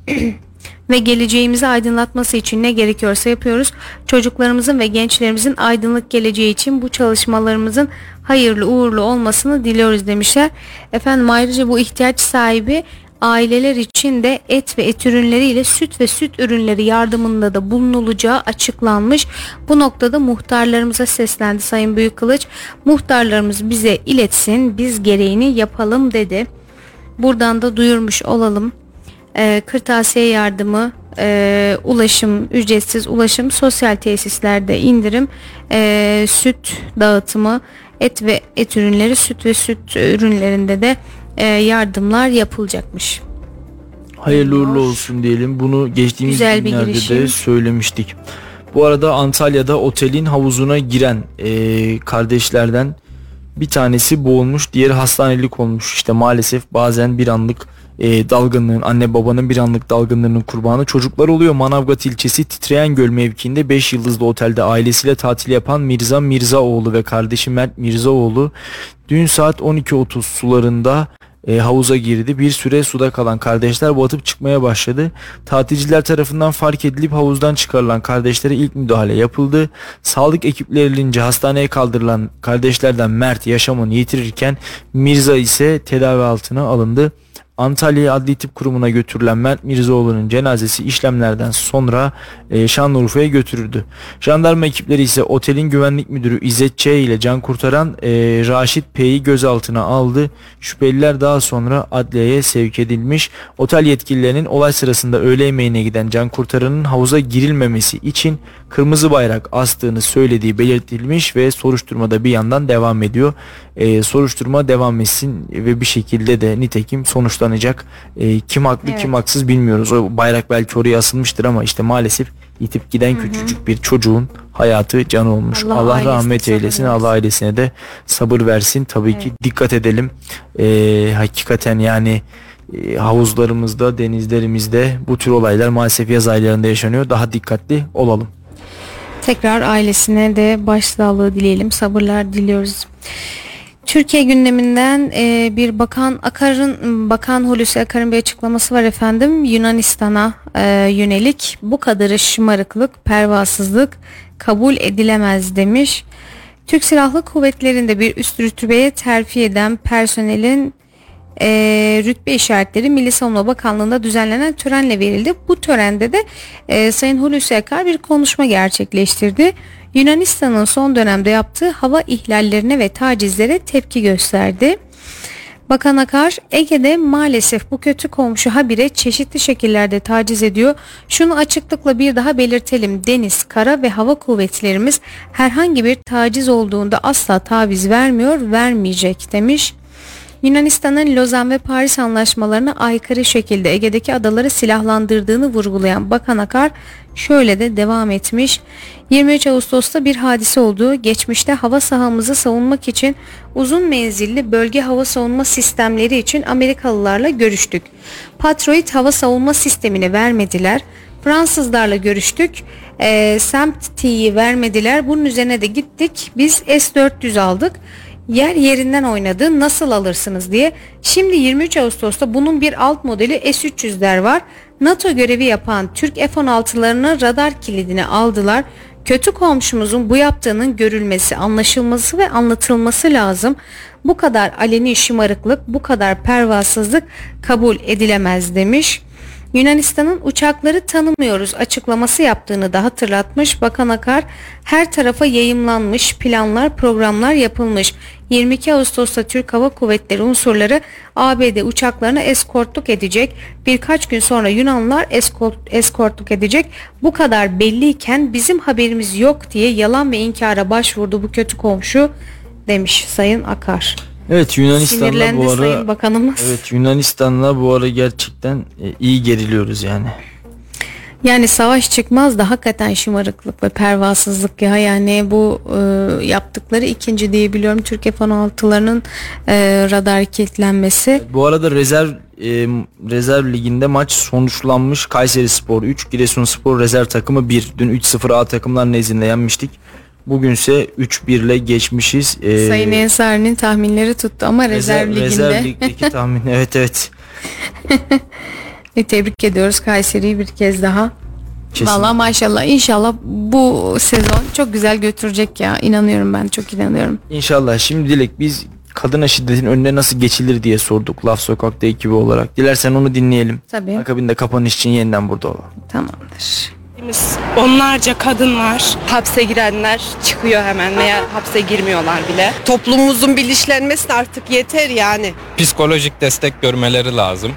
ve geleceğimizi aydınlatması için ne gerekiyorsa yapıyoruz. Çocuklarımızın ve gençlerimizin aydınlık geleceği için bu çalışmalarımızın hayırlı uğurlu olmasını diliyoruz demişler. Efendim, ayrıca bu ihtiyaç sahibi aileler için de et ve et ürünleriyle süt ve süt ürünleri yardımında da bulunulacağı açıklanmış. Bu noktada muhtarlarımıza seslendi Sayın Büyükkılıç. Muhtarlarımız bize iletsin, biz gereğini yapalım dedi. Buradan da duyurmuş olalım. Ee, kırtasiye yardımı, e, ulaşım, ücretsiz ulaşım, sosyal tesislerde indirim, e, süt dağıtımı, et ve et ürünleri, süt ve süt ürünlerinde de e, yardımlar yapılacakmış. Hayırlı uğurlu olsun diyelim. Bunu geçtiğimiz Güzel bir günlerde girişim. de söylemiştik. Bu arada Antalya'da otelin havuzuna giren e, kardeşlerden bir tanesi boğulmuş, diğeri hastanelik olmuş. İşte maalesef bazen bir anlık e, dalgınlığın, anne babanın bir anlık dalgınlığının kurbanı çocuklar oluyor. Manavgat ilçesi Titreyengöl mevkiinde beş yıldızlı otelde ailesiyle tatil yapan Mirza Mirzaoğlu ve kardeşi Mert Mirzaoğlu dün saat on iki otuz sularında E, havuza girdi. Bir süre suda kalan kardeşler batıp çıkmaya başladı. Tatilciler tarafından fark edilip havuzdan çıkarılan kardeşlere ilk müdahale yapıldı. Sağlık ekiplerince hastaneye kaldırılan kardeşlerden Mert yaşamını yitirirken Mirza ise tedavi altına alındı. Antalya Adli Tıp Kurumu'na götürülen Mert Mirzaoğlu'nun cenazesi işlemlerden sonra e, Şanlıurfa'ya götürüldü. Jandarma ekipleri ise otelin güvenlik müdürü İzzet Ç ile can kurtaran e, Raşit P'yi gözaltına aldı. Şüpheliler daha sonra adliyeye sevk edilmiş. Otel yetkililerinin olay sırasında öğle yemeğine giden can kurtaranın havuza girilmemesi için kırmızı bayrak astığını söylediği belirtilmiş ve soruşturmada bir yandan devam ediyor. E, soruşturma devam etsin ve bir şekilde de nitekim sonuçlanacak. E, kim haklı evet. kim haksız bilmiyoruz. O bayrak belki oraya asılmıştır ama işte maalesef yitip giden hı hı. küçücük bir çocuğun hayatı, canı olmuş. Allah, Allah rahmet eylesin. Allah ailesine de sabır versin. Tabii evet. ki dikkat edelim. E, hakikaten yani e, havuzlarımızda, denizlerimizde bu tür olaylar maalesef yaz aylarında yaşanıyor. Daha dikkatli olalım. Tekrar ailesine de başsağlığı dileyelim. Sabırlar diliyoruz. Türkiye gündeminden e, bir bakan Akar'ın Bakan Hulusi Akar'ın bir açıklaması var efendim. Yunanistan'a e, yönelik bu kadarı şımarıklık, pervasızlık kabul edilemez demiş. Türk Silahlı Kuvvetleri'nde bir üst rütbeye terfi eden personelin e, rütbe işaretleri Milli Savunma Bakanlığı'nda düzenlenen törenle verildi. Bu törende de e, Sayın Hulusi Akar bir konuşma gerçekleştirdi. Yunanistan'ın son dönemde yaptığı hava ihlallerine ve tacizlere tepki gösterdi. Bakan Akar, Ege'de maalesef bu kötü komşu habire çeşitli şekillerde taciz ediyor. Şunu açıklıkla bir daha belirtelim. Deniz, kara ve hava kuvvetlerimiz herhangi bir taciz olduğunda asla taviz vermiyor, vermeyecek demiş. Yunanistan'ın Lozan ve Paris anlaşmalarına aykırı şekilde Ege'deki adaları silahlandırdığını vurgulayan Bakan Akar şöyle de devam etmiş. yirmi üç Ağustos'ta bir hadise oldu. Geçmişte hava sahamızı savunmak için uzun menzilli bölge hava savunma sistemleri için Amerikalılarla görüştük. Patriot hava savunma sistemini vermediler. Fransızlarla görüştük. E, SAMP-T'yi vermediler. Bunun üzerine de gittik. Biz S dört yüz aldık. Yer yerinden oynadı, nasıl alırsınız diye. Şimdi yirmi üç Ağustos'ta bunun bir alt modeli S üç yüzler var. NATO görevi yapan Türk F on altılarının radar kilidini aldılar. Kötü komşumuzun bu yaptığının görülmesi, anlaşılması ve anlatılması lazım. Bu kadar aleni şımarıklık, bu kadar pervasızlık kabul edilemez demiş. Yunanistan'ın uçakları tanımıyoruz açıklaması yaptığını da hatırlatmış. Bakan Akar, her tarafa yayımlanmış planlar, programlar yapılmış. yirmi iki Ağustos'ta Türk Hava Kuvvetleri unsurları A B D uçaklarına eskortluk edecek. Birkaç gün sonra Yunanlılar eskort, eskortluk edecek. Bu kadar belliyken bizim haberimiz yok diye yalan ve inkara başvurdu bu kötü komşu demiş Sayın Akar. Evet, Yunanistan'la Sinirlendi bu ara Sayın Bakanımız. Evet, Yunanistan'la bu ara gerçekten e, iyi geriliyoruz yani. Yani savaş çıkmaz da hakikaten şımarıklık ve pervasızlık ya. Yani bu e, yaptıkları ikinci diye biliyorum Türk F on altılarının e, radar kilitlenmesi. Bu arada rezerv e, rezerv liginde maç sonuçlanmış. Kayserispor üç, Giresunspor rezerv takımı bir. Dün üç sıfır A takımlar nezdinde yenmiştik. Bugünse üç bir ile geçmişiz. Ee, Sayın Ensari'nin tahminleri tuttu ama rezerv, rezerv liginde. Rezerv ligdeki tahmin. Evet evet. e, tebrik ediyoruz Kayseri'yi bir kez daha. Kesinlikle. Vallahi maşallah, inşallah bu sezon çok güzel götürecek ya. İnanıyorum, ben çok inanıyorum. İnşallah. Şimdi Dilek, biz kadına şiddetin önüne nasıl geçilir diye sorduk Laf Sokak'ta ekibi olarak. Dilersen onu dinleyelim. Tabii. Akabinde kapanış için yeniden burada olalım. Tamamdır. Onlarca kadın var. Hapse girenler çıkıyor hemen veya hapse girmiyorlar bile. Toplumumuzun bilinçlenmesi artık yeter yani. Psikolojik destek görmeleri lazım.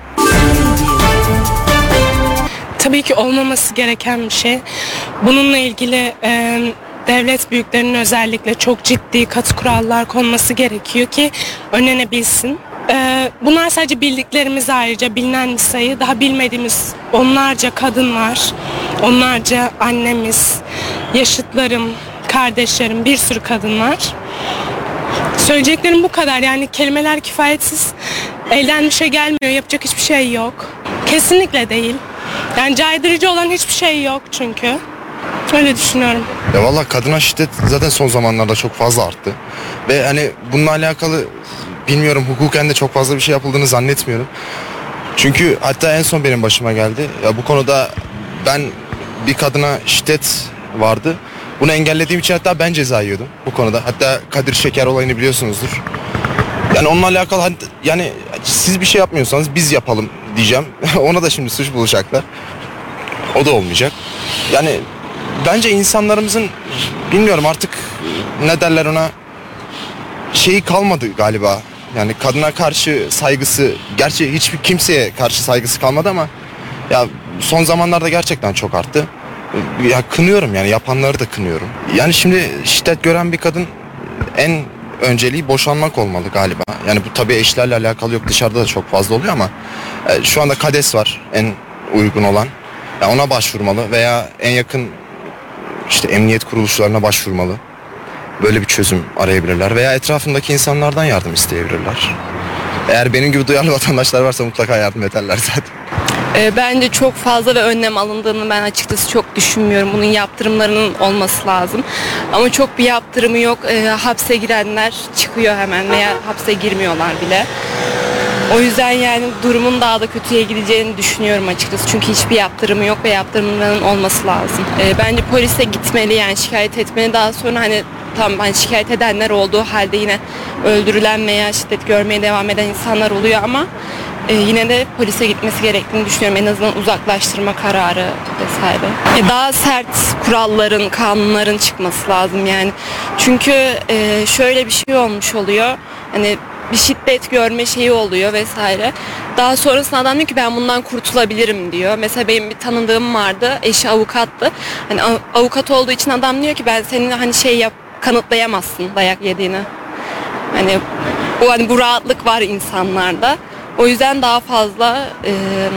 Tabii ki olmaması gereken bir şey. Bununla ilgili e, devlet büyüklerinin özellikle çok ciddi katı kurallar konması gerekiyor ki önlenebilsin. Ee, bunlar sadece bildiklerimiz, ayrıca bilinen bir sayı. Daha bilmediğimiz onlarca kadın var. Onlarca annemiz, yaşıtlarım, kardeşlerim, bir sürü kadın var. Söyleyeceklerim bu kadar. Yani kelimeler kifayetsiz. Elden bir şey gelmiyor. Yapacak hiçbir şey yok. Kesinlikle değil. Yani caydırıcı olan hiçbir şey yok çünkü. Öyle düşünüyorum. Ya vallahi kadına şiddet zaten son zamanlarda çok fazla arttı. Ve hani bununla alakalı bilmiyorum, hukuken de çok fazla bir şey yapıldığını zannetmiyorum. Çünkü hatta en son benim başıma geldi. Ya bu konuda ben bir kadına şiddet vardı. Bunu engellediğim için hatta ben ceza yiyordum bu konuda. Hatta Kadir Şeker olayını biliyorsunuzdur. Yani onunla alakalı yani siz bir şey yapmıyorsanız biz yapalım diyeceğim. Ona da şimdi suç bulacaklar. O da olmayacak. Yani bence insanlarımızın bilmiyorum artık ne derler ona, şeyi kalmadı galiba. Yani kadına karşı saygısı, gerçi hiçbir kimseye karşı saygısı kalmadı ama ya son zamanlarda gerçekten çok arttı. Ya kınıyorum, yani yapanları da kınıyorum. Yani şimdi şiddet gören bir kadın en önceliği boşanmak olmalı galiba. Yani bu tabii eşlerle alakalı yok, dışarıda da çok fazla oluyor ama e, şu anda KADES var en uygun olan. Yani ona başvurmalı veya en yakın işte emniyet kuruluşlarına başvurmalı. Böyle bir çözüm arayabilirler veya etrafındaki insanlardan yardım isteyebilirler. Eğer benim gibi duyarlı vatandaşlar varsa mutlaka yardım ederler zaten. E, bence çok fazla ve önlem alındığını ben açıkçası çok düşünmüyorum. Bunun yaptırımlarının olması lazım. Ama çok bir yaptırımı yok. E, hapse girenler çıkıyor hemen veya hapse girmiyorlar bile. O yüzden yani durumun daha da kötüye gideceğini düşünüyorum açıkçası. Çünkü hiçbir yaptırımı yok ve yaptırımların olması lazım. E, bence polise gitmeli, yani şikayet etmeli. Daha sonra hani tam hani şikayet edenler olduğu halde yine öldürülen veya şiddet görmeye devam eden insanlar oluyor ama e, yine de polise gitmesi gerektiğini düşünüyorum. En azından uzaklaştırma kararı vesaire. E, daha sert kuralların, kanunların çıkması lazım yani. Çünkü e, şöyle bir şey olmuş oluyor. Hani bir şiddet görme şeyi oluyor vesaire. Daha sonrasında adam diyor ki ben bundan kurtulabilirim diyor. Mesela benim bir tanıdığım vardı. Eşi avukattı. Hani avukat olduğu için adam diyor ki ben senin hani şey yap kanıtlayamazsın dayak yediğini. Hani bu hani bu rahatlık var insanlarda. O yüzden daha fazla e,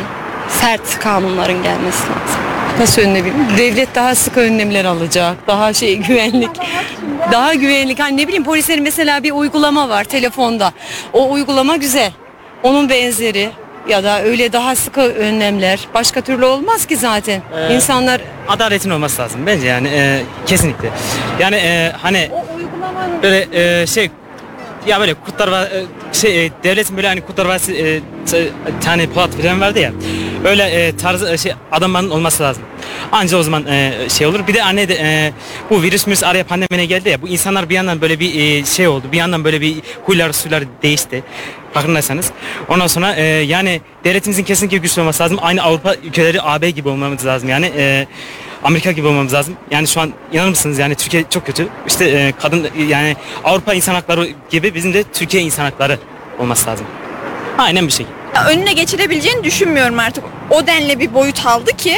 sert kanunların gelmesi lazım. Nasıl önleyebilirim? Devlet daha sıkı önlemler alacak. Daha şey güvenlik. Daha güvenlik. Hani ne bileyim polislerin mesela bir uygulama var telefonda. O uygulama güzel. Onun benzeri ya da öyle daha sıkı önlemler. Başka türlü olmaz ki zaten. Ee, İnsanlar adaletin olması lazım bence yani e, kesinlikle. Yani e, hani böyle e, şey ya böyle Kurtlar var şey e, devletin böyle hani Kurtlar Vadisi e, t- tane Polat falan vardı ya. Öyle e, tarzı e, şey adamların olması lazım. Anca o zaman e, şey olur. Bir de anne de e, bu virüs virüs araya pandemine geldi ya. Bu insanlar bir yandan böyle bir e, şey oldu. Bir yandan böyle bir huylar suylar değişti. Farkındaysanız. Ondan sonra e, yani devletimizin kesinlikle güçlü olması lazım. Aynı Avrupa ülkeleri A B gibi olmamız lazım. Yani e, Amerika gibi olmamız lazım. Yani şu an inanır mısınız yani Türkiye çok kötü. İşte e, kadın yani Avrupa insan hakları gibi bizim de Türkiye insan hakları olması lazım. Aynen bir şey. Önüne geçilebileceğini düşünmüyorum artık. O denli bir boyut aldı ki.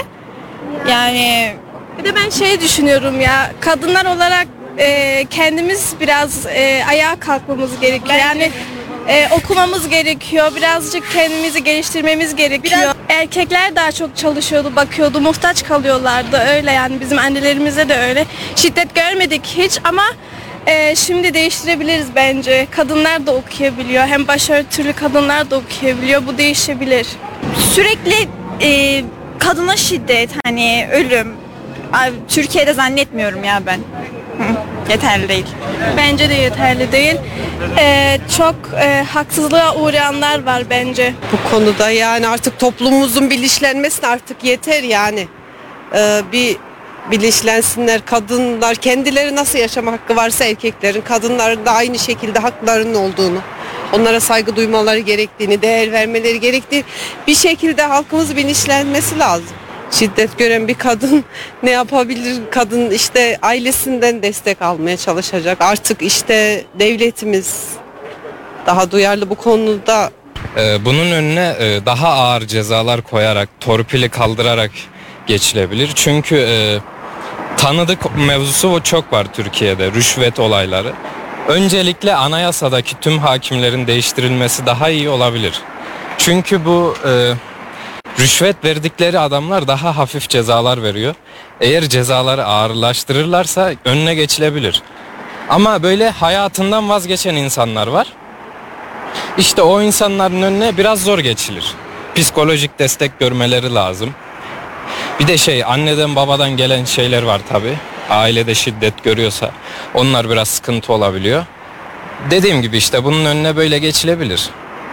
Yani bir de ben şey düşünüyorum ya, kadınlar olarak e, kendimiz biraz e, ayağa kalkmamız gerekiyor. Yani e, okumamız gerekiyor. Birazcık kendimizi geliştirmemiz gerekiyor. Biraz erkekler daha çok çalışıyordu, bakıyordu, muhtaç kalıyorlardı. Öyle yani bizim annelerimize de öyle. Şiddet görmedik hiç ama e, şimdi değiştirebiliriz bence. Kadınlar da okuyabiliyor. Hem başörtülü kadınlar da okuyabiliyor. Bu değişebilir. sürekli e, kadına şiddet, hani ölüm. Ay, Türkiye'de zannetmiyorum ya ben. Hı, yeterli değil. Bence de yeterli değil. Ee, çok e, haksızlığa uğrayanlar var bence. Bu konuda yani artık toplumumuzun bilinçlenmesi artık yeter yani. Ee, bir bilinçlensinler, kadınlar kendileri nasıl yaşama hakkı varsa erkeklerin, kadınların da aynı şekilde haklarının olduğunu, onlara saygı duymaları gerektiğini, değer vermeleri gerektiğini bir şekilde halkımız bilinçlenmesi lazım. Şiddet gören bir kadın ne yapabilir? Kadın işte ailesinden destek almaya çalışacak. Artık işte devletimiz daha duyarlı bu konuda. Ee, bunun önüne e, daha ağır cezalar koyarak, torpili kaldırarak geçilebilir. Çünkü e, tanıdık mevzusu çok var Türkiye'de, rüşvet olayları. Öncelikle anayasadaki tüm hakimlerin değiştirilmesi daha iyi olabilir. Çünkü bu e, rüşvet verdikleri adamlar daha hafif cezalar veriyor. Eğer cezaları ağırlaştırırlarsa önüne geçilebilir. Ama böyle hayatından vazgeçen insanlar var. İşte o insanların önüne biraz zor geçilir. Psikolojik destek görmeleri lazım. Bir de şey, anneden babadan gelen şeyler var tabii. Ailede şiddet görüyorsa onlar biraz sıkıntı olabiliyor. Dediğim gibi işte bunun önüne böyle geçilebilir.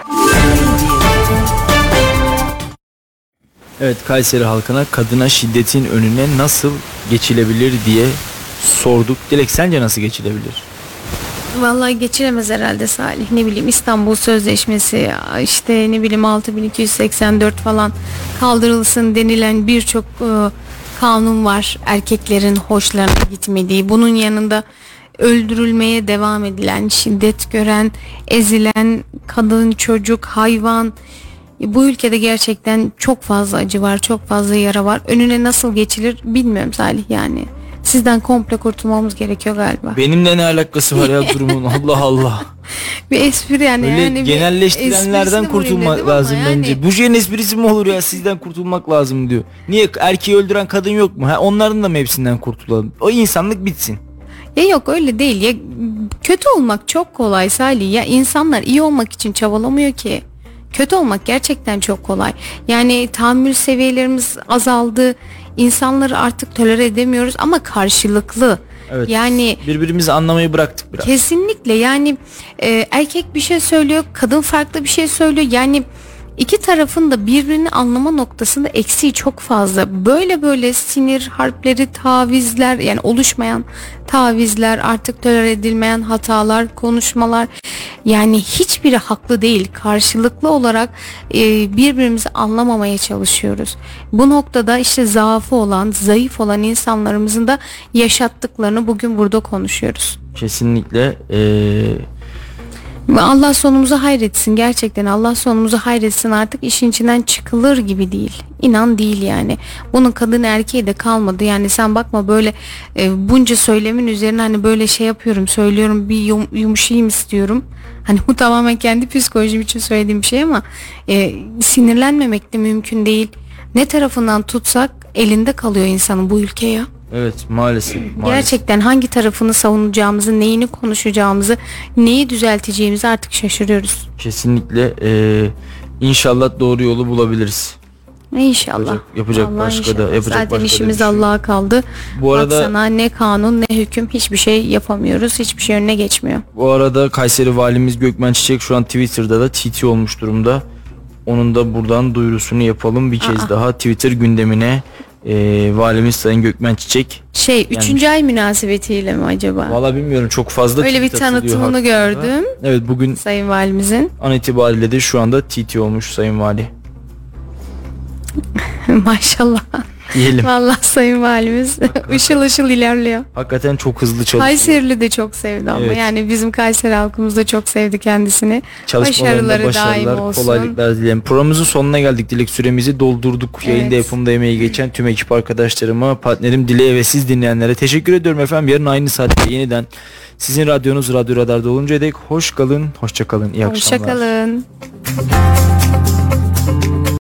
Evet, Kayseri halkına kadına şiddetin önüne nasıl geçilebilir diye sorduk. Dilek, sence nasıl geçilebilir? Vallahi geçilemez herhalde Salih. Ne bileyim İstanbul Sözleşmesi, işte ne bileyim altı bin iki yüz seksen dört falan kaldırılsın denilen birçok e, kanun var. Erkeklerin hoşlarına gitmediği. Bunun yanında öldürülmeye devam edilen, şiddet gören, ezilen kadın, çocuk, hayvan. Bu ülkede gerçekten çok fazla acı var, çok fazla yara var. Önüne nasıl geçilir bilmiyorum Salih yani. Sizden komple kurtulmamız gerekiyor galiba. Benimle ne alakası var ya durumun? Allah Allah. Bir espri yani. Öyle yani genelleştirenlerden kurtulmak lazım bence. Yani. Bu şeyin esprisi mi olur ya, sizden kurtulmak lazım diyor. Niye, erkeği öldüren kadın yok mu? Ha, onların da mı hepsinden kurtulalım? O insanlık bitsin. Ya yok öyle değil ya, kötü olmak çok kolay Salih ya, insanlar iyi olmak için çabalamıyor ki. Kötü olmak gerçekten çok kolay. Yani tahammül seviyelerimiz azaldı. İnsanları artık tolere edemiyoruz ama karşılıklı. Evet. Yani birbirimizi anlamayı bıraktık biraz. Kesinlikle yani e, erkek bir şey söylüyor, kadın farklı bir şey söylüyor. Yani İki tarafın da birbirini anlama noktasında eksiği çok fazla. Böyle böyle sinir harpleri, tavizler, yani oluşmayan tavizler, artık tolere edilmeyen hatalar, konuşmalar, yani hiçbiri haklı değil. Karşılıklı olarak e, birbirimizi anlamamaya çalışıyoruz. Bu noktada işte zaafı olan, zayıf olan insanlarımızın da yaşattıklarını bugün burada konuşuyoruz. Kesinlikle. Ee... Allah sonumuzu hayretsin, gerçekten Allah sonumuzu hayretsin, artık işin içinden çıkılır gibi değil. İnan değil yani. Bunun kadın erkeği de kalmadı. Yani sen bakma böyle e, bunca söylemin üzerine hani böyle şey yapıyorum, söylüyorum, bir yum, yumuşayayım istiyorum. Hani bu tamamen kendi psikolojim için söylediğim bir şey ama e, sinirlenmemek de mümkün değil. Ne tarafından tutsak elinde kalıyor insanın bu ülke ya. Evet, maalesef, maalesef. Gerçekten hangi tarafını savunacağımızı, neyini konuşacağımızı, neyi düzelteceğimizi artık şaşırıyoruz. Kesinlikle. Ee, inşallah doğru yolu bulabiliriz. İnşallah. Yapacak, yapacak Allah başka inşallah. da yapacak Zaten başka işimiz da Allah'a kaldı. Bu arada baksana, ne kanun ne hüküm, hiçbir şey yapamıyoruz. Hiçbir şey önüne geçmiyor. Bu arada Kayseri Valimiz Gökmen Çiçek şu an Twitter'da da T T olmuş durumda. Onun da buradan duyurusunu yapalım bir kez Aa. daha. Twitter gündemine e, Valimiz Sayın Gökmen Çiçek Şey yani, üçüncü ay münasebetiyle mi acaba? Valla bilmiyorum, çok fazla öyle bir tanıtımını gördüm. Evet, bugün Sayın Valimizin an itibariyle de şu anda T T olmuş Sayın Vali. Maşallah. Diyelim. Vallahi Sayın Valimiz ışıl ışıl ilerliyor. Hakikaten çok hızlı çalışıyor. Kayserili de çok sevdi ama evet. Yani bizim Kayseri halkımız da çok sevdi kendisini. Başarıları başarılar, daim olsun. Kolaylıklar dilerim. Programımızın sonuna geldik. Dilek süremizi doldurduk. Evet. Yayında yapımda emeği geçen tüm ekip arkadaşlarıma, partnerim Dile'ye ve siz dinleyenlere teşekkür ediyorum efendim. Yarın aynı saatte yeniden sizin radyonuz Radyo Radar'da oluncaya dek hoş kalın, hoşça kalın. İyi hoşça akşamlar. Hoşça kalın.